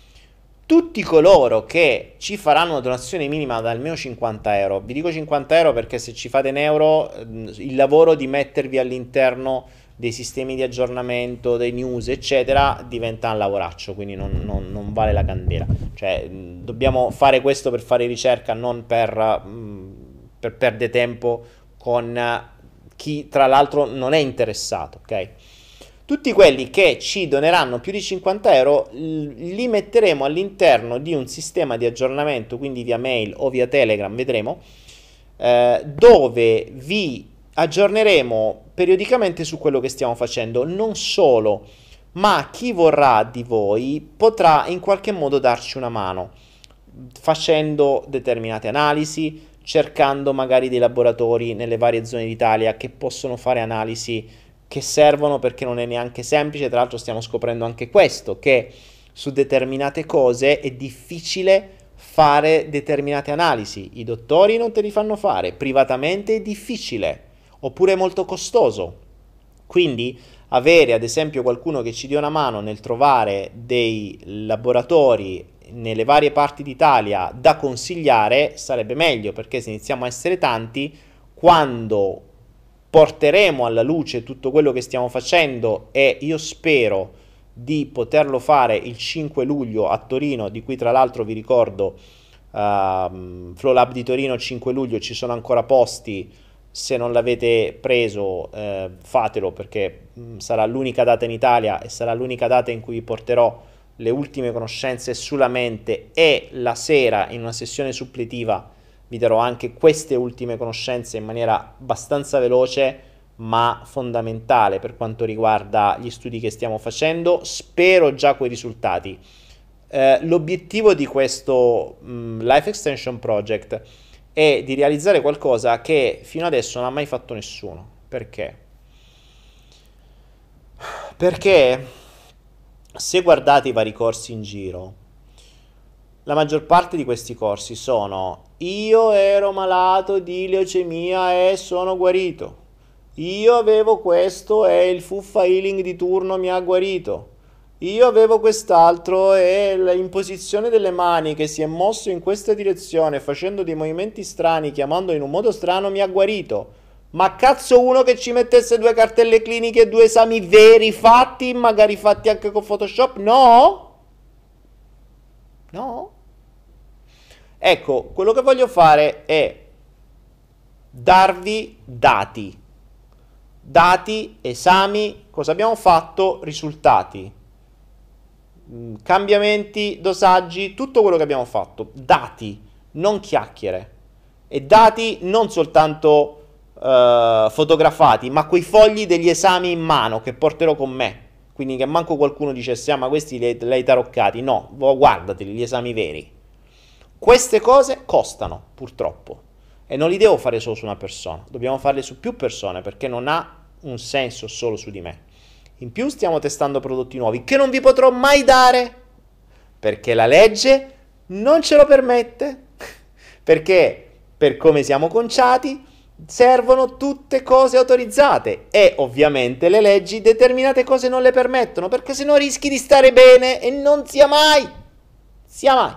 tutti coloro che ci faranno una donazione minima da almeno cinquanta euro, vi dico cinquanta euro perché se ci fate in euro, il lavoro di mettervi all'interno dei sistemi di aggiornamento, dei news, eccetera, diventa un lavoraccio, quindi non, non, non vale la candela. Cioè, dobbiamo fare questo per fare ricerca, non per, per perdere tempo con chi, tra l'altro, non è interessato, ok? Tutti quelli che ci doneranno più di cinquanta euro li metteremo all'interno di un sistema di aggiornamento, quindi via mail o via Telegram, vedremo, eh, dove vi aggiorneremo periodicamente su quello che stiamo facendo. Non solo, ma chi vorrà di voi potrà in qualche modo darci una mano facendo determinate analisi, cercando magari dei laboratori nelle varie zone d'Italia che possono fare analisi che servono, perché non è neanche semplice. Tra l'altro stiamo scoprendo anche questo, che su determinate cose è difficile fare determinate analisi, i dottori non te li fanno fare, privatamente è difficile, oppure è molto costoso. Quindi avere ad esempio qualcuno che ci dia una mano nel trovare dei laboratori nelle varie parti d'Italia da consigliare sarebbe meglio, perché se iniziamo a essere tanti, quando porteremo alla luce tutto quello che stiamo facendo, e io spero di poterlo fare il cinque luglio a Torino, di cui tra l'altro vi ricordo uh, Flow Lab di Torino cinque luglio, ci sono ancora posti, se non l'avete preso eh, fatelo, perché mh, sarà l'unica data in Italia e sarà l'unica data in cui vi porterò le ultime conoscenze sulla mente, e la sera in una sessione suppletiva vi darò anche queste ultime conoscenze in maniera abbastanza veloce ma fondamentale per quanto riguarda gli studi che stiamo facendo. Spero già quei risultati. Eh, l'obiettivo di questo mh, Life Extension Project è di realizzare qualcosa che fino adesso non ha mai fatto nessuno. Perché? Perché se guardate i vari corsi in giro, la maggior parte di questi corsi sono: io ero malato di leucemia e sono guarito, io avevo questo e il Fuffa Healing di turno mi ha guarito, io avevo quest'altro e l'imposizione delle mani che si è mosso in questa direzione facendo dei movimenti strani, chiamando in un modo strano, mi ha guarito. Ma cazzo, uno che ci mettesse due cartelle cliniche e due esami veri fatti, magari fatti anche con Photoshop? No? No? Ecco, quello che voglio fare è darvi dati. Dati, esami, cosa abbiamo fatto, risultati, cambiamenti, dosaggi, tutto quello che abbiamo fatto. Dati, non chiacchiere. E dati non soltanto uh, fotografati, ma quei fogli degli esami in mano che porterò con me. Quindi che manco qualcuno dicesse: ah, ma questi li hai taroccati. No, guardateli, gli esami veri. Queste cose costano, purtroppo, e non li devo fare solo su una persona, dobbiamo farle su più persone, perché non ha un senso solo su di me. In più stiamo testando prodotti nuovi che non vi potrò mai dare, perché la legge non ce lo permette, perché per come siamo conciati servono tutte cose autorizzate, e ovviamente le leggi determinate cose non le permettono, perché sennò rischi di stare bene e non sia mai, sia mai.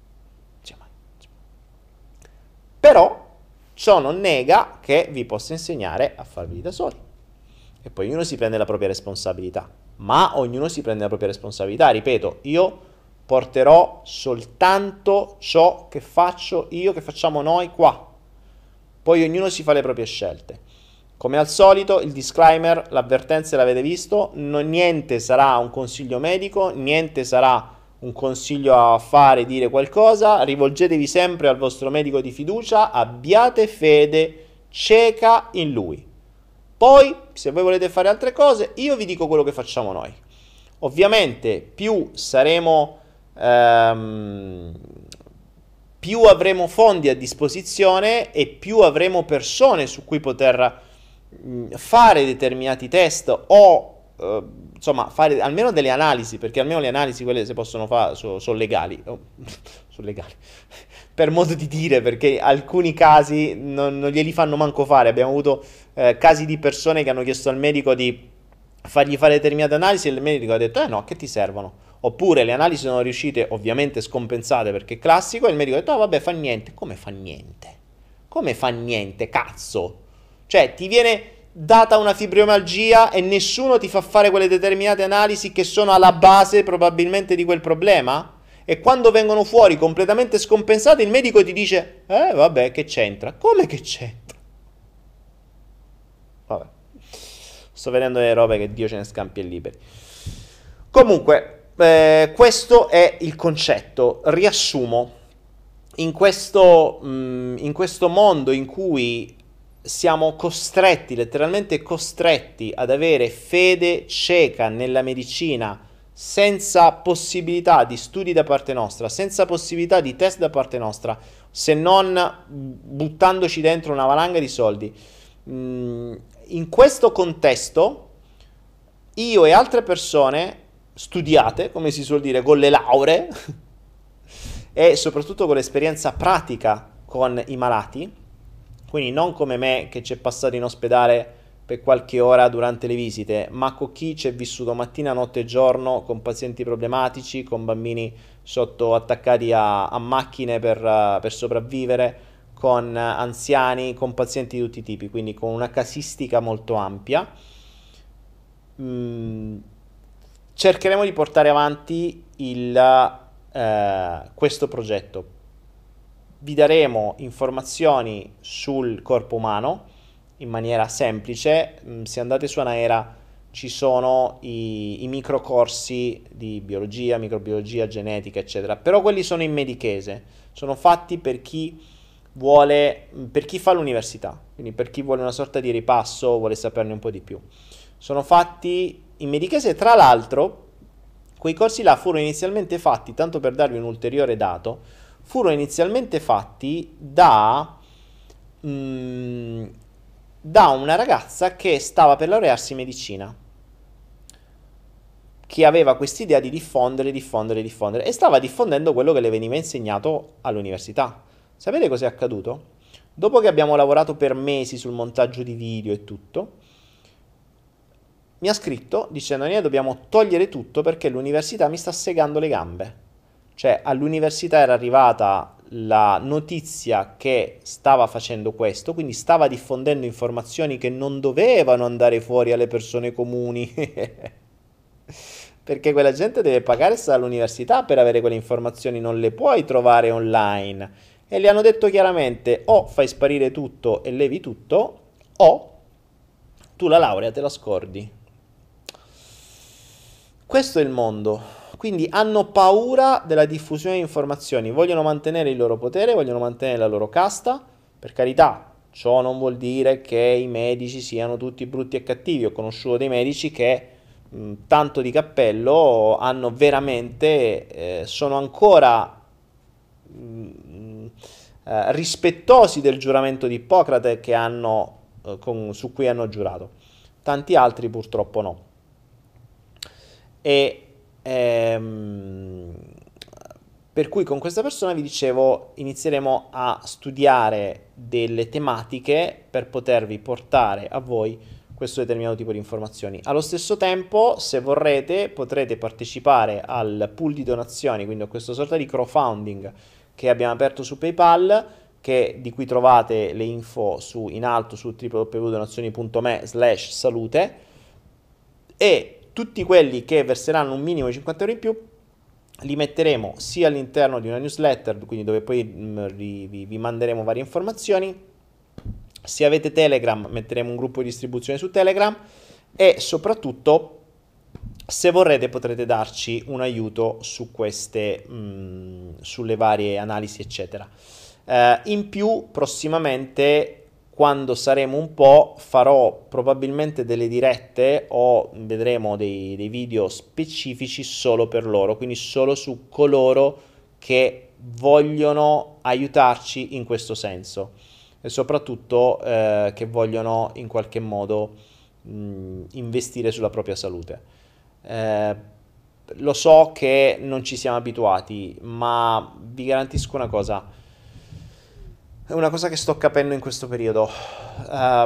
Però ciò non nega che vi posso insegnare a farvi da soli, e poi ognuno si prende la propria responsabilità, ma ognuno si prende la propria responsabilità. Ripeto, io porterò soltanto ciò che faccio io, che facciamo noi qua, Poi ognuno si fa le proprie scelte. Come al solito, il disclaimer, l'avvertenza l'avete visto, non, niente sarà un consiglio medico, niente sarà un consiglio a fare, dire qualcosa, rivolgetevi sempre al vostro medico di fiducia, abbiate fede cieca in lui. Poi, se voi volete fare altre cose, io vi dico quello che facciamo noi. Ovviamente, più saremo, ehm, più avremo fondi a disposizione e più avremo persone su cui poter mh, fare determinati test o eh, insomma fare almeno delle analisi, perché almeno le analisi quelle si possono fare sono so legali, oh, sono legali per modo di dire, perché alcuni casi non, non glieli fanno manco fare. Abbiamo avuto eh, casi di persone che hanno chiesto al medico di fargli fare determinate analisi e il medico ha detto eh no, che ti servono? Oppure le analisi sono riuscite, ovviamente scompensate perché è classico, e il medico ha detto oh vabbè, fa niente. Come fa niente? Come fa niente, cazzo? Cioè ti viene data una fibromialgia e nessuno ti fa fare quelle determinate analisi che sono alla base probabilmente di quel problema? E quando vengono fuori completamente scompensate il medico ti dice eh vabbè, che c'entra? Come che c'entra? Vabbè, sto vedendo le robe che Dio ce ne scampi e liberi. Comunque eh, questo è il concetto. Riassumo, in questo, mh, in questo mondo in cui siamo costretti, letteralmente costretti ad avere fede cieca nella medicina, senza possibilità di studi da parte nostra, senza possibilità di test da parte nostra, se non buttandoci dentro una valanga di soldi. In questo contesto, io e altre persone studiate, come si suol dire, con le lauree e soprattutto con l'esperienza pratica con i malati, quindi non come me che ci è passato in ospedale per qualche ora durante le visite, ma con chi ci è vissuto mattina, notte e giorno, con pazienti problematici, con bambini sotto attaccati a, a macchine per, uh, per sopravvivere, con uh, anziani, con pazienti di tutti i tipi, quindi con una casistica molto ampia. Mm, cercheremo di portare avanti il, uh, questo progetto. Vi daremo informazioni sul corpo umano in maniera semplice. Se andate su Anaera ci sono i, i microcorsi di biologia, microbiologia, genetica, eccetera. Però quelli sono in medichese, sono fatti per chi vuole, per chi fa l'università, quindi per chi vuole una sorta di ripasso, vuole saperne un po' di più. Sono fatti in medichese, tra l'altro, quei corsi là furono inizialmente fatti, tanto per darvi un ulteriore dato, furono inizialmente fatti da, mm, da una ragazza che stava per laurearsi in medicina, che aveva quest'idea di diffondere, diffondere, diffondere, e stava diffondendo quello che le veniva insegnato all'università. Sapete cos'è accaduto? Dopo che abbiamo lavorato per mesi sul montaggio di video e tutto, mi ha scritto dicendo che dobbiamo togliere tutto perché l'università mi sta segando le gambe. Cioè all'università era arrivata la notizia che stava facendo questo, quindi stava diffondendo informazioni che non dovevano andare fuori alle persone comuni, perché quella gente deve pagare all'università per avere quelle informazioni, non le puoi trovare online. E gli hanno detto chiaramente o fai sparire tutto e levi tutto, o tu la laurea te la scordi. Questo è il mondo. Quindi hanno paura della diffusione di informazioni, vogliono mantenere il loro potere, vogliono mantenere la loro casta. Per carità, ciò non vuol dire che i medici siano tutti brutti e cattivi. Ho conosciuto dei medici che mh, tanto di cappello hanno veramente, eh, sono ancora mh, eh, rispettosi del giuramento di Ippocrate che hanno, eh, con, su cui hanno giurato. Tanti altri purtroppo no. E Ehm, per cui con questa persona vi dicevo inizieremo a studiare delle tematiche per potervi portare a voi questo determinato tipo di informazioni. Allo stesso tempo, se vorrete, potrete partecipare al pool di donazioni, quindi a questa sorta di crowdfunding che abbiamo aperto su PayPal, che, di cui trovate le info su, in alto su w w w punto donazioni punto me slash salute, e tutti quelli che verseranno un minimo di cinquanta euro in più li metteremo sia all'interno di una newsletter, quindi dove poi mh, vi, vi manderemo varie informazioni, Se avete Telegram, metteremo un gruppo di distribuzione su Telegram e soprattutto, se vorrete, potrete darci un aiuto su queste, mh, sulle varie analisi, eccetera. Eh, in più, prossimamente, quando saremo un po', farò probabilmente delle dirette o vedremo dei, dei video specifici solo per loro, quindi solo su coloro che vogliono aiutarci in questo senso e soprattutto eh, che vogliono in qualche modo mh, investire sulla propria salute. Eh, lo so che non ci siamo abituati, ma vi garantisco una cosa, è una cosa che sto capendo in questo periodo. Uh,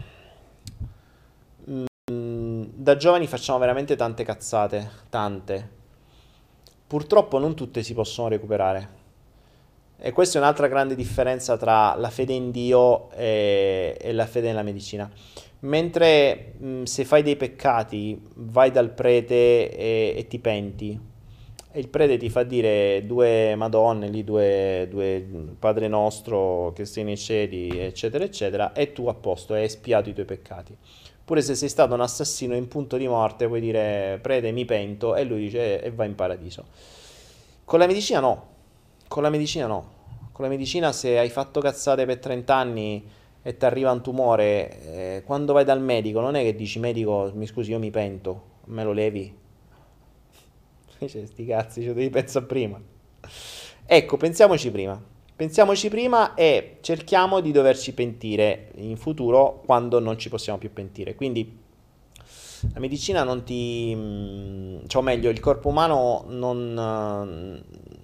mh, da giovani facciamo veramente tante cazzate, tante. Purtroppo non tutte si possono recuperare. E questa è un'altra grande differenza tra la fede in Dio e, e la fede nella medicina. Mentre mh, se fai dei peccati, vai dal prete e, e ti penti, e il prete ti fa dire due Madonne, lì due, due Padre Nostro che sei nei cieli, eccetera, eccetera, e tu a posto, hai espiato i tuoi peccati. Pure se sei stato un assassino in punto di morte, puoi dire prete mi pento, e lui dice e va in paradiso. Con la medicina no, con la medicina no. Con la medicina, se hai fatto cazzate per trenta anni e ti arriva un tumore, eh, quando vai dal medico non è che dici medico mi scusi io mi pento, me lo levi? Dice sti cazzi, ci devi pensare prima. Ecco, pensiamoci prima. Pensiamoci prima e cerchiamo di doverci pentire in futuro quando non ci possiamo più pentire. Quindi la medicina non ti... cioè, o meglio, il corpo umano non...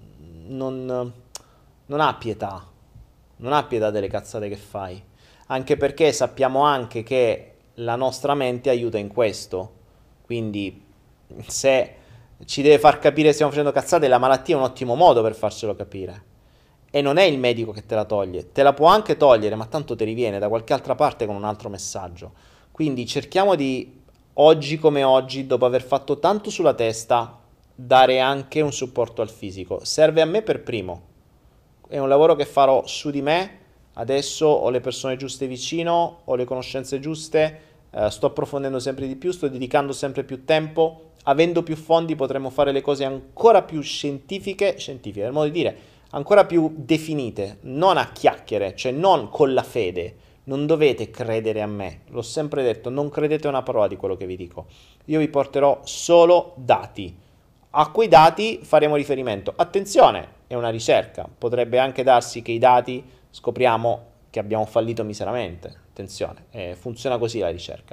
non... non ha pietà. Non ha pietà delle cazzate che fai. Anche perché sappiamo anche che la nostra mente aiuta in questo. Quindi se ci deve far capire che stiamo facendo cazzate, la malattia è un ottimo modo per farcelo capire. E non è il medico che te la toglie, te la può anche togliere, ma tanto ti riviene da qualche altra parte con un altro messaggio. Quindi cerchiamo di, oggi come oggi, dopo aver fatto tanto sulla testa, dare anche un supporto al fisico. Serve a me per primo. È un lavoro che farò su di me. Adesso ho le persone giuste vicino, ho le conoscenze giuste, eh, sto approfondendo sempre di più, sto dedicando sempre più tempo. Avendo più fondi potremo fare le cose ancora più scientifiche, scientifiche, nel modo di dire, ancora più definite, non a chiacchiere, cioè non con la fede. Non dovete credere a me, l'ho sempre detto, non credete a una parola di quello che vi dico. Io vi porterò solo dati. A quei dati faremo riferimento. Attenzione, è una ricerca, potrebbe anche darsi che i dati scopriamo che abbiamo fallito miseramente. Attenzione, eh, funziona così la ricerca.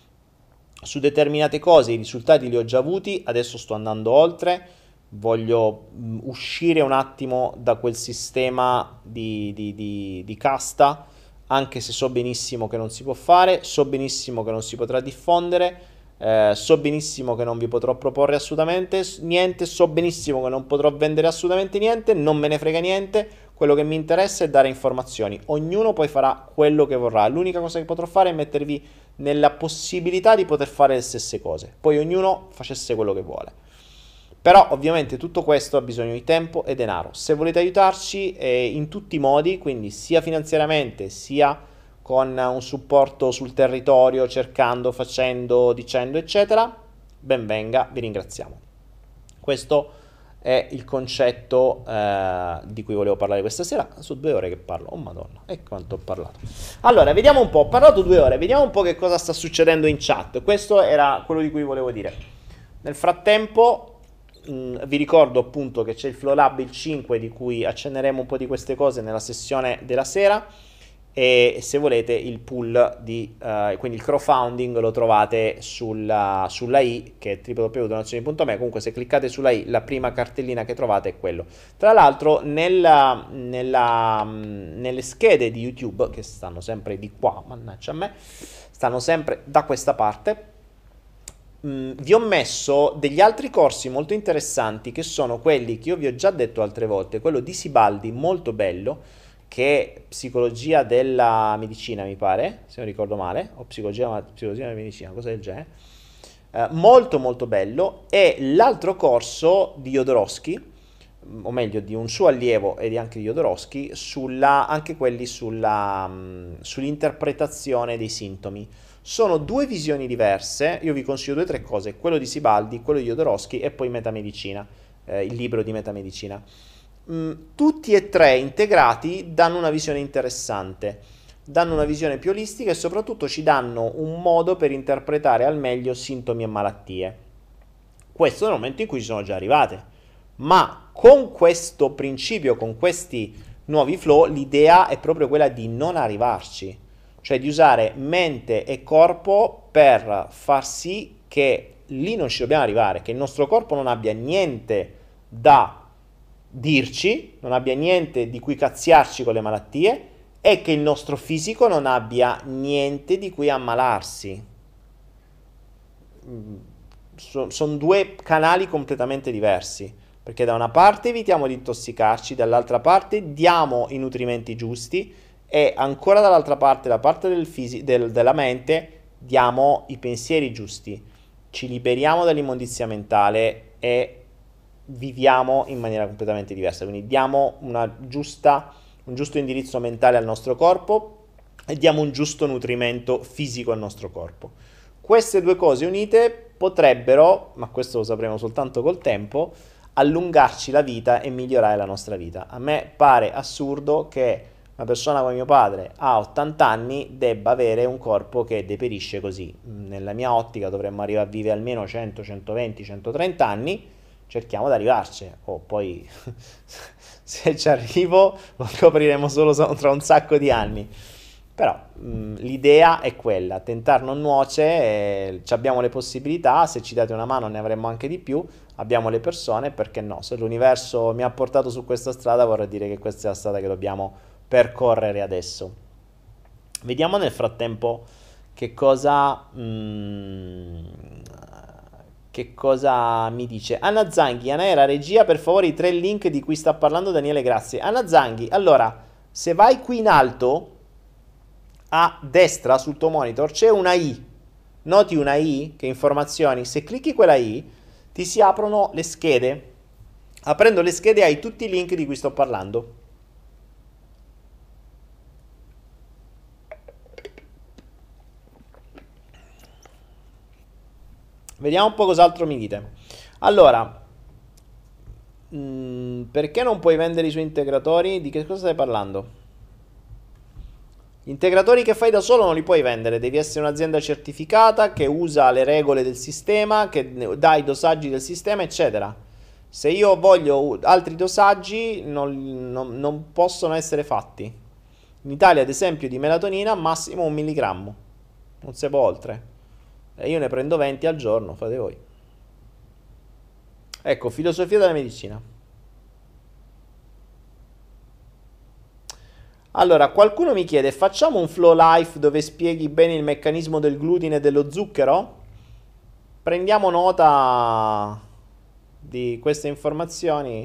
Su determinate cose i risultati li ho già avuti, adesso sto andando oltre, voglio mh, uscire un attimo da quel sistema di, di, di, di casta, anche se so benissimo che non si può fare, so benissimo che non si potrà diffondere, eh, so benissimo che non vi potrò proporre assolutamente niente, so benissimo che non potrò vendere assolutamente niente, non me ne frega niente, quello che mi interessa è dare informazioni, ognuno poi farà quello che vorrà, l'unica cosa che potrò fare è mettervi nella possibilità di poter fare le stesse cose, poi ognuno facesse quello che vuole. Però ovviamente tutto questo ha bisogno di tempo e denaro. Se volete aiutarci eh, in tutti i modi, quindi sia finanziariamente sia con un supporto sul territorio, cercando, facendo, dicendo eccetera, ben venga, vi ringraziamo. Questo è il concetto eh, di cui volevo parlare questa sera. Sono due ore che parlo, oh madonna, e quanto ho parlato. Allora, vediamo un po', ho parlato due ore, vediamo un po' che cosa sta succedendo in chat. Questo era quello di cui volevo dire. Nel frattempo mh, vi ricordo appunto che c'è il Flow Lab il cinque, di cui accenneremo un po' di queste cose nella sessione della sera, e se volete il pool di uh, quindi il crowdfunding lo trovate sulla, sulla i, che è w w w punto donazioni punto me. Comunque se cliccate sulla i, la prima cartellina che trovate è quello. Tra l'altro nella, nella, nelle schede di YouTube, che stanno sempre di qua, mannaggia a me, stanno sempre da questa parte, mh, vi ho messo degli altri corsi molto interessanti, che sono quelli che io vi ho già detto altre volte, quello di Sibaldi, molto bello, che è psicologia della medicina, mi pare, se non ricordo male, o psicologia, psicologia della medicina, cosa del genere, eh, molto molto bello, e l'altro corso di Jodorowsky, o meglio di un suo allievo e di anche di Jodorowsky, sulla, anche quelli sulla, mh, sull'interpretazione dei sintomi. Sono due visioni diverse, io vi consiglio due o tre cose, quello di Sibaldi, quello di Jodorowsky e poi Metamedicina, eh, il libro di Metamedicina. Mm, tutti e tre integrati danno una visione interessante, danno una visione più olistica e soprattutto ci danno un modo per interpretare al meglio sintomi e malattie. Questo nel momento in cui ci sono già arrivate. Ma con questo principio, con questi nuovi flow, l'idea è proprio quella di non arrivarci, cioè di usare mente e corpo per far sì che lì non ci dobbiamo arrivare, che il nostro corpo non abbia niente da dirci, non abbia niente di cui cazziarci con le malattie e che il nostro fisico non abbia niente di cui ammalarsi. So, sono due canali completamente diversi, perché da una parte evitiamo di intossicarci, dall'altra parte diamo i nutrimenti giusti e ancora dall'altra parte, la parte del fisi- del, della mente, diamo i pensieri giusti, ci liberiamo dall'immondizia mentale e viviamo in maniera completamente diversa, quindi diamo una giusta, un giusto indirizzo mentale al nostro corpo e diamo un giusto nutrimento fisico al nostro corpo. Queste due cose unite potrebbero, ma questo lo sapremo soltanto col tempo, allungarci la vita e migliorare la nostra vita. A me pare assurdo che una persona come mio padre a ottanta anni debba avere un corpo che deperisce così. Nella mia ottica dovremmo arrivare a vivere almeno cento, centoventi, centotrenta anni, cerchiamo di arrivarci, o oh, poi se ci arrivo lo scopriremo solo tra un sacco di anni. Però mh, l'idea è quella, tentare non nuoce, eh, abbiamo le possibilità, se ci date una mano ne avremo anche di più, abbiamo le persone, perché no? Se l'universo mi ha portato su questa strada vorrà dire che questa è la strada che dobbiamo percorrere adesso. Vediamo nel frattempo che cosa, mh, che cosa mi dice. Anna Zanghi, Anaera, regia, per favore i tre link di cui sta parlando Daniele, grazie. Anna Zanghi, allora, se vai qui in alto, a destra sul tuo monitor c'è una I, noti una I, che informazioni, se clicchi quella I ti si aprono le schede, aprendo le schede hai tutti i link di cui sto parlando. Vediamo un po' cos'altro mi dite. Allora, mh, perché non puoi vendere i suoi integratori? Di che cosa stai parlando? Gli integratori che fai da solo non li puoi vendere, devi essere un'azienda certificata che usa le regole del sistema, che dà i dosaggi del sistema, eccetera. Se io voglio altri dosaggi, non, non, non possono essere fatti. In Italia, ad esempio, di melatonina, massimo un milligrammo, non si può oltre. E io ne prendo venti al giorno, fate voi. Ecco, filosofia della medicina. Allora, qualcuno mi chiede, facciamo un flow life dove spieghi bene il meccanismo del glutine e dello zucchero? Prendiamo nota di queste informazioni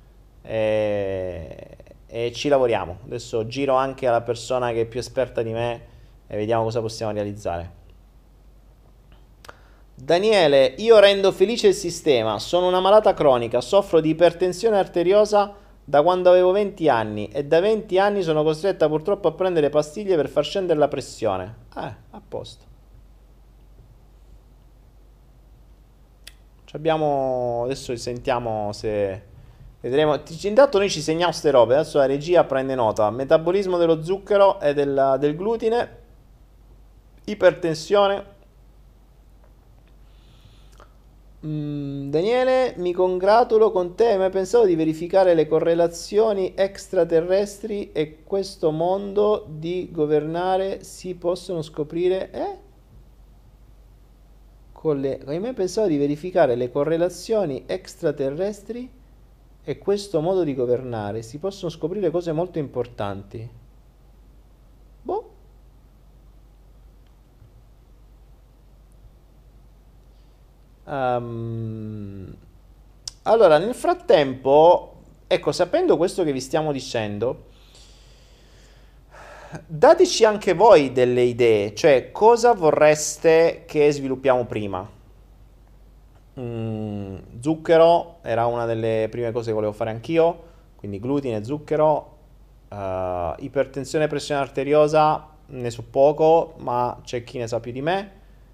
e, e ci lavoriamo. Adesso giro anche alla persona che è più esperta di me e vediamo cosa possiamo realizzare. Daniele, io rendo felice il sistema, sono una malata cronica, soffro di ipertensione arteriosa da quando avevo venti anni e da venti anni sono costretta purtroppo a prendere pastiglie per far scendere la pressione. Eh, a posto. Ci abbiamo... Adesso sentiamo se... Vedremo. Intanto noi ci segniamo ste robe. Adesso la regia prende nota. Metabolismo dello zucchero e del, del glutine. Ipertensione. Mm, Daniele, mi congratulo con te. Hai mai pensato di verificare le correlazioni extraterrestri e questo mondo di governare si possono scoprire? Eh? Con le... Hai mai pensato di verificare le correlazioni extraterrestri e questo modo di governare? Si possono scoprire cose molto importanti. Boh. Um, allora, nel frattempo, ecco, sapendo questo che vi stiamo dicendo, dateci anche voi delle idee, cioè cosa vorreste che sviluppiamo prima. Mm, zucchero era una delle prime cose che volevo fare anch'io, quindi glutine, zucchero, eh, ipertensione e pressione arteriosa, ne so poco, ma c'è chi ne sa più di me.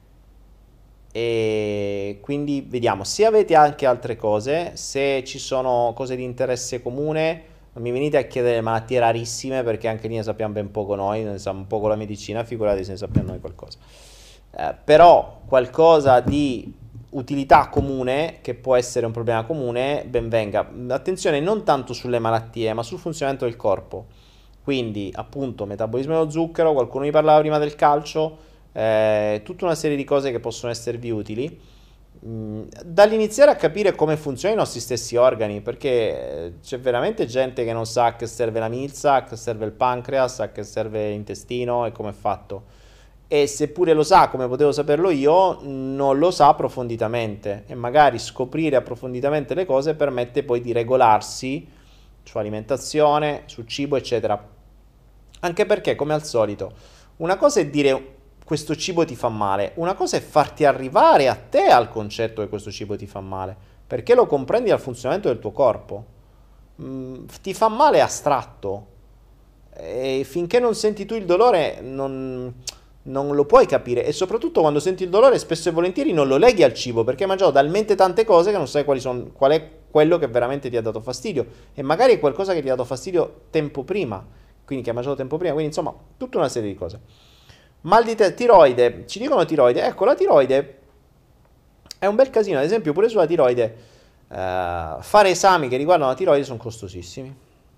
E quindi vediamo se avete anche altre cose, se ci sono cose di interesse comune. Non mi venite a chiedere malattie rarissime perché anche lì ne sappiamo ben poco noi, ne sappiamo poco la medicina, figurati se ne sappiamo noi qualcosa. Eh, però qualcosa di utilità comune, che può essere un problema comune, ben venga. Attenzione non tanto sulle malattie, ma sul funzionamento del corpo. Quindi, appunto, metabolismo dello zucchero, qualcuno mi parlava prima del calcio, eh, tutta una serie di cose che possono esservi utili. Mm, dall'iniziare a capire come funzionano i nostri stessi organi, perché eh, c'è veramente gente che non sa a che serve la milza, a che serve il pancreas, a che serve l'intestino e come è fatto. E seppure lo sa, come potevo saperlo io, non lo sa approfonditamente. E magari scoprire approfonditamente le cose permette poi di regolarsi su alimentazione, su cibo, eccetera. Anche perché, come al solito, una cosa è dire questo cibo ti fa male, una cosa è farti arrivare a te al concetto che questo cibo ti fa male, perché lo comprendi dal funzionamento del tuo corpo. Mm, ti fa male astratto, e finché non senti tu il dolore non, non lo puoi capire, e soprattutto quando senti il dolore spesso e volentieri non lo leghi al cibo, perché hai mangiato talmente tante cose che non sai quali sono, qual è quello che veramente ti ha dato fastidio, e magari è qualcosa che ti ha dato fastidio tempo prima, quindi che hai mangiato tempo prima, quindi insomma tutta una serie di cose. Mal di te- tiroide, ci dicono tiroide, ecco la tiroide è un bel casino, ad esempio pure sulla tiroide, eh, fare esami che riguardano la tiroide sono costosissimi.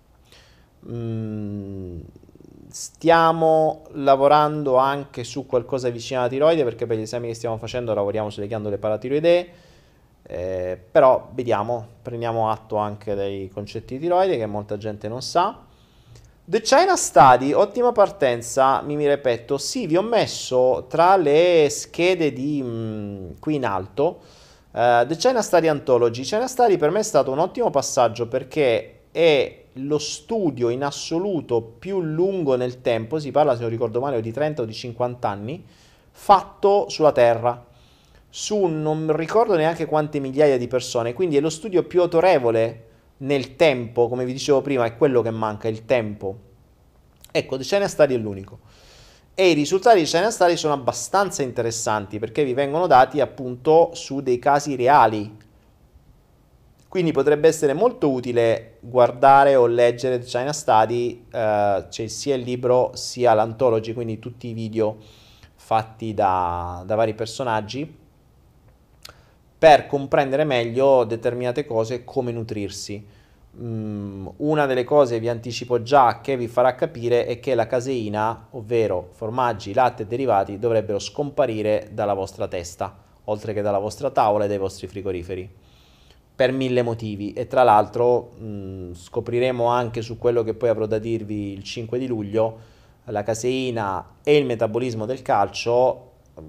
Mm, stiamo lavorando anche su qualcosa vicino alla tiroide, perché per gli esami che stiamo facendo lavoriamo sulle ghiandole paratiroidee, eh, però vediamo, prendiamo atto anche dei concetti di tiroide che molta gente non sa. The China Study, ottima partenza, mi, mi ripeto, sì, vi ho messo tra le schede di mh, qui in alto, uh, The China Study Anthology. China Study per me è stato un ottimo passaggio perché è lo studio in assoluto più lungo nel tempo, si parla, se non ricordo male, o di trenta o di cinquanta anni, fatto sulla Terra, su non ricordo neanche quante migliaia di persone, quindi è lo studio più autorevole nel tempo, come vi dicevo prima, è quello che manca, il tempo. Ecco, The China Study è l'unico. E i risultati di China Study sono abbastanza interessanti perché vi vengono dati appunto su dei casi reali. Quindi potrebbe essere molto utile guardare o leggere The China Study, eh, c'è sia il libro sia l'anthology, quindi tutti i video fatti da, da vari personaggi, per comprendere meglio determinate cose, come nutrirsi. Mm, una delle cose, vi anticipo già, che vi farà capire è che la caseina, ovvero formaggi, latte e derivati, dovrebbero scomparire dalla vostra testa, oltre che dalla vostra tavola e dai vostri frigoriferi, per mille motivi. E tra l'altro mh, scopriremo anche su quello che poi avrò da dirvi il cinque di luglio, la caseina e il metabolismo del calcio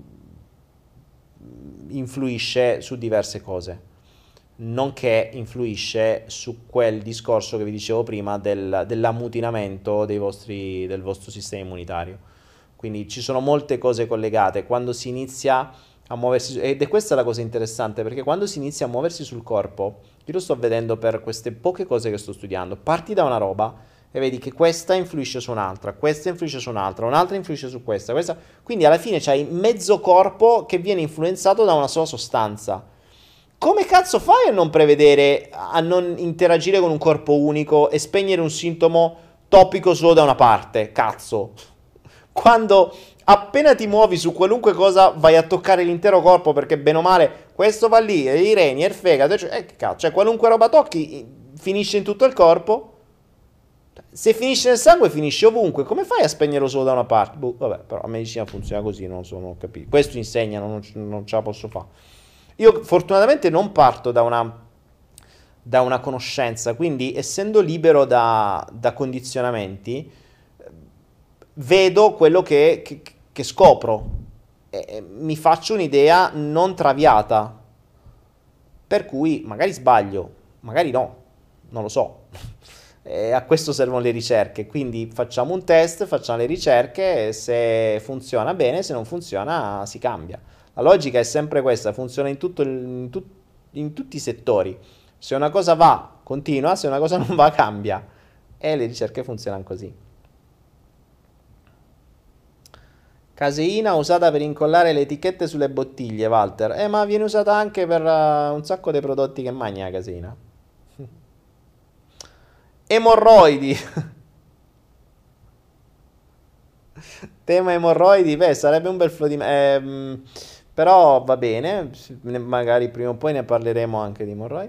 influisce su diverse cose, nonché influisce su quel discorso che vi dicevo prima del, dell'ammutinamento dei vostri, del vostro sistema immunitario. Quindi ci sono molte cose collegate quando si inizia a muoversi, ed è questa la cosa interessante, perché quando si inizia a muoversi sul corpo, io lo sto vedendo per queste poche cose che sto studiando, parti da una roba e vedi che questa influisce su un'altra, questa influisce su un'altra, un'altra influisce su questa, questa, quindi alla fine c'hai mezzo corpo che viene influenzato da una sola sostanza. Come cazzo fai a non prevedere, a non interagire con un corpo unico e spegnere un sintomo topico solo da una parte? Cazzo. Quando appena ti muovi su qualunque cosa vai a toccare l'intero corpo, perché bene o male questo va lì, i reni, il fegato, cioè, eh, cazzo, cioè qualunque roba tocchi finisce in tutto il corpo. Se finisce nel sangue finisce ovunque. Come fai a spegnerlo solo da una parte? Boh, vabbè, però la medicina funziona così, non so, non ho capito. Questo insegnano, non, non ce la posso fare. Io fortunatamente non parto da una, da una conoscenza, quindi essendo libero da, da condizionamenti, vedo quello che, che, che scopro e mi faccio un'idea non traviata, per cui magari sbaglio, magari no, non lo so. E a questo servono le ricerche, quindi facciamo un test, facciamo le ricerche, se funziona bene, se non funziona si cambia. La logica è sempre questa, funziona in tutto il, in tut- in tutti i settori. Se una cosa va, continua, se una cosa non va, cambia. E le ricerche funzionano così. Caseina usata per incollare le etichette sulle bottiglie, Walter. Eh, ma viene usata anche per uh, un sacco dei prodotti che mangi la caseina. Emorroidi. Tema emorroidi, beh, sarebbe un bel flow di... ehm, però va bene, magari prima o poi ne parleremo anche di emorroidi.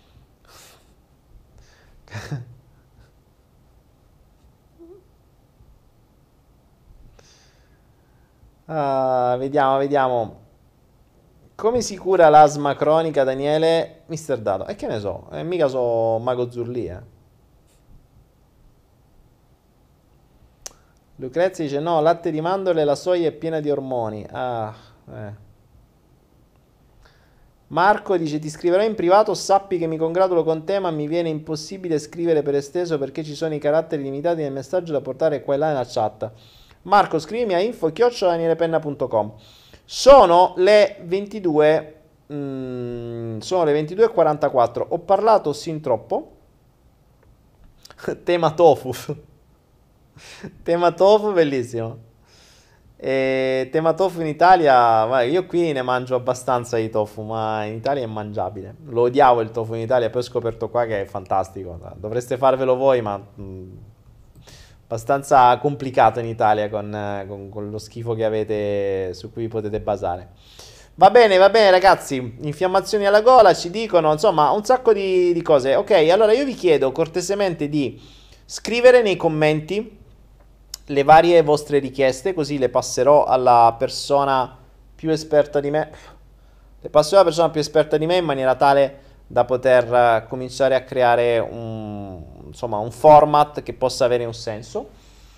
Ah, vediamo, vediamo. Come si cura l'asma cronica, Daniele? mister Dato. E che ne so, eh, mica so Mago Zurli, eh. Lucrezia dice no, latte di mandorle, la soia è piena di ormoni. Ah, eh. Marco dice ti scriverò in privato, sappi che mi congratulo con te, ma mi viene impossibile scrivere per esteso perché ci sono i caratteri limitati nel messaggio da portare qua e là nella chat. Marco, scrivimi a info chiocciola danielepenna punto com. Sono le ventidue, mm, sono le ventidue e quarantaquattro. Ho parlato sin troppo. Tema tofu. Tema tofu, bellissimo. E tema tofu in Italia, vai, io qui ne mangio abbastanza di tofu, ma in Italia è mangiabile. Lo odiavo il tofu in Italia, poi ho scoperto qua che è fantastico. Dovreste farvelo voi, ma mh, abbastanza complicato in Italia con, eh, con- con lo schifo che avete su cui vi potete basare. Va bene, va bene ragazzi, infiammazioni alla gola ci dicono, insomma, un sacco di, di cose. Ok, allora io vi chiedo cortesemente di scrivere nei commenti le varie vostre richieste, così le passerò alla persona più esperta di me. Le passerò alla persona più esperta di me in maniera tale da poter eh, cominciare a creare un, insomma, un format che possa avere un senso.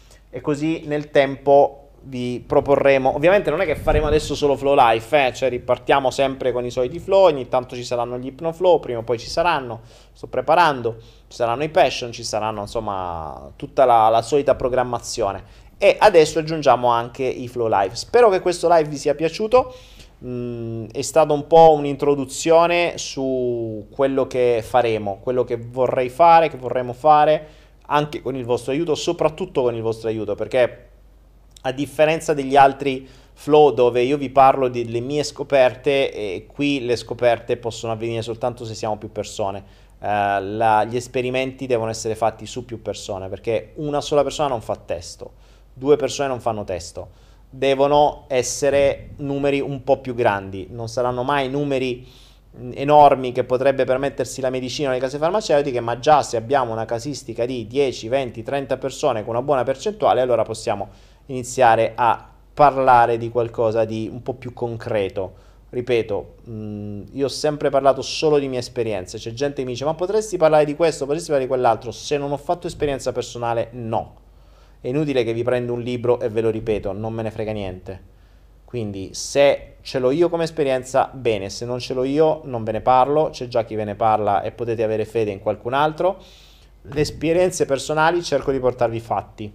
E così nel tempo vi proporremo. Ovviamente non è che faremo adesso solo flow life, eh? Cioè ripartiamo sempre con i soliti flow. Ogni tanto ci saranno gli hypnoflow, prima o poi ci saranno. Sto preparando. Ci saranno i passion, ci saranno insomma tutta la, la solita programmazione. E adesso aggiungiamo anche i flow live. Spero che questo live vi sia piaciuto. Mm, è stata un po' un'introduzione su quello che faremo, quello che vorrei fare, che vorremmo fare, anche con il vostro aiuto, soprattutto con il vostro aiuto, perché a differenza degli altri flow dove io vi parlo delle mie scoperte, e qui le scoperte possono avvenire soltanto se siamo più persone. Eh, la- gli esperimenti devono essere fatti su più persone, perché una sola persona non fa testo, due persone non fanno testo, devono essere numeri un po' più grandi, non saranno mai numeri mh, enormi che potrebbe permettersi la medicina o le case farmaceutiche, ma già se abbiamo una casistica di dieci, venti, trenta persone con una buona percentuale, allora possiamo iniziare a parlare di qualcosa di un po' più concreto. Ripeto, mh, io ho sempre parlato solo di mie esperienze. C'è gente che mi dice: ma potresti parlare di questo, potresti parlare di quell'altro? Se non ho fatto esperienza personale, no. È inutile che vi prendo un libro e ve lo ripeto, non me ne frega niente. Quindi, se ce l'ho io come esperienza, bene, se non ce l'ho io, non ve ne parlo. C'è già chi ve ne parla e potete avere fede in qualcun altro. Le esperienze personali cerco di portarvi fatti,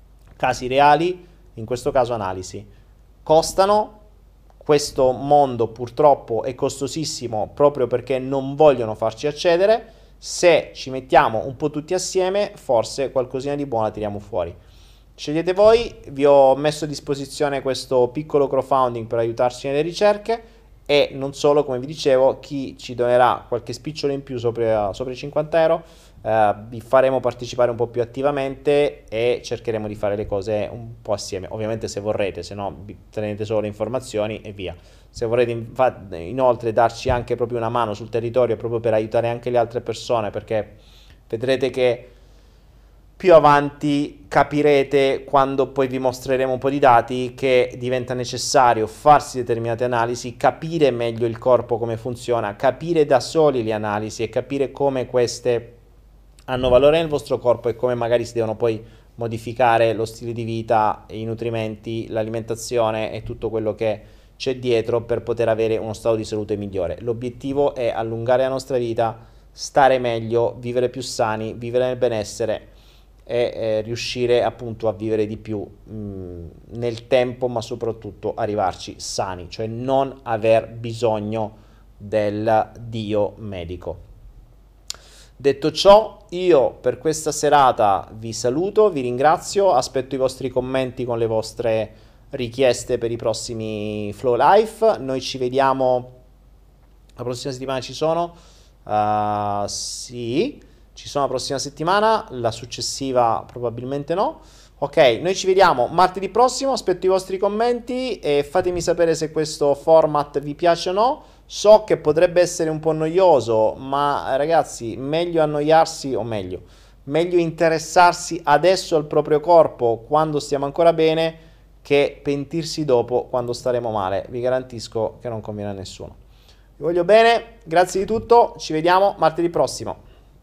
casi reali, in questo caso analisi. Costano, questo mondo purtroppo è costosissimo proprio perché non vogliono farci accedere. Se ci mettiamo un po' tutti assieme, forse qualcosina di buona tiriamo fuori. Scegliete voi, vi ho messo a disposizione questo piccolo crowdfunding per aiutarci nelle ricerche e non solo, come vi dicevo, chi ci donerà qualche spicciolo in più sopra, sopra i cinquanta euro, eh, vi faremo partecipare un po' più attivamente e cercheremo di fare le cose un po' assieme. Ovviamente se vorrete, se no vi tenete solo le informazioni e via. Se vorrete infa- inoltre darci anche proprio una mano sul territorio proprio per aiutare anche le altre persone, perché vedrete che più avanti capirete, quando poi vi mostreremo un po' di dati, che diventa necessario farsi determinate analisi, capire meglio il corpo come funziona, capire da soli le analisi e capire come queste hanno valore nel vostro corpo e come magari si devono poi modificare lo stile di vita, i nutrimenti, l'alimentazione e tutto quello che c'è dietro per poter avere uno stato di salute migliore. L'obiettivo è allungare la nostra vita, stare meglio, vivere più sani, vivere nel benessere e eh, riuscire appunto a vivere di più mh, nel tempo, ma soprattutto arrivarci sani, cioè non aver bisogno del Dio medico. Detto ciò, io per questa serata vi saluto, vi ringrazio, aspetto i vostri commenti con le vostre richieste per i prossimi Flow Life. Noi ci vediamo la prossima settimana. Ci sono? Uh, sì, ci sono la prossima settimana, la successiva probabilmente no. Ok, noi ci vediamo martedì prossimo, aspetto i vostri commenti e fatemi sapere se questo format vi piace o no. So che potrebbe essere un po' noioso, ma ragazzi, meglio annoiarsi, o meglio, meglio interessarsi adesso al proprio corpo quando stiamo ancora bene che pentirsi dopo quando staremo male. Vi garantisco che non conviene a nessuno. Vi voglio bene, grazie di tutto, ci vediamo martedì prossimo.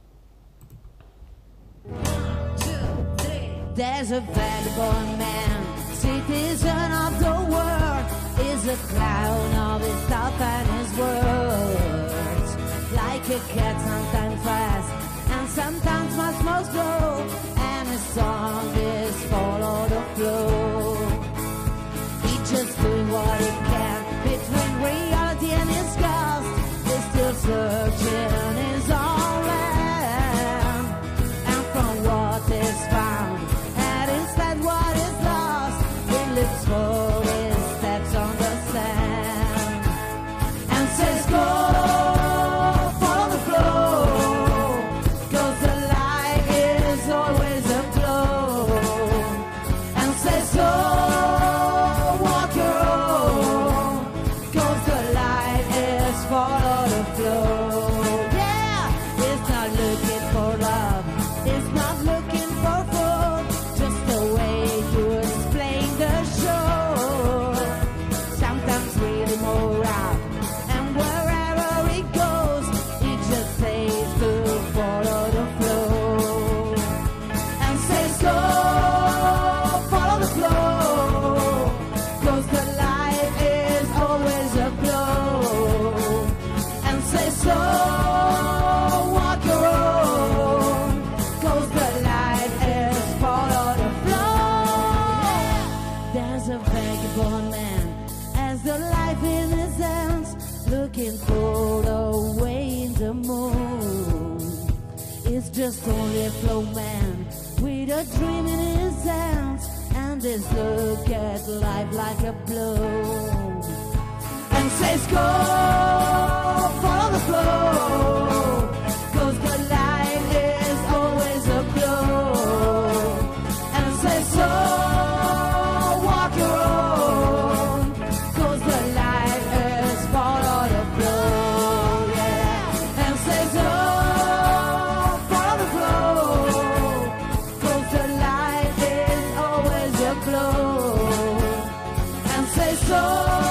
There's a vagabond man, citizen of the world, is a clown of his thought and his words. Like a cat, sometimes fast, and sometimes much more slow, and his song is follow the flow. He's just doing what he can, between reality and his ghost, he's still searching his own land, and from what is found, what is lost, he lives for his steps on the sand, and says go, follow the flow, 'cause the light is always aglow, and says so, walk your own, 'cause the light is follow the flow. Yeah, it's not looking for love, it's not looking for food, just a way to explain the show. Sometimes really more out, and wherever it goes, it just says to follow the flow, and says go, follow the flow, 'cause the light is always aglow, and says so, walk your own, 'cause the light is follow the flow. There's a vagabond man, as the life in his hands, looking for the way in the moon. It's just only a flow man, with a dream in his hands, and this look at life like a blow, and says go, follow the flow, 'cause the light is always aglow, and says so, walk your own, 'cause the light is follow the flow, yeah, and says oh, follow the flow, 'cause the light is always aglow, and says so.